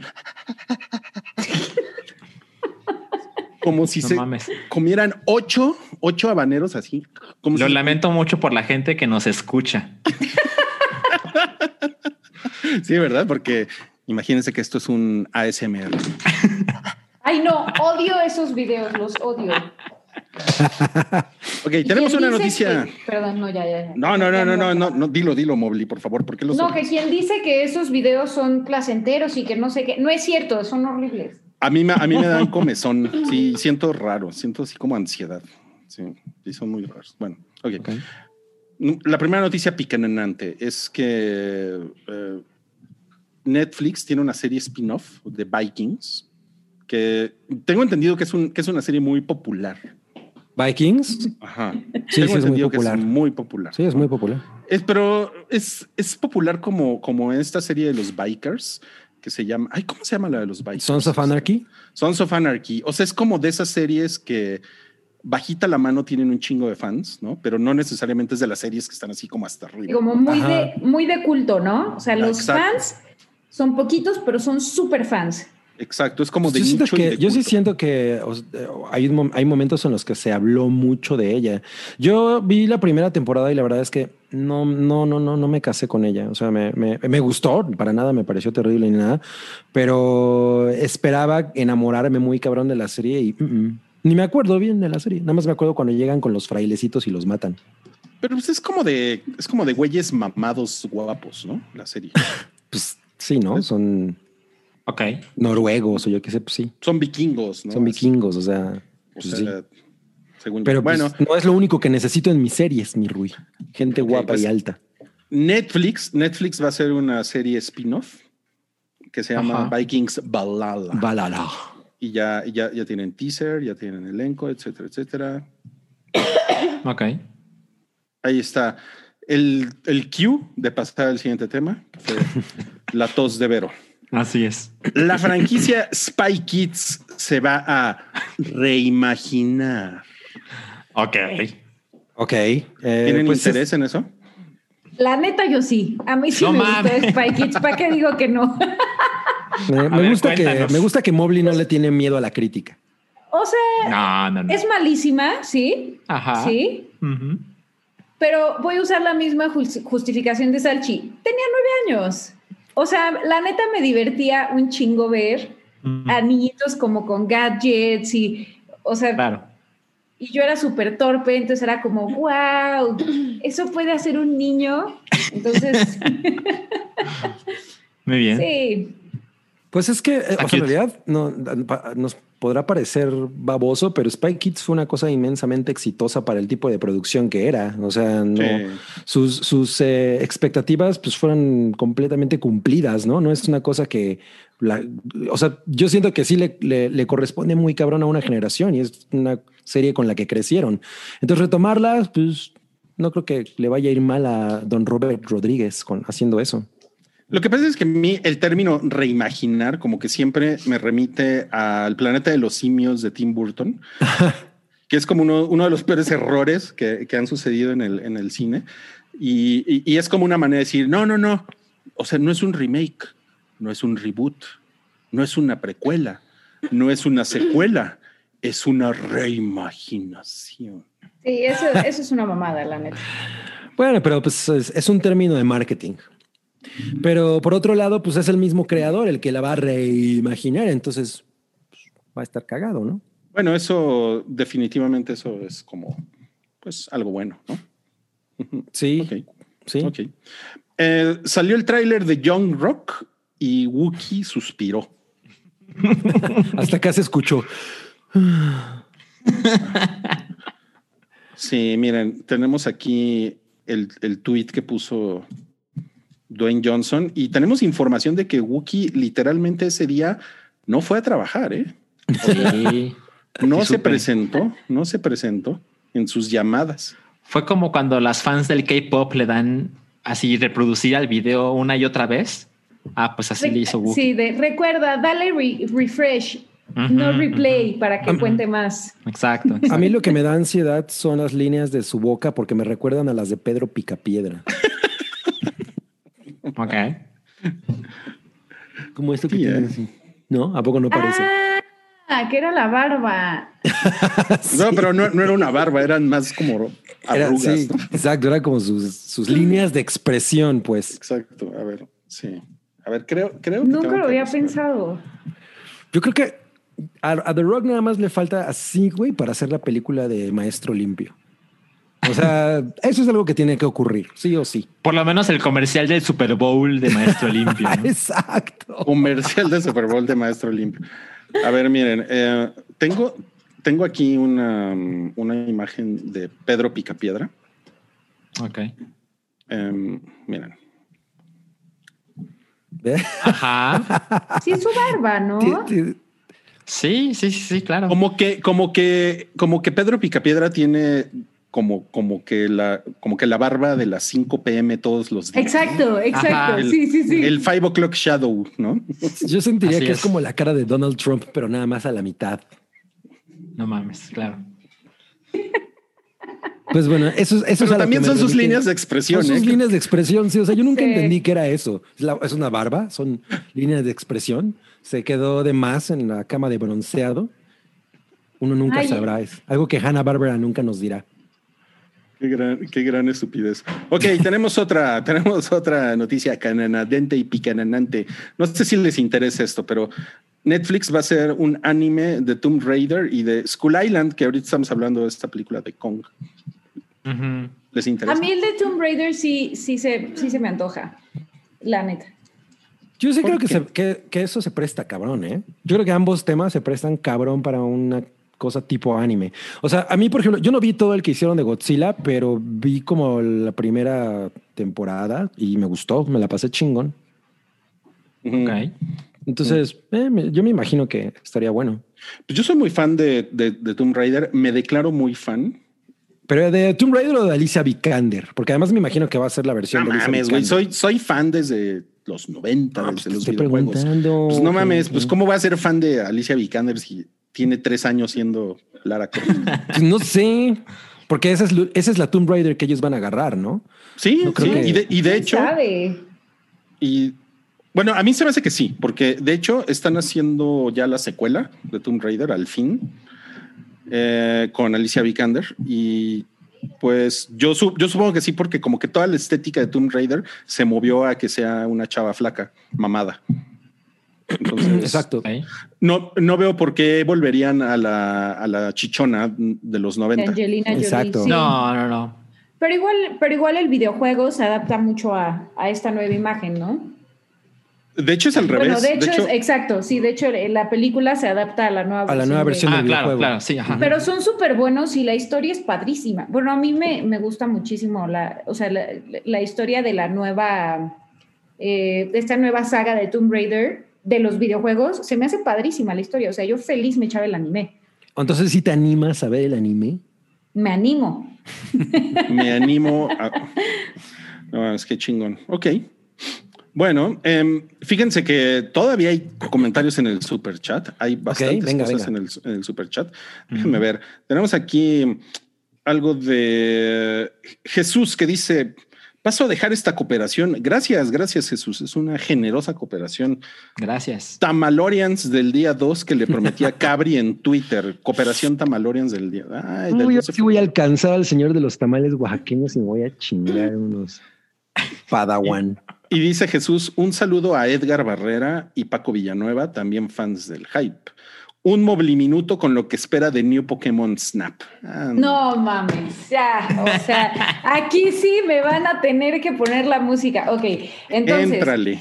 Como si comieran ocho habaneros así. Lo lamento mucho por la gente que nos escucha. Sí, ¿verdad? Porque imagínense que esto es un ASMR. Ay, no, odio esos videos, los odio. Ok, tenemos una noticia. Perdón, no, ya. No, dilo, Mobley, por favor, porque los. No, que quien dice que esos videos son placenteros y que no sé qué, no es cierto, son horribles. A mí me dan comezón, sí, siento raro, siento así como ansiedad. Sí, son muy raros. Bueno, ok. La primera noticia picanante es que Netflix tiene una serie spin-off de Vikings que tengo entendido que es una serie muy popular. ¿Vikings? Ajá. Sí, es muy popular. Es muy popular. Sí, es muy popular. Pero es popular como esta serie de los Bikers que se llama... ¿Cómo se llama la de los Bikers? Sons of Anarchy. Sons of Anarchy. O sea, es como de esas series que bajita la mano tienen un chingo de fans, ¿no? Pero no necesariamente es de las series que están así como hasta arriba. Como muy de culto, ¿no? O sea, los fans son poquitos, pero son súper fans. Exacto, es como de nicho yo sí siento que hay momentos en los que se habló mucho de ella. Yo vi la primera temporada y la verdad es que no me casé con ella. O sea, me gustó, para nada me pareció terrible ni nada, pero esperaba enamorarme muy cabrón de la serie y ni me acuerdo bien de la serie. Nada más me acuerdo cuando llegan con los frailecitos y los matan. Pero pues es como de güeyes mamados guapos, ¿no? La serie. Pues sí, ¿no? Son noruegos o yo qué sé, pues sí. Son vikingos, ¿no? Son vikingos, o sea, sí. Según pero bueno, pues, no es lo único que necesito en mis series, mi Rui. Gente guapa pues, y alta. Netflix va a hacer una serie spin-off que se llama Vikings Valhalla. Y ya tienen teaser, ya tienen elenco, etcétera, etcétera. Ok. Ahí está. El cue de pasar al siguiente tema, que fue la tos de Vero. Así es. La franquicia Spy Kids se va a reimaginar. Ok. ¿Tienen pues interés en eso? La neta, yo sí. A mí sí me gusta Spy Kids. ¿Para qué digo que no? me gusta que Mobley no le tiene miedo a la crítica. O sea, no. Es malísima, sí. Ajá. Sí. Pero voy a usar la misma justificación de Salchi. Tenía 9 años. O sea, la neta me divertía un chingo ver a niñitos como con gadgets y, o sea, claro. Y yo era súper torpe, entonces era como, wow, eso puede hacer un niño. Entonces, muy bien. Sí. Pues es que, o sea, en realidad nos podrá parecer baboso, pero Spy Kids fue una cosa inmensamente exitosa para el tipo de producción que era. O sea, sus expectativas pues fueron completamente cumplidas, ¿no? No es una cosa que, o sea, yo siento que sí le corresponde muy cabrón a una generación y es una serie con la que crecieron. Entonces retomarla, pues no creo que le vaya a ir mal a don Robert Rodríguez haciendo eso. Lo que pasa es que a mí el término reimaginar como que siempre me remite al Planeta de los Simios de Tim Burton, que es como uno de los peores errores que han sucedido en el cine. Y es como una manera de decir, no. O sea, no es un remake, no es un reboot, no es una precuela, no es una secuela, es una reimaginación. Sí, eso es una mamada, la neta. Bueno, pero pues es un término de marketing. Pero por otro lado, pues es el mismo creador el que la va a reimaginar, entonces pues, va a estar cagado, ¿no? Bueno, eso definitivamente eso es como pues algo bueno, ¿no? Sí. Okay. Sí. Okay. Salió el tráiler de Young Rock y Wookiee suspiró. Hasta acá se escuchó. Sí, miren, tenemos aquí el tweet que puso Dwayne Johnson y tenemos información de que Wookiee literalmente ese día no fue a trabajar, ¿eh? Sí. No se presentó en sus llamadas. Fue como cuando las fans del K-pop le dan así reproducir al video una y otra vez. Pues así le hizo Wookiee. Sí, recuerda, dale refresh, no replay para que cuente más. Exacto. A mí lo que me da ansiedad son las líneas de su boca porque me recuerdan a las de Pedro Picapiedra. Ok. Como esto que tiene así. ¿No? ¿A poco no parece? Que era la barba. Sí. No, pero no era una barba, eran más como arrugas. Sí, exacto, eran como sus líneas de expresión, pues. Exacto, a ver, sí. A ver, creo que nunca lo había pensado. Yo creo que a The Rock nada más le falta así, güey, para hacer la película de Maestro Limpio. O sea, eso es algo que tiene que ocurrir, sí o sí. Por lo menos el comercial del Super Bowl de Maestro Limpio, ¿no? Exacto. Comercial del Super Bowl de Maestro Limpio. A ver, miren, tengo aquí una imagen de Pedro Picapiedra. Ok. Miren. Ajá. Sí, es su barba, ¿no? Sí, claro. Como que Pedro Picapiedra tiene como que la barba de las 5 p.m. todos los días. Exacto. Sí. El 5 o'clock shadow, ¿no? Yo sentiría que es como la cara de Donald Trump, pero nada más a la mitad. No mames, claro. Pues bueno, eso pero también son sus líneas de expresión. Son sus líneas de expresión, sí. O sea, yo nunca entendí que era eso. Es una barba, son líneas de expresión. Se quedó de más en la cama de bronceado. Uno nunca sabrá. Es algo que Hanna-Barbera nunca nos dirá. Qué gran estupidez. Ok, tenemos otra noticia cananadente y picananante. No sé si les interesa esto, pero Netflix va a hacer un anime de Tomb Raider y de Skull Island, que ahorita estamos hablando de esta película de Kong. ¿Les interesa? A mí el de Tomb Raider sí se me antoja, la neta. Yo sí creo que eso se presta cabrón, ¿eh? Yo creo que ambos temas se prestan cabrón para una cosa tipo anime. O sea, a mí, por ejemplo, yo no vi todo el que hicieron de Godzilla, pero vi como la primera temporada y me gustó, me la pasé chingón. Ok. Entonces, yo me imagino que estaría bueno. Pues yo soy muy fan de Tomb Raider, me declaro muy fan. ¿Pero de Tomb Raider o de Alicia Vikander? Porque además me imagino que va a ser la versión de Alicia Vikander. Güey, soy fan desde los 90, desde los videojuegos. Pues no mames, pues ¿cómo voy a ser fan de Alicia Vikander si tiene 3 años siendo Lara Croft? Pues no sé, porque esa es la Tomb Raider que ellos van a agarrar, ¿no? Sí, no creo que... y de hecho... ¿Sabe? Y bueno, a mí se me hace que sí, porque de hecho están haciendo ya la secuela de Tomb Raider al fin con Alicia Vikander y pues yo supongo que sí, porque como que toda la estética de Tomb Raider se movió a que sea una chava flaca, mamada. Entonces, exacto. No veo por qué volverían a la chichona de los 90. Angelina Jolie. Exacto. Sí. No. Pero igual el videojuego se adapta mucho a esta nueva imagen, ¿no? De hecho es al revés. Bueno, de hecho exacto, sí, de hecho la película se adapta a la nueva versión del videojuego. Claro, sí, ajá. Pero son súper buenos y la historia es padrísima. Bueno, a mí me gusta muchísimo la historia de la nueva, esta nueva saga de Tomb Raider de los videojuegos. Se me hace padrísima la historia. O sea, yo feliz me echaba el anime. Entonces, ¿sí te animas a ver el anime? Me animo. Me animo a... No, es que chingón. Ok. Bueno, fíjense que todavía hay comentarios en el super chat. Hay bastantes cosas en el super chat. Déjenme ver. Tenemos aquí algo de Jesús que dice: paso a dejar esta cooperación. Gracias Jesús. Es una generosa cooperación. Gracias. Tamalorians del día 2 que le prometí a Cabri en Twitter. Cooperación Tamalorians del día. Yo sí voy a alcanzar al señor de los tamales oaxaqueños y me voy a chingar unos Padawan. Y dice Jesús: un saludo a Edgar Barrera y Paco Villanueva, también fans del hype. Un mobliminuto con lo que espera de New Pokémon Snap. No mames, ya, o sea, aquí sí me van a tener que poner la música. Ok, entonces. Éntrale.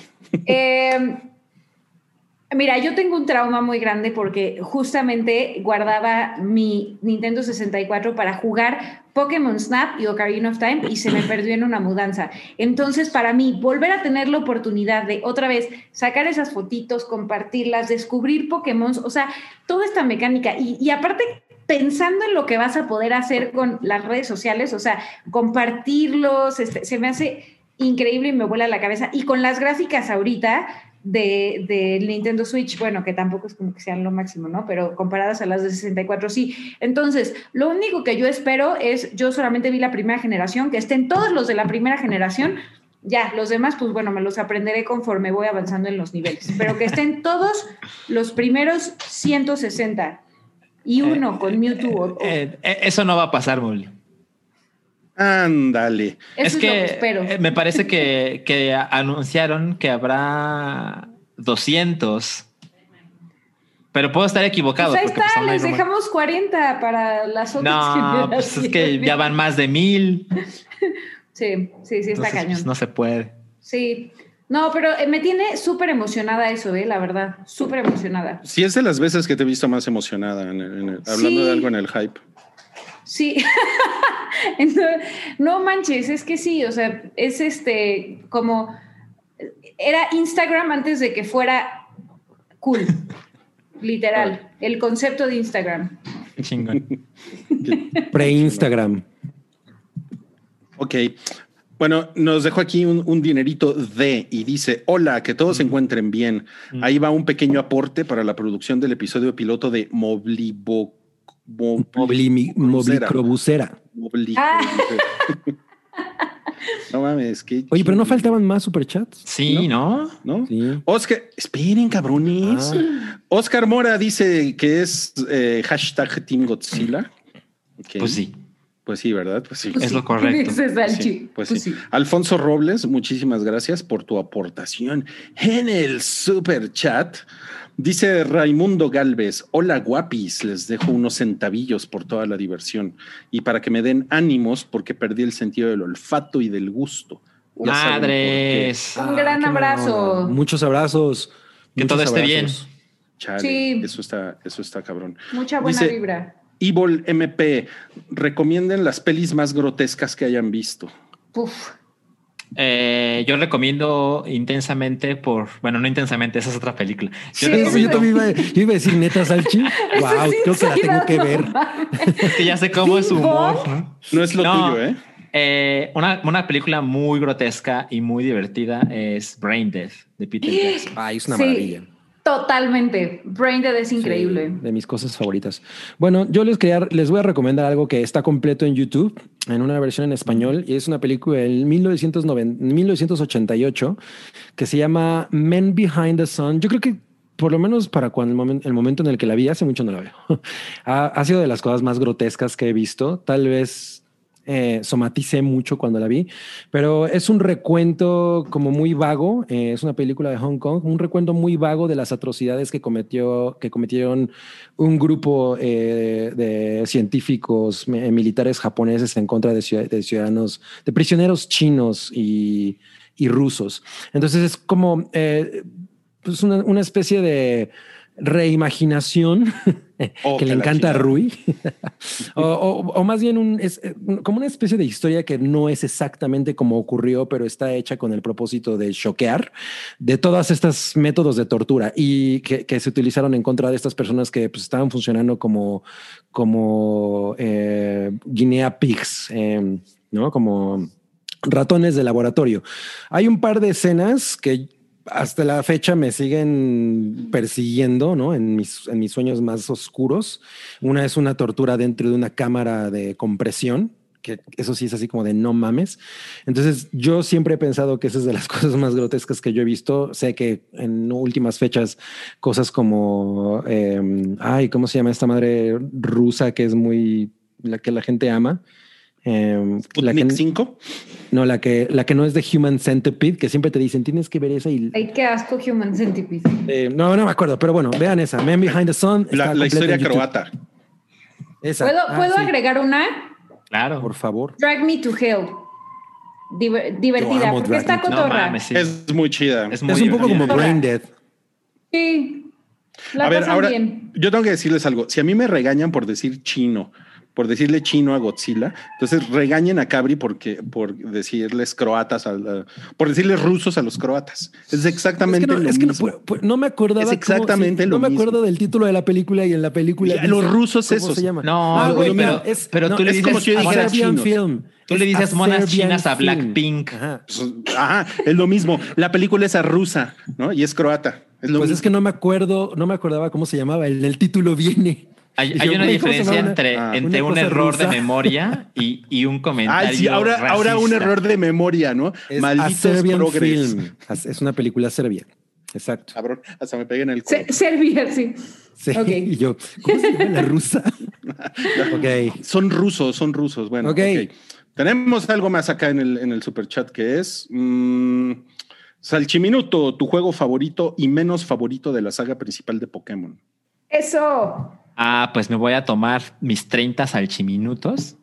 Mira, yo tengo un trauma muy grande porque justamente guardaba mi Nintendo 64 para jugar Pokémon Snap y Ocarina of Time y se me perdió en una mudanza. Entonces, para mí, volver a tener la oportunidad de otra vez sacar esas fotitos, compartirlas, descubrir Pokémon, o sea, toda esta mecánica y aparte pensando en lo que vas a poder hacer con las redes sociales, o sea, compartirlos, se me hace increíble y me vuela la cabeza. Y con las gráficas ahorita de Nintendo Switch, bueno, que tampoco es como que sean lo máximo, ¿no? Pero comparadas a las de 64, sí. Entonces, lo único que yo espero es, yo solamente vi la primera generación, que estén todos los de la primera generación, ya, los demás, pues bueno, me los aprenderé conforme voy avanzando en los niveles, pero que estén todos los primeros 160 y uno con Mewtwo. Eso no va a pasar, Molly. Ándale. Eso es que lo que espero. Me parece que anunciaron que habrá 200. Pero puedo estar equivocado. Pues ahí está, les dejamos 40 para las otras generaciones. Pues es que ya van más de 1000. Sí, está entonces, cañón. Pues no se puede. Sí. No, pero me tiene súper emocionada eso, la verdad. Súper emocionada. Sí, es de las veces que te he visto más emocionada hablando de algo en el hype. Sí. No manches, es que sí, o sea, es como era Instagram antes de que fuera cool, literal, el concepto de Instagram. Chingón. Pre-Instagram. Ok. Bueno, nos dejó aquí un dinerito y dice: hola, que todos se encuentren bien. Ahí va un pequeño aporte para la producción del episodio piloto de Movlicrobusera. No mames, que. Oye, pero no faltaban más superchats. Sí, ¿no? Sí. Oscar, esperen, cabrones. Oscar Mora dice que es hashtag Team Godzilla. Okay. Pues sí. Pues sí, ¿verdad? Pues sí. Es lo correcto. Pues sí. Alfonso Robles, muchísimas gracias por tu aportación en el super chat. Dice Raimundo Galvez, hola guapis, les dejo unos centavillos por toda la diversión y para que me den ánimos porque perdí el sentido del olfato y del gusto. Madres. Un gran abrazo. Muchos abrazos. Que todo esté bien. Chale, sí. Eso está cabrón. Mucha buena vibra. Evil MP, recomienden las pelis más grotescas que hayan visto. Puf. Yo recomiendo intensamente no intensamente, esa es otra película. Yo también iba a decir neta Salchi. Wow, creo que la tengo que ver. Es que ya sé cómo es su humor. No es lo tuyo, ¿eh? Una película muy grotesca y muy divertida es Brain Dead de Peter Jackson. Ay, es una maravilla. Totalmente. Brain Dead es increíble. Sí, de mis cosas favoritas. Bueno, yo les voy a recomendar algo que está completo en YouTube, en una versión en español, y es una película del 1988 que se llama Men Behind the Sun. Yo creo que por lo menos para el momento en el que la vi, hace mucho no la veo. Ha sido de las cosas más grotescas que he visto. Tal vez somaticé mucho cuando la vi, pero es un recuento como muy vago. Es una película de Hong Kong, un recuento muy vago de las atrocidades que cometieron un grupo de científicos militares japoneses en contra de ciudadanos, de prisioneros chinos y rusos. Entonces es como pues una especie de reimaginación que le encanta a Rui o más bien es como una especie de historia que no es exactamente como ocurrió, pero está hecha con el propósito de choquear de todas estas métodos de tortura y que se utilizaron en contra de estas personas que pues, estaban funcionando como guinea pigs, ¿no? Como ratones de laboratorio. Hay un par de escenas que hasta la fecha me siguen persiguiendo, ¿no? En mis sueños más oscuros. Una es una tortura dentro de una cámara de compresión, que eso sí es así como de no mames. Entonces yo siempre he pensado que esa es de las cosas más grotescas que yo he visto. Sé que en últimas fechas cosas como, ¿cómo se llama esta madre rusa que es la que la gente ama? ¿Sputnik 5? No, la que no es de Human Centipede, que siempre te dicen tienes que ver esa y... Ay, qué asco Human Centipede. No me acuerdo, pero bueno, vean esa. Man Behind the Sun. La historia croata. Esa. ¿Puedo agregar una? Claro. Por favor. Drag Me to Hell. Divertida, porque está cotorra. No, sí. Es muy chida. Es un poco como Brain Dead. Sí. A ver, ahora bien. Yo tengo que decirles algo. Si a mí me regañan por decir chino, por decirle chino a Godzilla, entonces regañen a Cabri por decirles croatas, por decirles rusos a los croatas. Es exactamente lo mismo. No me acordaba. Es exactamente lo mismo. No me acuerdo del título de la película y en la película. Los rusos ¿cómo esos. se llama? No, güey, pero tú le dices como si yo dijera chinos. Tú le dices monas chinas a Blackpink. Ajá, es lo mismo. La película es rusa, ¿no? Y es croata. Es lo mismo. Es que no me acordaba cómo se llamaba. En el título viene. Hay una diferencia entre un error rusa de memoria y un comentario. Sí, ahora un error de memoria, ¿no? Malditos progres. Es una película serbia. Exacto. Cabrón, hasta me pegué en el culo. Serbia, sí. Okay. Y yo, ¿cómo se llama la rusa? Okay. Son rusos. Bueno, okay. Tenemos algo más acá en el superchat que es Salchiminuto, tu juego favorito y menos favorito de la saga principal de Pokémon. Eso. Pues me voy a tomar mis 30 salchiminutos.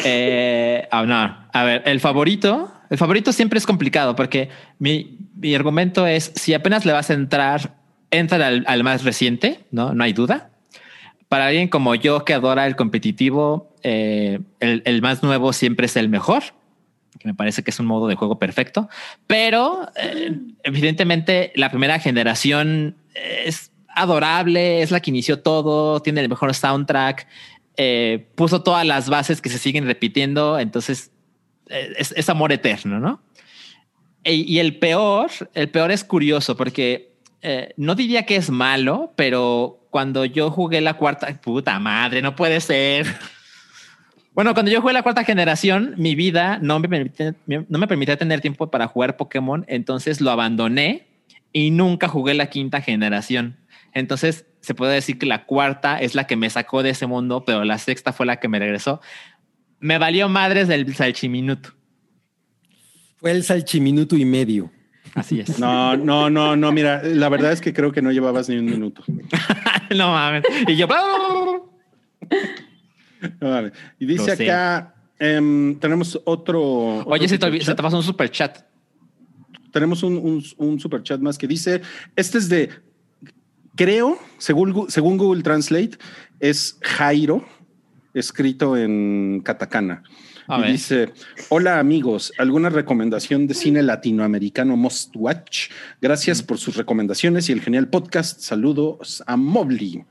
A ver, el favorito siempre es complicado porque mi argumento es si apenas le vas a entra al más reciente, no hay duda. Para alguien como yo que adora el competitivo, el más nuevo siempre es el mejor, que me parece que es un modo de juego perfecto, pero evidentemente la primera generación es adorable, es la que inició todo, tiene el mejor soundtrack, puso todas las bases que se siguen repitiendo, entonces es amor eterno, ¿no? Y el peor es curioso porque no diría que es malo, pero cuando yo jugué la cuarta, puta madre, no puede ser. Bueno, cuando yo jugué la 4ª generación, mi vida no me permitía tener tiempo para jugar Pokémon, entonces lo abandoné y nunca jugué la 5ª generación. Entonces se puede decir que la 4ª es la que me sacó de ese mundo, pero la 6ª fue la que me regresó. Me valió madres del salchiminuto. Fue el salchiminuto y medio. Así es. No, mira, la verdad es que creo que no llevabas ni un minuto. No mames. Y yo... No, vale. Y dice acá, tenemos otro... Oye, se te pasó un super chat. Tenemos un super chat más que dice, este es de, creo, según Google Translate, es Jairo, escrito en katakana. Y dice, hola amigos, ¿alguna recomendación de cine latinoamericano must watch? Gracias por sus recomendaciones y el genial podcast. Saludos a Mobley.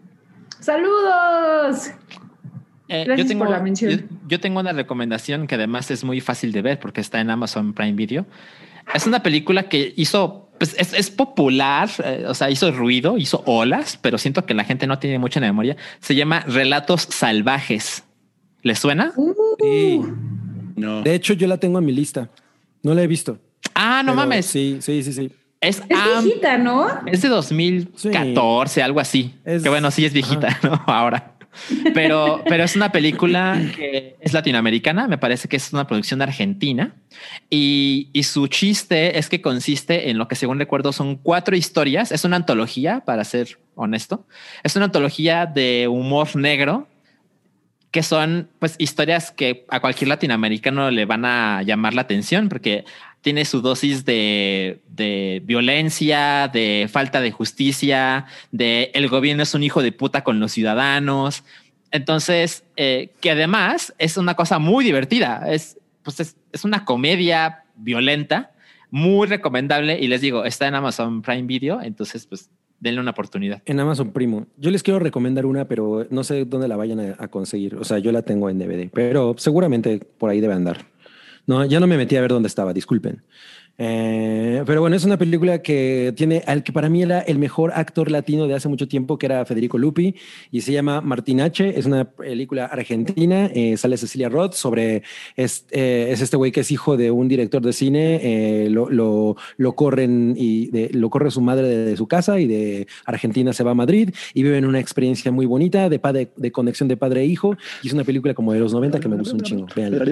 ¡Saludos! Gracias por la mención. Yo tengo una recomendación que además es muy fácil de ver porque está en Amazon Prime Video. Es una película que hizo, pues es popular, o sea, hizo ruido, hizo olas, pero siento que la gente no tiene mucha memoria. Se llama Relatos Salvajes. ¿Les suena? Sí. No. De hecho, yo la tengo en mi lista. No la he visto. Ah, no mames. Sí. Es viejita, ¿no? Es de 2014, algo así. Que bueno, sí es viejita, ¿no? Ahora. Pero es una película que es latinoamericana, me parece que es una producción argentina y su chiste es que consiste en lo que según recuerdo son 4 historias, es una antología, para ser honesto, es una antología de humor negro que son pues historias que a cualquier latinoamericano le van a llamar la atención porque tiene su dosis de violencia, de falta de justicia, de el gobierno es un hijo de puta con los ciudadanos. Entonces, que además es una cosa muy divertida. Es una comedia violenta, muy recomendable. Y les digo, está en Amazon Prime Video. Entonces, pues denle una oportunidad. En Amazon Primo. Yo les quiero recomendar una, pero no sé dónde la vayan a conseguir. O sea, yo la tengo en DVD, pero seguramente por ahí debe andar. No, ya no me metí a ver dónde estaba, disculpen. Pero bueno, es una película que tiene al que para mí era el mejor actor latino de hace mucho tiempo, que era Federico Lupi, y se llama Martín H. Es una película argentina. Sale Cecilia Roth sobre es este güey que es hijo de un director de cine. Lo corren lo corre su madre de su casa y de Argentina se va a Madrid y viven una experiencia muy bonita de conexión de padre e hijo. Y es una película como de los 90 que me gusta un chingo. Véanla.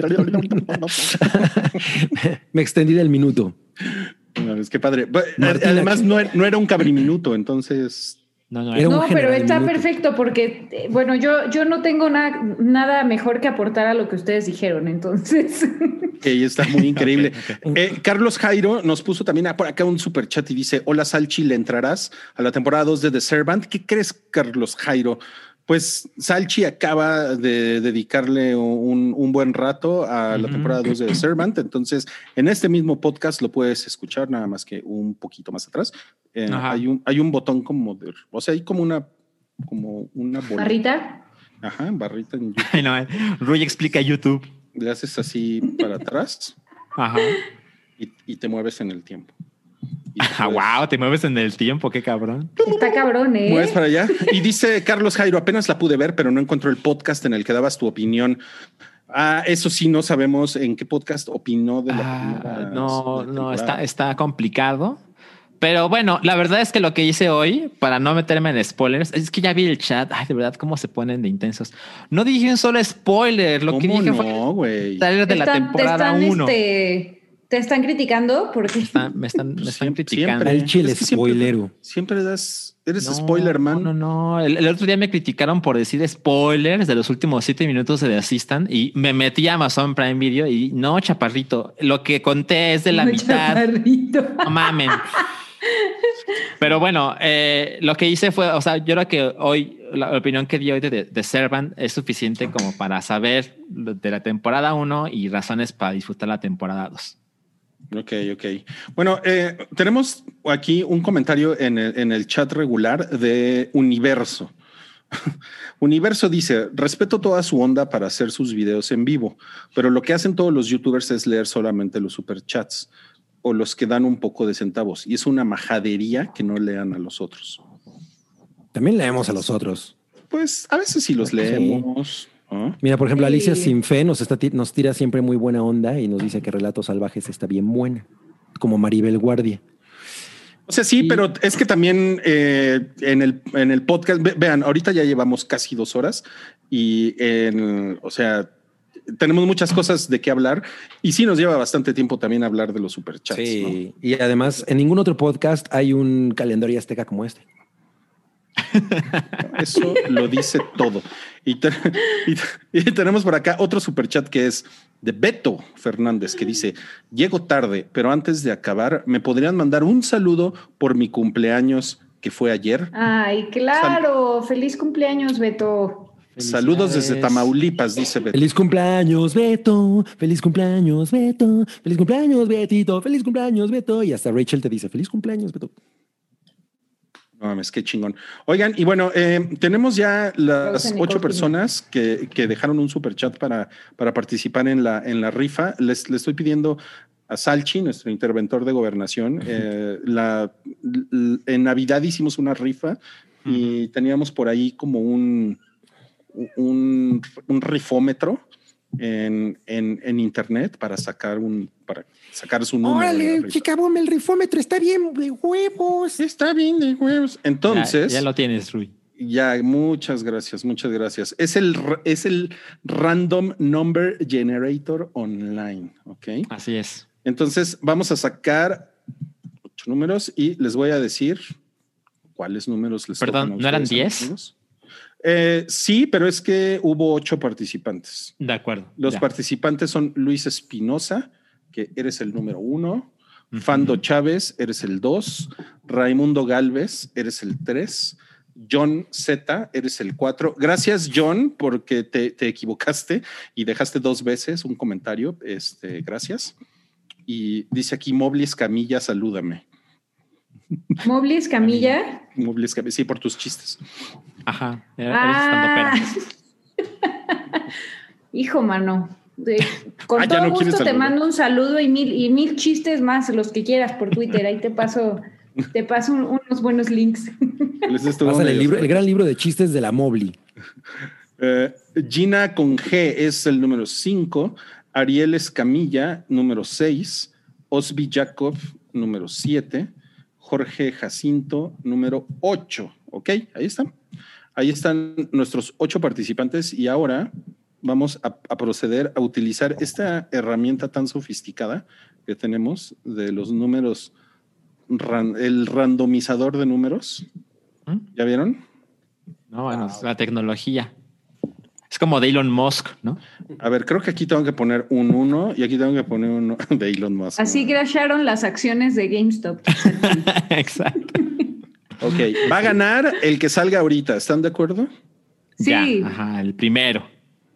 Me extendí del minuto. No, es que padre. Además, no era un cabriminuto, entonces. No, pero está perfecto porque, bueno, yo no tengo nada mejor que aportar a lo que ustedes dijeron, entonces. Está muy increíble. Okay. Carlos Jairo nos puso también por acá un super chat y dice: hola Salchi, ¿le entrarás a la temporada 2 de The Servant? ¿Qué crees, Carlos Jairo? Pues Salchi acaba de dedicarle un buen rato a la temporada 2 de The Servant. Entonces, en este mismo podcast lo puedes escuchar, nada más que un poquito más atrás. Hay un botón como o sea, hay como una barrita. Ajá, barrita en YouTube. Ay, no, Rui explica YouTube. Le haces así para atrás. Ajá. Y te mueves en el tiempo. Wow, te mueves en el tiempo, qué cabrón. Está cabrón, Mueves para allá. Y dice Carlos Jairo, apenas la pude ver, pero no encontró el podcast en el que dabas tu opinión. Eso sí, no sabemos en qué podcast opinó de la primera. Está complicado. Pero bueno, la verdad es que lo que hice hoy, para no meterme en spoilers, es que ya vi el chat. Ay, de verdad, cómo se ponen de intensos. No dije un solo spoiler. Lo que dije fue salir de la temporada 1. ¿Te están criticando? Porque me están criticando. El chile spoilero. Siempre eres spoiler man. No. El otro día me criticaron por decir spoilers de los últimos 7 minutos de The Assistant y me metí a Amazon Prime Video y no, chaparrito. Lo que conté es de la mitad. Chaparrito. No mamen. Pero bueno, lo que hice fue, o sea, yo creo que hoy la opinión que di hoy de The Servant es suficiente como para saber de la temporada 1 y razones para disfrutar la temporada 2. Ok. Bueno, tenemos aquí un comentario en el chat regular de Universo. Universo dice: respeto toda su onda para hacer sus videos en vivo, pero lo que hacen todos los youtubers es leer solamente los superchats o los que dan un poco de centavos, y es una majadería que no lean a los otros. También leemos a los otros. Pues a veces sí los leemos. Mira, por ejemplo, Alicia Sinfe nos tira siempre muy buena onda y nos dice que Relatos Salvajes está bien buena, como Maribel Guardia. O sea, sí, pero es que también en el podcast, vean, ahorita ya llevamos casi 2 horas y o sea, tenemos muchas cosas de qué hablar y sí nos lleva bastante tiempo también hablar de los superchats. Sí, ¿no? Y además en ningún otro podcast hay un calendario azteca como este. Eso lo dice todo. Y tenemos por acá otro superchat que es de Beto Fernández, que dice: llego tarde, pero antes de acabar, ¿me podrían mandar un saludo por mi cumpleaños que fue ayer? Ay, claro. Feliz cumpleaños, Beto. Saludos desde Tamaulipas, dice Beto. Feliz cumpleaños, Beto. Feliz cumpleaños, Beto. Feliz cumpleaños, Betito. Feliz cumpleaños, Beto. Y hasta Rachel te dice: feliz cumpleaños, Beto. No mames, qué chingón. Oigan, y bueno, tenemos ya las 8 personas que dejaron un superchat para participar en la rifa. Le estoy pidiendo a Salchi, nuestro interventor de gobernación. En Navidad hicimos una rifa y teníamos por ahí como un rifómetro en internet para sacar su número. ¡Órale, Chicabum, el rifómetro está bien de huevos! Está bien de huevos. Entonces... Ya lo tienes, Rui. Ya, muchas gracias, muchas gracias. Es el Random Number Generator Online, ¿ok? Así es. Entonces, vamos a sacar 8 números y les voy a decir cuáles números les tocan. Perdón, ¿no eran 10? Sí, pero es que hubo 8 participantes. De acuerdo. Los participantes son Luis Espinosa, que eres el número 1, Fando Chávez, eres el 2, Raimundo Galvez, eres el 3, John Z, eres el 4. Gracias, John, porque te equivocaste y dejaste 2 veces un comentario. Gracias. Y dice aquí Mobley Escamilla, salúdame. ¿Mobley Escamilla? Mobley Escamilla, sí, por tus chistes. Ajá, eres Hijo, mano. Con todo gusto te mando un saludo y mil chistes más, los que quieras por Twitter. Ahí te paso unos buenos links. Pásale el gran libro de chistes de la Mobley. Gina con G es el número 5, Ariel Escamilla, número 6, Osby Jacob, número 7, Jorge Jacinto, número 8. Ok, ahí están. Ahí están nuestros 8 participantes y ahora vamos a proceder a utilizar esta herramienta tan sofisticada que tenemos de los números, el randomizador de números. ¿Ya vieron? No, bueno, es la tecnología. Es como de Elon Musk, ¿no? A ver, creo que aquí tengo que poner un 1 y aquí tengo que poner uno de Elon Musk. Así crasharon las acciones de GameStop. Exacto. Ok, va a ganar el que salga ahorita. ¿Están de acuerdo? Sí. Ya, ajá, el primero.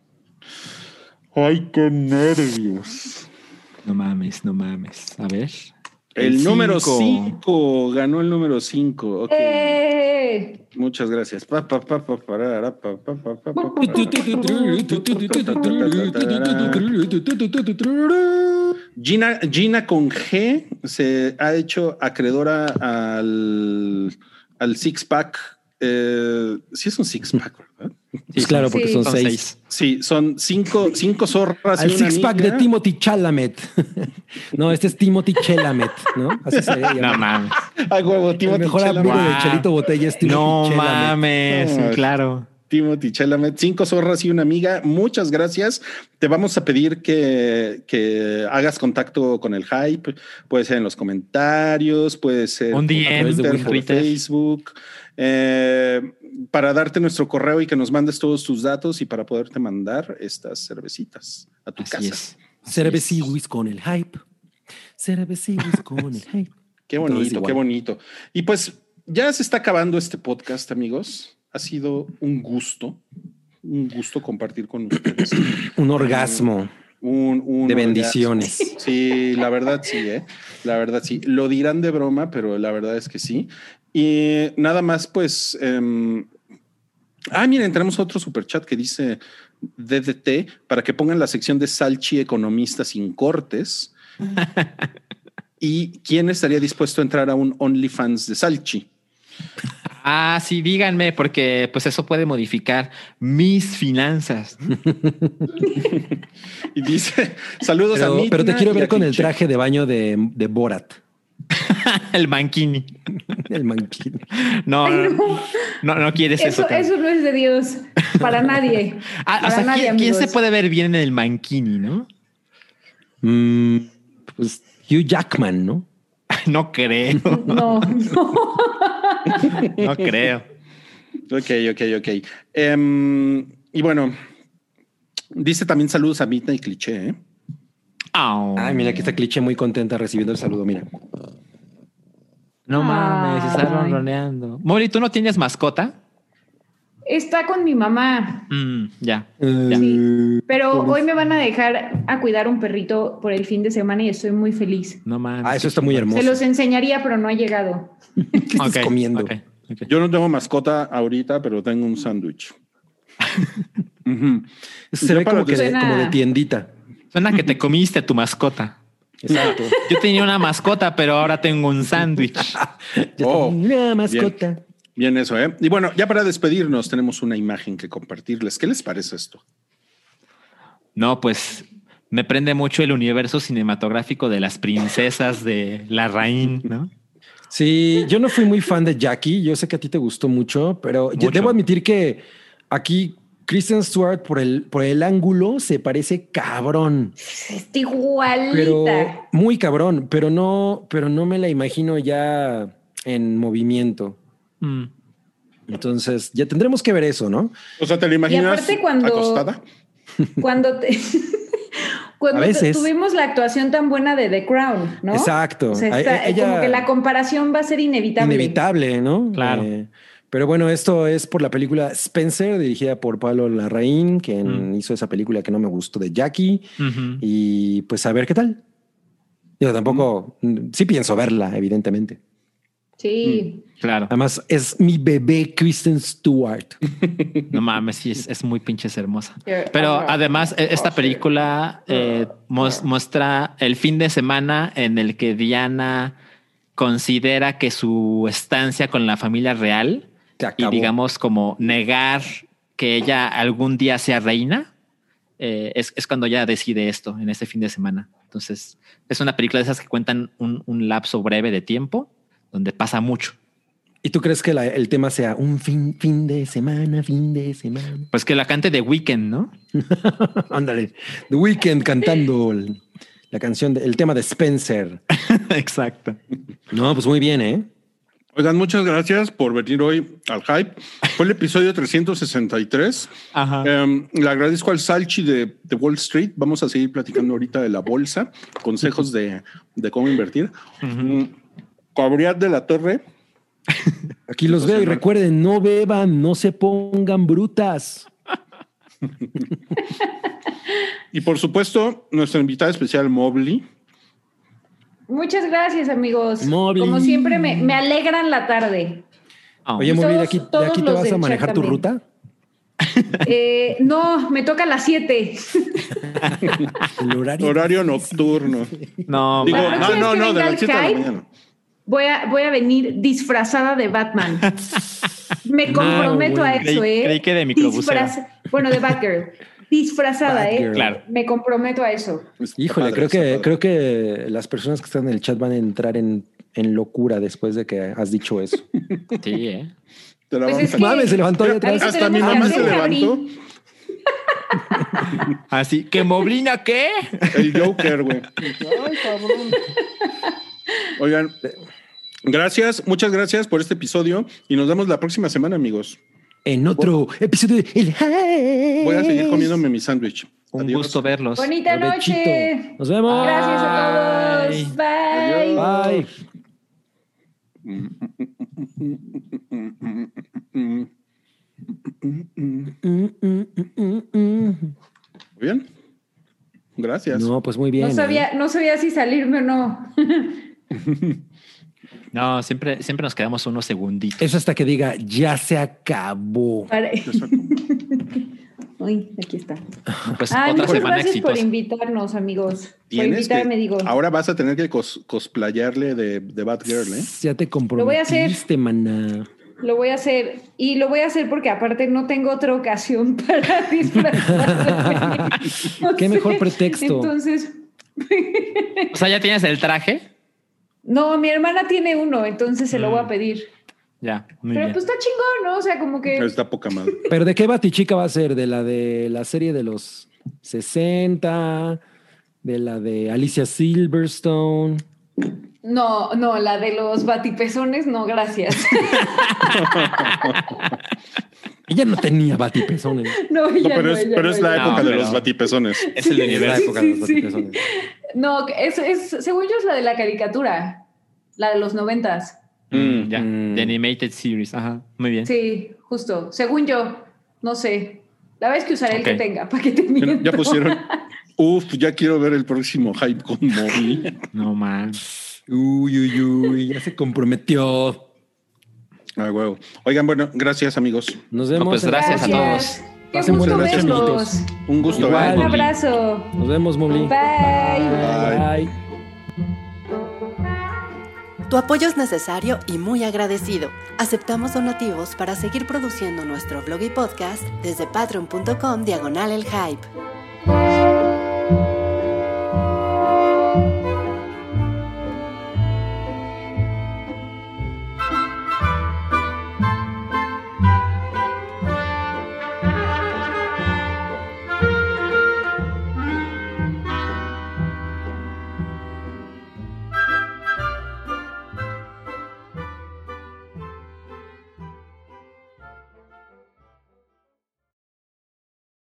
Ay, qué nervios. No mames. A ver. El número 5. Ganó el número 5. Okay. Muchas gracias. Gina con G se ha hecho acreedora al Six Pack. Sí es un Six Pack, ¿verdad? Sí, claro, porque son 6. Sí, son 5 zorras. Al Six Pack de Timothy Chalamet. No, este es Timothy Chalamet, ¿no? Así sería. No mames. Ay, huevo, Timothy El mejor Chalamet. amigo de Chelito Botella es Timothy Chalamet. No mames, No, claro. Timothy Chalamet, 5 zorras y una amiga. Muchas gracias. Te vamos a pedir que hagas contacto con el Hype. Puede ser en los comentarios, puede ser un DM, por Facebook. Para darte nuestro correo y que nos mandes todos tus datos y para poderte mandar estas cervecitas a tu casa. Cerveciwis con el Hype. Cerveciwis con el Hype. Qué bonito, qué bonito. Y pues ya se está acabando este podcast, amigos. Ha sido un gusto compartir con ustedes. Un orgasmo. Un de bendiciones. Orgasmo. Sí, la verdad sí, la verdad sí. Lo dirán de broma, pero la verdad es que sí. Y nada más, pues. Miren, tenemos otro superchat que dice DDT para que pongan la sección de Salchi Economista sin cortes. ¿Y quién estaría dispuesto a entrar a un OnlyFans de Salchi? Ah, sí, díganme, porque pues eso puede modificar mis finanzas. Y dice, saludos a mí. Pero te quiero ver con el traje de baño de Borat. El mankini. El mankini. No quieres eso. Eso no es de Dios. Para nadie. ¿Quién se puede ver bien en el mankini, no? Pues Hugh Jackman, ¿no? No creo. No. No creo. Ok. Y bueno, dice también saludos a Mitna y Cliché, ¿eh? Oh. Ay, mira, aquí está Cliché muy contenta recibiendo el saludo, mira. No mames, se está ronroneando. Mori, ¿tú no tienes mascota? Está con mi mamá. Ya. Sí. Pero hoy me van a dejar a cuidar un perrito por el fin de semana y estoy muy feliz. No mames. Eso está muy hermoso. Se los enseñaría, pero no ha llegado. ¿Qué estás comiendo? Okay. Yo no tengo mascota ahorita, pero tengo un sándwich. Se ve como de tiendita. Suena que te comiste tu mascota. Exacto. Yo tenía una mascota, pero ahora tengo un sándwich. Una mascota. Bien eso, ¿eh? Y bueno, ya para despedirnos tenemos una imagen que compartirles. ¿Qué les parece esto? No, pues me prende mucho el universo cinematográfico de las princesas de la Rain, ¿no? Sí, yo no fui muy fan de Jackie. Yo sé que a ti te gustó mucho, pero debo admitir que aquí Kristen Stewart por el ángulo se parece cabrón. Está igualita. Pero muy cabrón, pero no me la imagino ya en movimiento. Entonces ya tendremos que ver eso, ¿no? O sea, ¿te lo imaginas acostada? Cuando tuvimos la actuación tan buena de The Crown, ¿no? Exacto. O sea, como que la comparación va a ser inevitable. Inevitable, ¿no? Claro. Pero bueno, esto es por la película Spencer, dirigida por Pablo Larraín, quien hizo esa película que no me gustó de Jackie. Y pues a ver qué tal. Yo tampoco, sí pienso verla, evidentemente. Sí. Claro. Además, es mi bebé Kristen Stewart. No mames, sí, es muy pinches hermosa. Pero además, esta película muestra el fin de semana en el que Diana considera que su estancia con la familia real y digamos como negar que ella algún día sea reina, es cuando ella decide esto en este fin de semana. Entonces, es una película de esas que cuentan un lapso breve de tiempo donde pasa mucho. ¿Y tú crees que el tema sea un fin de semana? Pues que la cante The Weeknd, ¿no? Ándale, The Weeknd cantando la canción, el tema de Spencer. Exacto. No, pues muy bien, ¿eh? Oigan, muchas gracias por venir hoy al Hype. Fue el episodio 363. Ajá. Le agradezco al Salchi de Wall Street. Vamos a seguir platicando ahorita de la bolsa, consejos de cómo invertir. Cabriat de la Torre. Aquí los veo y recuerden, no beban, no se pongan brutas. Y por supuesto, nuestra invitada especial, Mobley. Muchas gracias, amigos. Mobley. Como siempre, me alegran la tarde. Oye, Mobley, ¿de aquí te vas a manejar tu ruta? No, me toca a las 7. El horario nocturno. No, digo, no, de las 7 de la mañana. Voy a venir disfrazada de Batman. Me comprometo a eso, Creí que de microbusero. Bueno, de Batgirl. Disfrazada, Batgirl. Claro. Me comprometo a eso. Híjole, creo que las personas que están en el chat van a entrar en locura después de que has dicho eso. Sí, Mames, se levantó ahí atrás. Hasta mi mamá se levantó. Así que Moblina, ¿qué? El Joker, güey. Ay, cabrón. Oigan, muchas gracias por este episodio y nos vemos la próxima semana, amigos. En otro episodio de El Hype. Voy a seguir comiéndome mi sándwich. Un gusto verlos. Bonita noche. Nos vemos. Gracias a todos. Bye. Muy bien. Gracias. No, pues muy bien. No sabía si salirme o no. No, siempre nos quedamos unos segunditos. Es hasta que diga, ya se acabó. Uy, aquí está. Pues otra muchas semana gracias exitosa. Por invitarnos, amigos. Por invitarme, digo. Ahora vas a tener que cosplayarle de Batgirl, ¿eh? Ya te comprometiste, Lo voy a hacer. Maná. Lo voy a hacer. Y lo voy a hacer porque aparte no tengo otra ocasión para disfrazarme. Qué mejor pretexto. Entonces... O sea, ¿ya tienes el traje? No, mi hermana tiene uno, entonces se lo voy a pedir. Ya, muy Pero bien. pues está chingón, ¿no? O sea, como que... Está poca madre. ¿Pero de qué Batichica va a ser? ¿De la serie de los 60? ¿De la de Alicia Silverstone? No, la de los batipezones, no, gracias. Ella no tenía batipezones. Pero es la época de los batipezones. Es el universo. de los batipezones. No, según yo es la de la caricatura, la de los 90s. Ya, The Animated Series. Ajá, muy bien. Sí, justo. Según yo, no sé. La vez que usaré el que tenga, para que te miento. Ya pusieron. Ya quiero ver el próximo hype con Mowgli. No, man. Uy, ya se comprometió. Huevo. Oigan, bueno, gracias, amigos. Nos vemos. Pues gracias a todos. Qué gusto verlos. Un gusto. Igual. Un abrazo. Nos vemos, Mowgli. Bye. Tu apoyo es necesario y muy agradecido. Aceptamos donativos para seguir produciendo nuestro blog y podcast desde patreon.com/elhype.